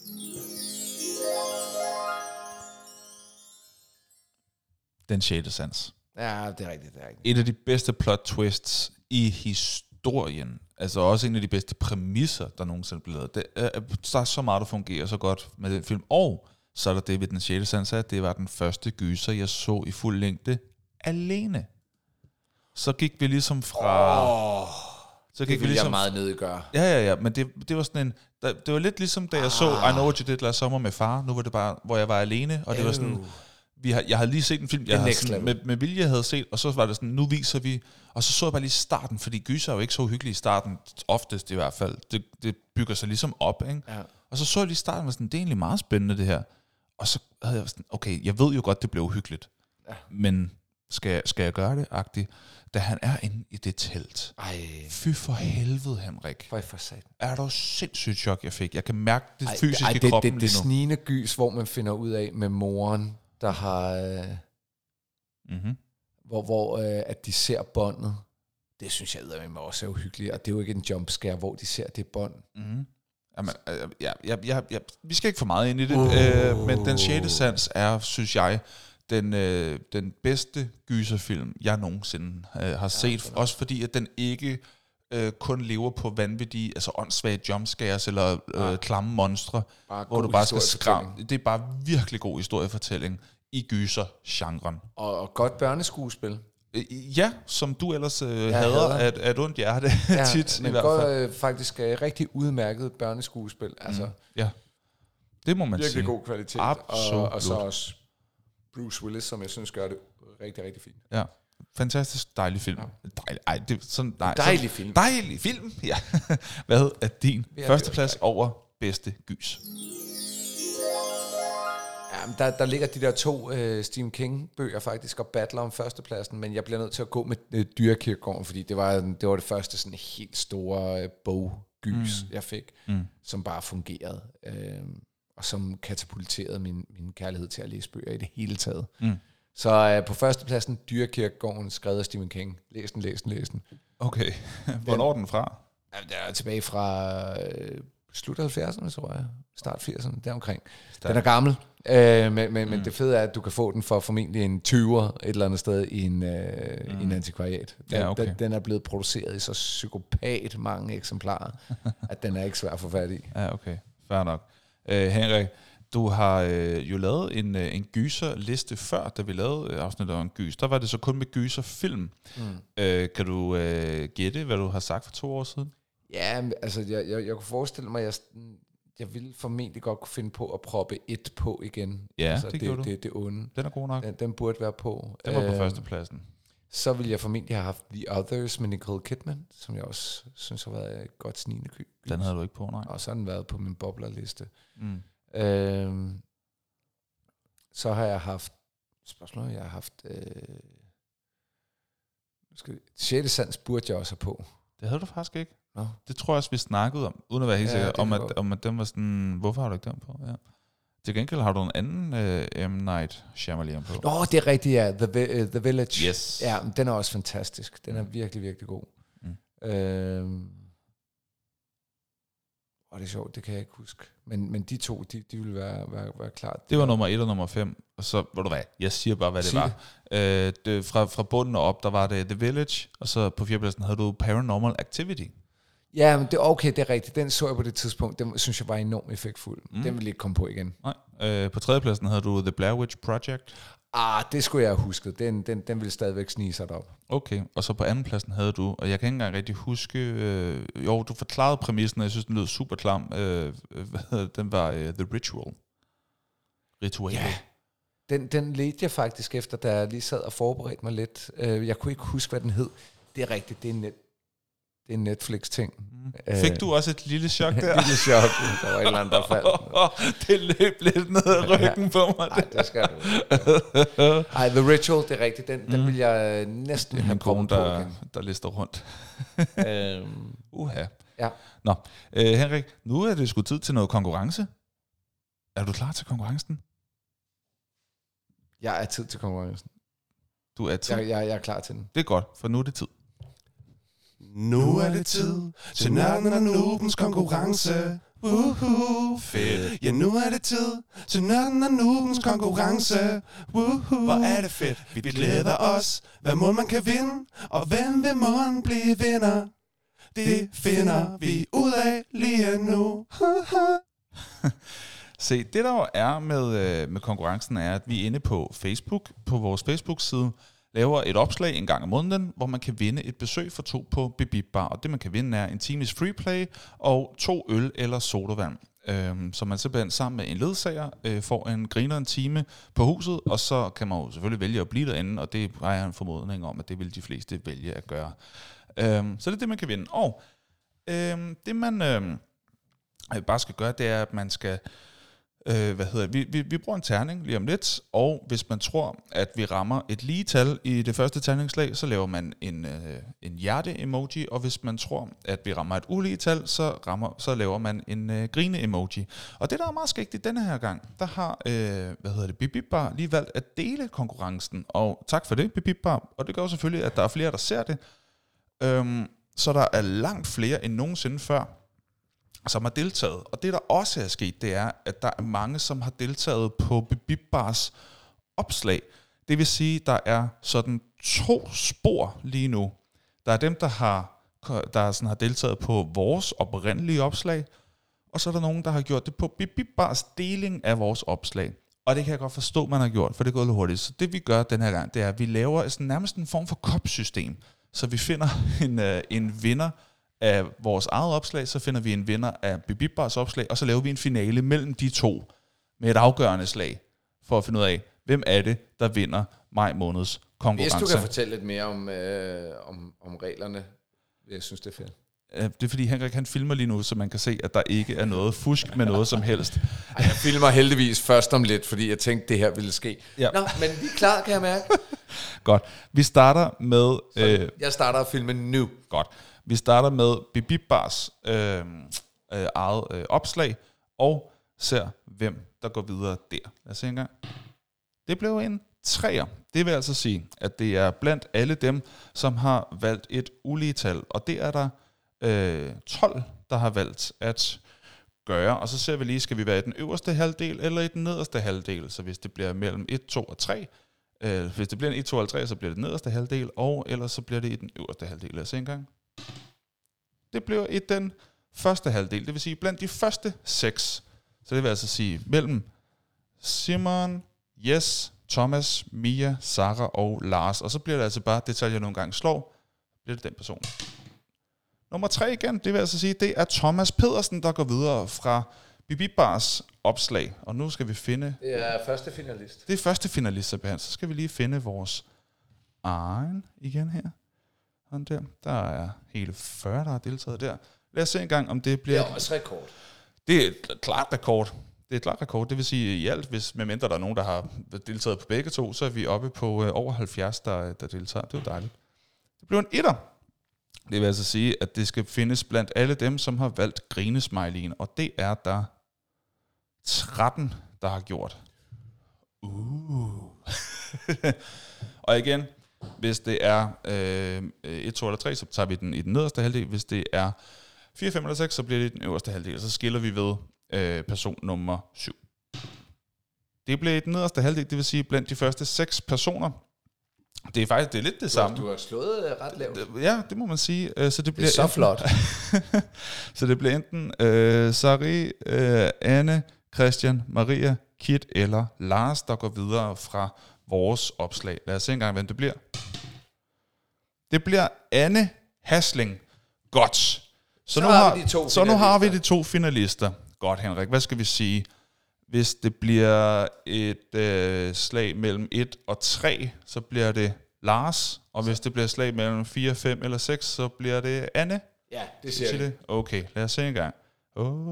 Den sjette sans. Ja, det er rigtigt, det er rigtigt. Et af de bedste plot twists i historien. Altså også en af de bedste præmisser, der nogensinde blev lavet. Det er, der er så meget, der fungerer så godt med den film. Og så er der det ved den sjette sans, at det var den første gyser, jeg så i fuld længde alene. Så gik vi ligesom fra... Oh, så gik gik det vi ligesom, jeg meget nedgøre. Ja, ja, ja, men det, det var sådan en... Der, det var lidt ligesom, da jeg ah. så I Know What You Did Last Summer med far. Nu var det bare, hvor jeg var alene, og det var sådan... Vi har, jeg havde lige set en film, jeg havde sådan, med, med vilje havde set, og så var det sådan, nu viser vi, og så så jeg bare lige starten, fordi gyser er jo ikke så uhyggelige i starten, oftest i hvert fald. Det, det bygger sig ligesom op, ikke? Ja. Og så så jeg lige starten, og sådan, det er egentlig meget spændende det her. Og så havde jeg sådan, okay, jeg ved jo godt, det blev uhyggeligt, ja. Men skal jeg, skal jeg gøre det, agtigt? Da han er inde i det telt. Ej. Fy for helvede, Henrik. Fy for satan. Er der sindssygt chok, jeg fik. Jeg kan mærke det ej, fysiske ej, i det, kroppen det, det, lige det nu. snigende gys, hvor man finder ud af med moren, der har... Øh, mm-hmm. Hvor, hvor øh, at de ser båndet. Det synes jeg eddermame også er uhyggeligt. Og det er jo ikke en jumpscare, hvor de ser det bånd. Mm-hmm. Jamen, øh, ja, ja, ja, ja, vi skal ikke for meget ind i det. Uh. Øh, men den sjette sans er, synes jeg, den, øh, den bedste gyserfilm, jeg nogensinde øh, har ja, set. Også fordi, at den ikke øh, kun lever på vanvittige, altså åndssvage jumpscares eller øh, ja. klamme monstre, bare hvor du bare skal skræmme. Det er bare virkelig god historiefortælling i gyser-genren. Og, og godt børneskuespil. Ja, som du ellers øh, hader at, at ondt hjerte ja, tit men i hvert godt, fald. Øh, faktisk øh, rigtig udmærket børneskuespil. Altså, mm, ja, det må man virkelig sige. Virkelig god kvalitet. Absolut. Og, og så også Bruce Willis, som jeg synes gør det rigtig, rigtig fint. Ja, fantastisk dejlig film. Ja. Dejlig, ej, det er sådan, nej, dejlig sådan, film. Dejlig film, ja. Hvad er din førsteplads over bedste gys? Ja, der, der ligger de der to øh, Stephen King-bøger faktisk og battler om førstepladsen, men jeg bliver nødt til at gå med øh, Dyrekirkegården, fordi det var, det var det første sådan helt store øh, boggys, mm. jeg fik, mm. som bare fungerede, øh, og som katapulterede min, min kærlighed til at læse bøger i det hele taget. Mm. Så øh, på førstepladsen Dyrekirkegården, skrevet af Stephen King. Læs den, læs den, læs den. Okay. Hvornår er den fra? Ja, det er tilbage fra øh, slut halvfjerdserne, tror jeg. Start firserne, deromkring. Start. Den er gammel. Øh, men men, mm. men det fede er, at du kan få den for formentlig en tyver et eller andet sted i en, øh, mm. en antikvariat. Den, ja, okay. den, den er blevet produceret i så psykopat mange eksemplarer, at den er ikke svær at få fat i. Ja, okay. Fair nok. Øh, Henrik, du har øh, jo lavet en, øh, en gyserliste før, da vi lavede øh, afsnit om en gys. Der var det så kun med gyserfilm. Mm. Øh, kan du øh, gætte, hvad du har sagt for to år siden? Ja, altså jeg, jeg, jeg kunne forestille mig, at jeg... Jeg ville formentlig godt kunne finde på at proppe et på igen. Ja, altså, det, det, det, det, det onde. Den er god nok. Den, den burde være på. Den var på øh, førstepladsen. Så ville jeg formentlig have haft The Others med Nicole Kidman, som jeg også synes har været et godt snigende køb. Den havde du ikke på, nej. Og så har den været på min boblerliste. Mm. Øh, så har jeg haft... Spørgsmålet, jeg har haft... Øh, skal, sjette sans burde jeg også have på. Det havde du faktisk ikke. No. Det tror jeg også, vi snakkede om, uden at være helt ja, sikker, om at, om at den var sådan, hvorfor har du ikke den på? Ja. Til gengæld har du en anden uh, M. Night Shyamalan på. Åh, oh, det er rigtigt, ja. The, uh, The Village. Yes. Ja, den er også fantastisk. Den er mm. virkelig, virkelig god. Mm. Øhm. Og det er sjovt, det kan jeg ikke huske. Men, men de to, de, de ville være, være, være klart. Det var nummer et og nummer fem. Og så, ved du hvad, jeg siger bare, hvad det Sige. var. Øh, det, fra, fra bunden og op, der var det The Village, og så på fjerdepladsen havde du Paranormal Activity. Ja, men det, okay, det er rigtigt. Den så jeg på det tidspunkt. Den synes jeg var enormt effektfuld. Mm. Den ville ikke komme på igen. Nej. Øh, på tredjepladsen havde du The Blair Witch Project. Ah, det skulle jeg have husket. Den, den, den ville stadigvæk snige sig derop. Okay, og så på andenpladsen havde du, og jeg kan ikke engang rigtig huske, øh, jo, du forklarede præmissen, og jeg synes, den lød super klam. Øh, hvad, den var øh, The Ritual. Ritual. Ja, den, den ledte jeg faktisk efter, da jeg lige sad og forberedte mig lidt. Jeg kunne ikke huske, hvad den hed. Det er rigtigt, det er net. Det er en Netflix-ting. Mm. Fik du også et lille chok der? Et lille chok. Der var et eller andet, der faldt. Det løb lidt ned ad ryggen ja. på mig. Nej, det skal du. Ej, The Ritual, det er rigtigt. Den, mm. den vil jeg næsten have prøvet på der, igen. der lister rundt. øhm, Uha. Ja. Nå, øh, Henrik, nu er det sgu tid til noget konkurrence. Er du klar til konkurrencen? Jeg er tid til konkurrencen. Du er tid? Jeg, jeg, jeg er klar til den. Det er godt, for nu er det tid. Nu er det tid til Nørden og Noobens konkurrence. Woohoo, fedt. Ja, nu er det tid til Nørden og Noobens konkurrence. Woohoo, hvor er det fedt. Vi glæder os, hvad må man kan vinde, og hvem vil måden blive vinder. Det finder vi ud af lige nu. Se, det der jo er med, med konkurrencen er, at vi er inde på Facebook, på vores Facebook-side, laver et opslag en gang om måneden, hvor man kan vinde et besøg for to på Bip Bip Bar. Og det man kan vinde er en times free play og to øl eller sodavand. Øhm, så man simpelthen sammen med en ledsager øh, får en griner en time på huset, og så kan man jo selvfølgelig vælge at blive derinde, og det har jeg en formodning om, at det vil de fleste vælge at gøre. Øhm, så det er det, man kan vinde. Og øhm, det man øhm, bare skal gøre, det er, at man skal... Øh, hvad hedder vi, vi, vi bruger en terning lige om lidt, og hvis man tror, at vi rammer et lige tal i det første terningslag, så laver man en, øh, en hjerte-emoji, og hvis man tror, at vi rammer et ulige tal, så, rammer, så laver man en øh, grine-emoji. Og det, der er meget skægt i denne her gang, der har øh, hvad hedder det, Bip Bip Bar lige valgt at dele konkurrencen, og tak for det, Bip Bip Bar, og det gør selvfølgelig, at der er flere, der ser det. Øhm, så der er langt flere end nogensinde før, som har deltaget. Og det, der også er sket, det er, at der er mange, som har deltaget på Bip Bip Bars opslag. Det vil sige, der er sådan to spor lige nu. Der er dem, der har, der sådan har deltaget på vores oprindelige opslag, og så er der nogen, der har gjort det på Bip Bip Bars deling af vores opslag. Og det kan jeg godt forstå, man har gjort, for det er gået lidt hurtigt. Så det vi gør den her gang, det er, at vi laver sådan nærmest en form for kopsystem. Så vi finder en, øh, en vinder af vores eget opslag, så finder vi en vinder af Bip Bip Bars opslag, og så laver vi en finale mellem de to med et afgørende slag, for at finde ud af, hvem er det, der vinder maj måneds konkurrence. Hvis du kan fortælle lidt mere om, øh, om, om reglerne, jeg synes, det er fedt. Det er fordi Henrik han filmer lige nu, så man kan se, at der ikke er noget fusk med noget som helst. Ej, jeg filmer heldigvis først om lidt, fordi jeg tænkte, det her ville ske. Ja. Nå, men vi er klar, kan jeg mærke. Godt. Vi starter med... Øh, jeg starter at filme nu. Godt. Vi starter med Bip Bip Bars øh, øh, eget øh, opslag, og ser, hvem der går videre der. Lad os se en gang. Det blev en treer. Det vil altså sige, at det er blandt alle dem, som har valgt et ulige tal, og det er der øh, tolv, der har valgt at gøre. Og så ser vi lige, skal vi være i den øverste halvdel eller i den nederste halvdel. Så hvis det bliver mellem et, to og tre, øh, hvis det bliver en et, to eller tre, så bliver det den nederste halvdel, og ellers så bliver det i den øverste halvdel. Lad os se en gang. Det bliver i den første halvdel, det vil sige blandt de første seks. Så det vil altså sige mellem Simon, Jes, Thomas, Mia, Sara og Lars. Og så bliver det altså bare detaljer nogle gange slår, bliver det den person. Nummer tre igen, det vil altså sige, det er Thomas Pedersen, der går videre fra Bip Bip Bars opslag. Og nu skal vi finde... Det er første finalist. Det er første finalist, så skal vi lige finde vores egen igen her. Sådan der. Der er hele fyrre, der har deltaget der. Lad os se en gang, om det bliver... Det er også rekord. Det er et klart rekord. Det er et klart rekord. Det vil sige, i alt, hvis medmindre der er nogen, der har deltaget på begge to, så er vi oppe på øh, over halvfjerds, der, der deltager. Det er jo dejligt. Det bliver en etter. Det vil altså sige, at det skal findes blandt alle dem, som har valgt grinesmileyen. Og det er der tretten, der har gjort. Uh. Og igen... Hvis det er øh, et, to eller tre, så tager vi den i den nederste halvdel. Hvis det er fire, fem eller seks, så bliver det i den øverste halvdel. Så skiller vi ved øh, person nummer syv. Det bliver i den nederste halvdel, det vil sige blandt de første seks personer. Det er faktisk det er lidt det samme. Du har slået ret lavt. Ja, det må man sige. Så det, bliver det er så flot. Så det bliver enten øh, Sari, øh, Anne, Christian, Maria, Kit eller Lars, der går videre fra vores opslag. Lad os se engang, hvem det bliver. Det bliver Anne Hasling. Godt. Så, så nu har, vi de to så nu har vi de to finalister. Godt, Henrik. Hvad skal vi sige? Hvis det bliver et øh, slag mellem et og tre, så bliver det Lars. Og hvis det bliver slag mellem fire, fem eller seks, så bliver det Anne. Ja, det siger Til det. det? Okay, lad os se en gang. Oh.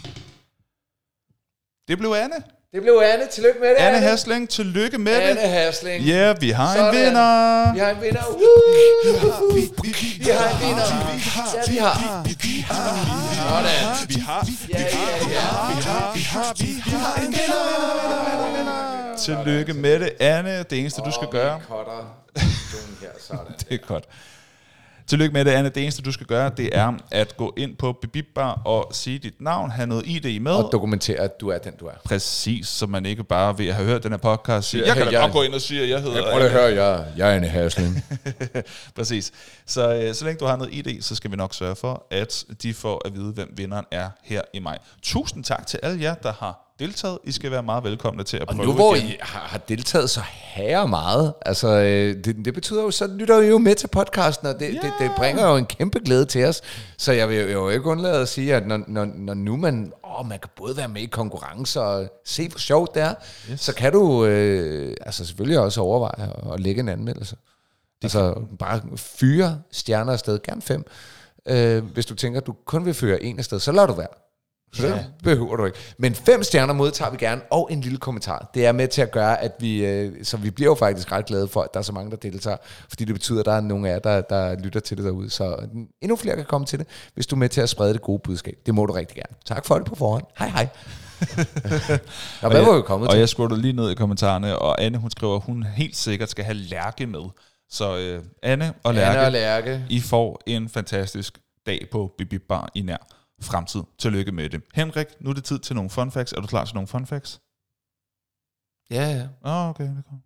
Det blev Anne. Det blev Anne. Tillykke med det, Anne Anne. Hasling, tillykke med Anne det. Hasling. Ja, yeah, vi har Sådan. en vinder. Vi har en vinder. Woo! Vi har en vinder. Ja, vi har. Sådan. Vi har, Ja, ja, ja. vi har, vi har, vi har en vinder. Tillykke med det, Anne. Det eneste, du skal gøre... Cutter. Her, sådan. Det er godt. Tillykke med det, Anne. Det eneste, du skal gøre, det er at gå ind på Bibibbar og sige dit navn, have noget I D med. Og dokumentere, at du er den, du er. Præcis, så man ikke bare ved at have hørt den her podcast sige, Ja, jeg kan hey, da jeg- godt gå ind og sige, at jeg hedder... Prøv lige at høre, jeg, jeg er Anne Hasling. Præcis. Så, øh, så længe du har noget I D, så skal vi nok sørge for, at de får at vide, hvem vinderen er her i maj. Tusind tak til alle jer, der har deltaget. I skal være meget velkomne til at Og prøve nu hvor igen. I har, har deltaget så herre meget, altså øh, det, det betyder jo, så lytter I jo med til podcasten, og det, yeah. det, det bringer jo en kæmpe glæde til os. Så jeg vil jo ikke undlade at sige, at når, når, når nu man, åh, man kan både være med i konkurrencer og se, hvor sjovt det er, yes. så kan du øh, altså selvfølgelig også overveje at lægge en anmeldelse. Det altså kan. Bare fyre stjerner afsted, gerne fem. Øh, hvis du tænker, at du kun vil føre en afsted, så lader du være. Så ja. behøver du ikke. Men fem stjerner modtager vi gerne, og en lille kommentar. Det er med til at gøre, at vi, øh, så vi bliver jo faktisk ret glade for, at der er så mange, der deltager, fordi det betyder, at der er nogle af jer, der, der lytter til det derude. Så endnu flere kan komme til det, hvis du er med til at sprede det gode budskab. Det må du rigtig gerne. Tak for det på forhånd. Hej hej. Nå, hvad var vi kommet og til? jeg scrollede lige ned i kommentarerne, og Anne, hun skriver, at hun helt sikkert skal have Lærke med. Så øh, Anne og Lærke, Anne og Lærke, I får en fantastisk dag på Bibibbar i nær fremtid. Tillykke med det. Henrik, nu er det tid til nogle fun facts. Er du klar til nogle fun facts? Ja, ja. Åh, oh, okay, det kommer.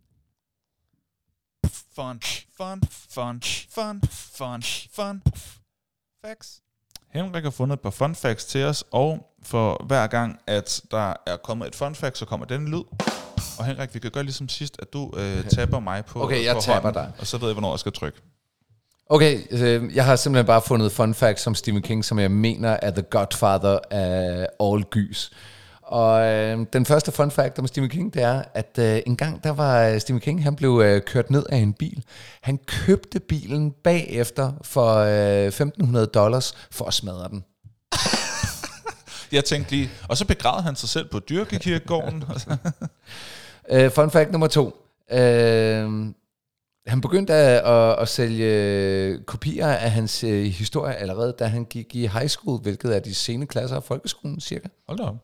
Fun, fun, fun, fun, fun, fun facts. Henrik har fundet et par fun facts til os, og for hver gang, at der er kommet et fun fact, så kommer den lyd. Og Henrik, vi kan gøre ligesom sidst, at du øh, tapper mig på, Okay, jeg på tapper hånden, dig. og så ved jeg, hvornår jeg skal trykke. Okay, øh, jeg har simpelthen bare fundet fun facts som Stephen King, som jeg mener er the godfather af all gys. Og øh, den første fun fact om Stephen King, det er, at øh, en gang der var Stephen King, han blev øh, kørt ned af en bil. Han købte bilen bagefter for øh, femten hundrede dollars for at smadre den. Jeg tænkte lige, og så begravede han sig selv på Dyrkekirkegården. øh, fun fact nummer to. Øh, han begyndte at, at, at sælge kopier af hans øh, historie allerede, da han gik i high school, hvilket er de sene klasser af folkeskolen cirka. Hold da op.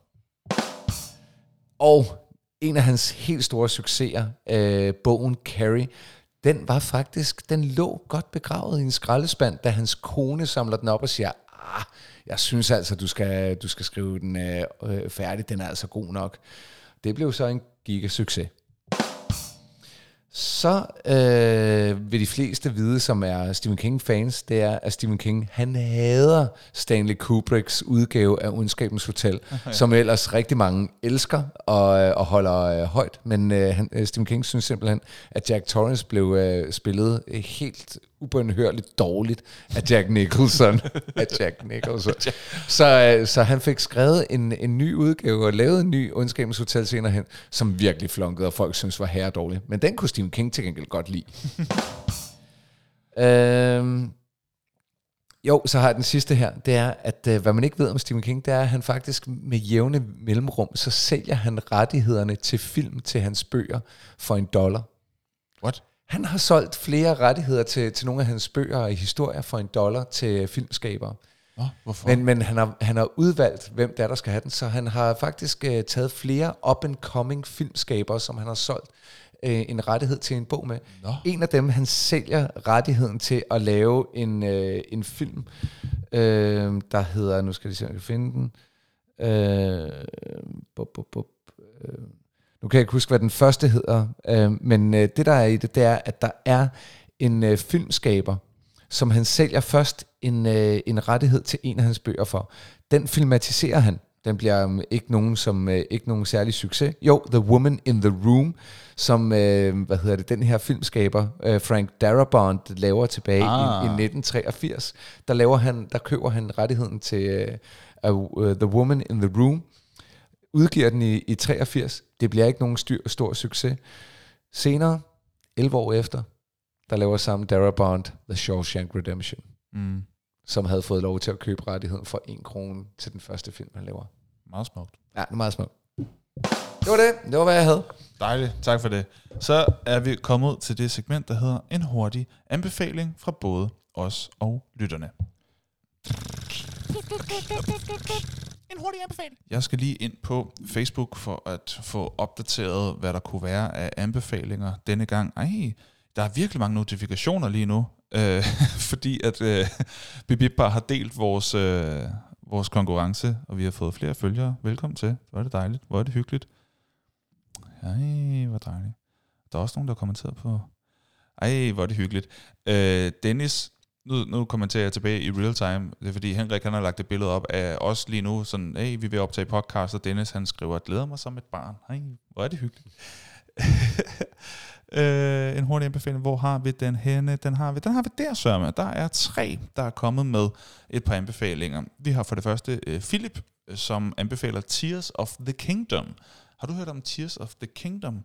Og en af hans helt store succeser, øh, bogen Carrie, den var faktisk, den lå godt begravet i en skraldespand, da hans kone samler den op og siger, ah, jeg synes altså, du skal, du skal skrive den øh, færdig, den er altså god nok. Det blev så en gigasucces. Så øh, vil de fleste vide, som er Stephen King-fans, det er, at Stephen King, han hader Stanley Kubricks udgave af Ondskabens Hotel, okay. som ellers rigtig mange elsker og, og holder øh, højt. Men øh, han, Stephen King synes simpelthen, at Jack Torrance blev øh, spillet helt ubønhørligt dårligt af Jack Nicholson. af Jack Nicholson. Så, øh, så han fik skrevet en, en ny udgave og lavet en ny Ondskabens Hotel senere hen, som virkelig flunkede, og folk synes var herredårlig. Men den kunne Stephen King til gengæld godt lide. øhm, jo, så har jeg den sidste her. Det er, at øh, hvad man ikke ved om Stephen King, det er, at han faktisk med jævne mellemrum, så sælger han rettighederne til film til hans bøger for en dollar. What? Han har solgt flere rettigheder til, til nogle af hans bøger og historier for en dollar til filmskabere. Oh, hvorfor? Men, men han, har, han har udvalgt, hvem der, der skal have den, så han har faktisk uh, taget flere up-and-coming filmskabere, som han har solgt uh, en rettighed til en bog med. Nå. En af dem, han sælger rettigheden til at lave en, uh, en film, uh, der hedder, nu skal jeg se, om jeg kan finde den, uh, bup, bup, bup, uh, nu kan jeg ikke huske, hvad den første hedder, uh, men uh, det der er i det, det er, at der er en uh, filmskaber, som han sælger først en, øh, en rettighed til en af hans bøger for. Den filmatiserer han. Den bliver um, ikke nogen som øh, ikke nogen særlig succes. Jo, The Woman in the Room, som øh, hvad hedder det, den her filmskaber øh, Frank Darabont laver tilbage ah. i, i nitten treogfirs. Der laver han, der køber han rettigheden til øh, uh, The Woman in the Room. Udgiver den i, i treogfirs. Det bliver ikke nogen styr, stor succes. Senere, elleve år efter, der laver sammen Darabont The Shawshank Redemption. Mm. som havde fået lov til at købe rettigheden for en krone til den første film, han laver. Meget smukt. Ja, det er meget smukt. Det var det. Det var, hvad jeg havde. Dejligt, tak for det. Så er vi kommet til det segment, der hedder en hurtig anbefaling fra både os og lytterne. En hurtig anbefaling. Jeg skal lige ind på Facebook for at få opdateret, hvad der kunne være af anbefalinger denne gang. Ej, der er virkelig mange notifikationer lige nu, øh, fordi at øh, Bibib bare har delt vores, øh, vores konkurrence, og vi har fået flere følgere. Velkommen til. Hvor er det dejligt. Hvor er det hyggeligt. Ej, hvor dejligt. Der er også nogen, der har kommenteret på. Ej, hvor er det hyggeligt. Øh, Dennis, nu, nu kommenterer jeg tilbage i real time. Det er fordi Henrik, han har lagt et billede op af os lige nu. Sådan, hey, vi vil optage podcast, og Dennis, han skriver, glæder mig som et barn. Ej, hvor er det hyggeligt. øh, en hurtig anbefaling. Hvor har vi den henne? Den har vi, den har vi der, Sørme. Der er tre, der er kommet med et par anbefalinger. Vi har for det første uh, Philip, som anbefaler Tears of the Kingdom. Har du hørt om Tears of the Kingdom?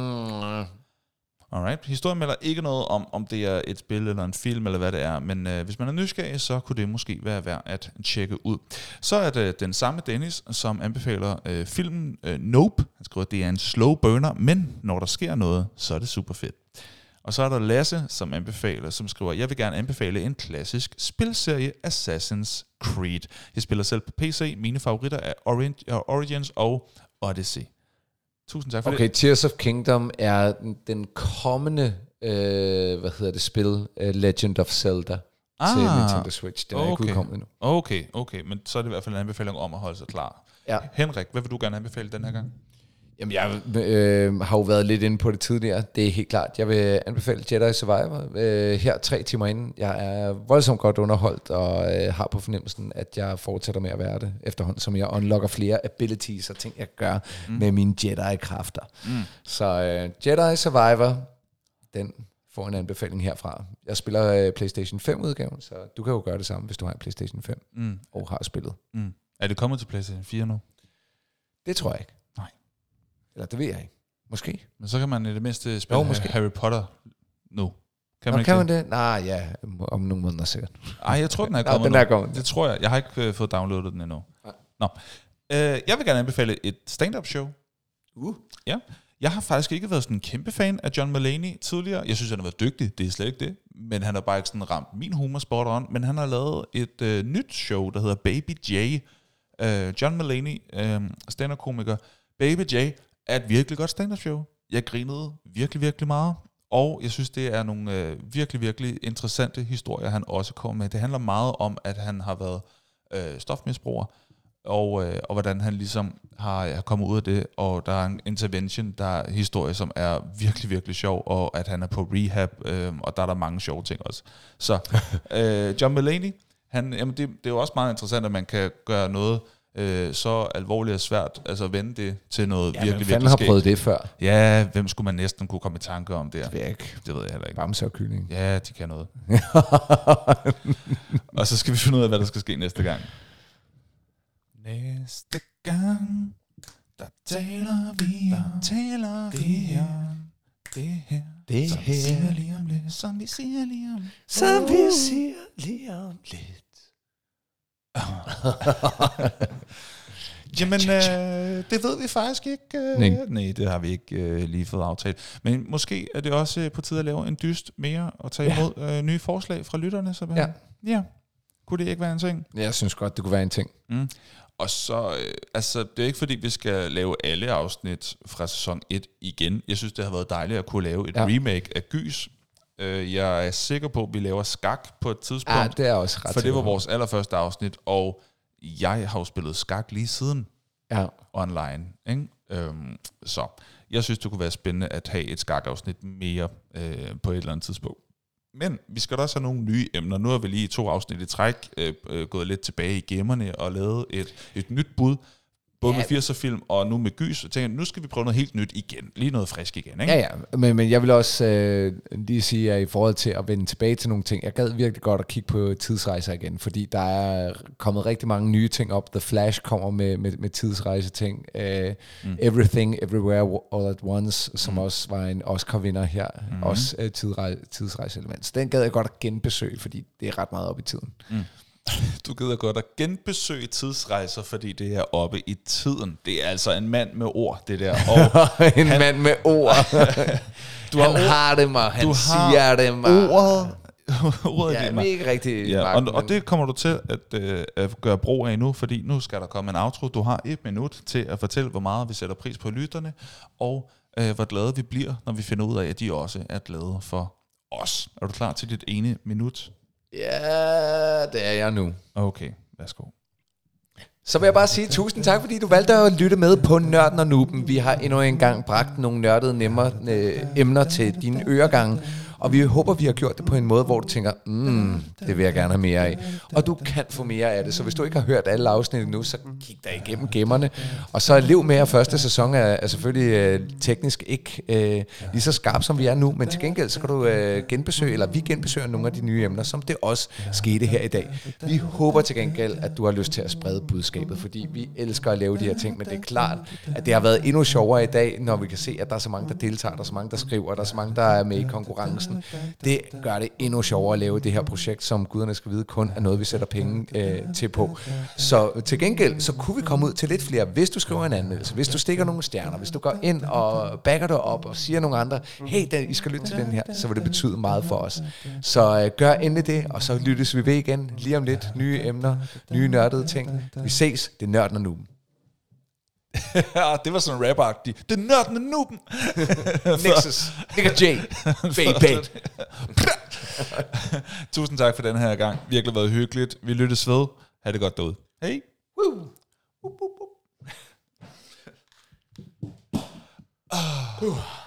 Mm. Alright. Historien melder ikke noget om, om det er et spil eller en film eller hvad det er, men øh, hvis man er nysgerrig, så kunne det måske være værd at tjekke ud. Så er det den samme Dennis, som anbefaler øh, filmen øh, Nope. Han skriver, at det er en slow burner, men når der sker noget, så er det super fedt. Og så er der Lasse, som anbefaler, som skriver, jeg vil gerne anbefale en klassisk spilserie, Assassin's Creed. Jeg spiller selv på P C. Mine favoritter er Origins og Odyssey. Tusind tak for okay, det. Tears of Kingdom er den, den kommende, øh, hvad hedder det, spil, uh, Legend of Zelda ah, til Nintendo Switch. Den er okay. ikke udkommet endnu. Okay, okay, men så er det i hvert fald en anbefaling om at holde sig klar. Ja. Henrik, hvad vil du gerne anbefale den her gang? Jamen, jeg øh, har jo været lidt inde på det tidligere. Det er helt klart. Jeg vil anbefale Jedi Survivor øh, her tre timer inden. Jeg er voldsomt godt underholdt, og øh, har på fornemmelsen, at jeg fortsætter med at være det, efterhånden som jeg unlocker flere abilities og ting, jeg gør mm. med mine Jedi-kræfter. Mm. Så øh, Jedi Survivor, den får en anbefaling herfra. Jeg spiller øh, PlayStation fem-udgaven, så du kan jo gøre det samme, hvis du har en PlayStation fem mm. og har spillet. Mm. Er det kommet til PlayStation fire nu? Det tror jeg ikke. Nej. Eller det ved jeg ikke. Måske. Men så kan man i det mindste spille jo, måske. Harry Potter nu. Kan man Nå, ikke kan det? man det? Nej, ja, om nogle måneder sikkert. Ej, jeg tror, den er Nå, kommet den nu. er kommet. Det tror jeg. Jeg har ikke uh, fået downloadet den endnu. Nej. Nå. Uh, jeg vil gerne anbefale et stand-up show. Uh. Ja. Jeg har faktisk ikke været sådan en kæmpe fan af John Mulaney tidligere. Jeg synes, han har været dygtig. Det er slet ikke det. Men han har bare ikke sådan ramt min humor spot on. Men han har lavet et uh, nyt show, der hedder Baby J. Uh, John Mulaney, uh, stand-up-komiker. Baby J er et virkelig godt stand-up show. Jeg grinede virkelig, virkelig meget. Og jeg synes, det er nogle øh, virkelig, virkelig interessante historier, han også kommer med. Det handler meget om, at han har været øh, stofmisbruger, og, øh, og hvordan han ligesom har, har kommet ud af det. Og der er en intervention, der er historie, som er virkelig, virkelig sjov, og at han er på rehab, øh, og der er der mange sjove ting også. Så øh, John Mulaney, han, jamen det, det er jo også meget interessant, at man kan gøre noget Øh, så alvorligt og svært, altså vende det til noget ja, virkelig, virkelig skægt. Har prøvet det før? Ja, hvem skulle man næsten kunne komme i tanke om der? Det ved jeg ikke. Det ved jeg heller ikke. Bamse og kylling. Ja, de kan noget. Og så skal vi finde ud af, hvad der skal ske næste gang. Næste gang, der taler vi om, taler vi om det her. Det som her. vi siger lige om lidt. Som vi siger lige om. Som vi siger lige om lidt. Jamen, øh, det ved vi faktisk ikke. Øh, Nej. nej, det har vi ikke øh, lige fået aftalt. Men måske er det også øh, på tide at lave en dyst mere og tage Ja. imod øh, nye forslag fra lytterne. Så Ja. ja. Kunne det ikke være en ting? Jeg synes godt, det kunne være en ting. Mm. Og så, øh, altså, det er ikke fordi, vi skal lave alle afsnit fra sæson et igen. Jeg synes, det har været dejligt at kunne lave et Ja. remake af Gys. Øh, jeg er sikker på, at vi laver skak på et tidspunkt. Ja, det er også ret For det var sikkert. vores allerførste afsnit, og jeg har jo spillet skak lige siden Ja. online. Ikke? Øhm, så jeg synes, det kunne være spændende at have et skakafsnit mere øh, på et eller andet tidspunkt. Men vi skal da også have nogle nye emner. Nu har vi lige i to afsnit i træk øh, øh, gået lidt tilbage i gemmerne og lavet et, et nyt bud. Både Ja. med firser-film og nu med Gys. Jeg tænker, nu skal vi prøve noget helt nyt igen. Lige noget frisk igen, ikke? Ja, ja, men, men jeg vil også øh, lige sige, at i forhold til at vende tilbage til nogle ting, jeg gad virkelig godt at kigge på tidsrejser igen, fordi der er kommet rigtig mange nye ting op. The Flash kommer med, med, med tidsrejse-ting. Uh, mm. Everything, Everywhere, All at Once, som mm. også var en Oscar-vinder her, mm. også uh, tidsrejse, tidsrejse-element. Så den gad jeg godt at genbesøge, fordi det er ret meget op i tiden. Mm. Du gider godt at genbesøge tidsrejser, fordi det er oppe i tiden. Det er altså en mand med ord, det der. Og en han, mand med ord. du han har, har dem, og han du siger dem. Ordet. ordet ja, det er ikke rigtig ja, og, og det kommer du til at, øh, at gøre brug af nu, fordi nu skal der komme en outro. Du har et minut til at fortælle, hvor meget vi sætter pris på lytterne, og øh, hvor glade vi bliver, når vi finder ud af, at de også er glade for os. Er du klar til dit ene minut? Ja, det er jeg nu. Okay, værsgo. Så vil jeg bare sige tusind tak, fordi du valgte at lytte med på Nørden og Nuben. Vi har endnu en gang bragt nogle nørdede nemmer, øh, emner til dine øregange, og vi håber, vi har gjort det på en måde, hvor du tænker, mm, det vil jeg gerne have mere af. Og du kan få mere af det, så hvis du ikke har hørt alle afsnit endnu, så kig dig igennem gemmerne. Og så lev med, at første sæson er, er selvfølgelig øh, teknisk ikke øh, lige så skarp, som vi er nu, men til gengæld så kan du øh, genbesøge, eller vi genbesøger nogle af de nye emner, som det også skete her i dag. Vi håber til gengæld, at du har lyst til at sprede budskabet, fordi vi elsker at lave de her ting, men det er klart, at det har været endnu sjovere i dag, når vi kan se, at der er så mange, der deltager, der er så mange, der skriver, der er så mange, der er med i konkurrencen. Det gør det endnu sjovere at lave det her projekt, som guderne skal vide kun er noget, vi sætter penge øh, til på. Så til gengæld, så kunne vi komme ud til lidt flere, hvis du skriver en anmeldelse, hvis du stikker nogle stjerner, hvis du går ind og backer dig op og siger nogle andre, hey, I skal lytte til den her, så vil det betyde meget for os. Så øh, gør endelig det, og så lyttes vi ved igen lige om lidt. Nye emner, nye nørdede ting. Vi ses, det er Nørden og Nuben. Det var sådan rap-agtigt. Det er Nørden og Nuben. Nexus. Nick og Jay. Baby. Tusind tak for den her gang. Virkelig været hyggeligt. Vi lyttes ved. Ha' det godt derude. Hej. Woo. Uh, uh, uh.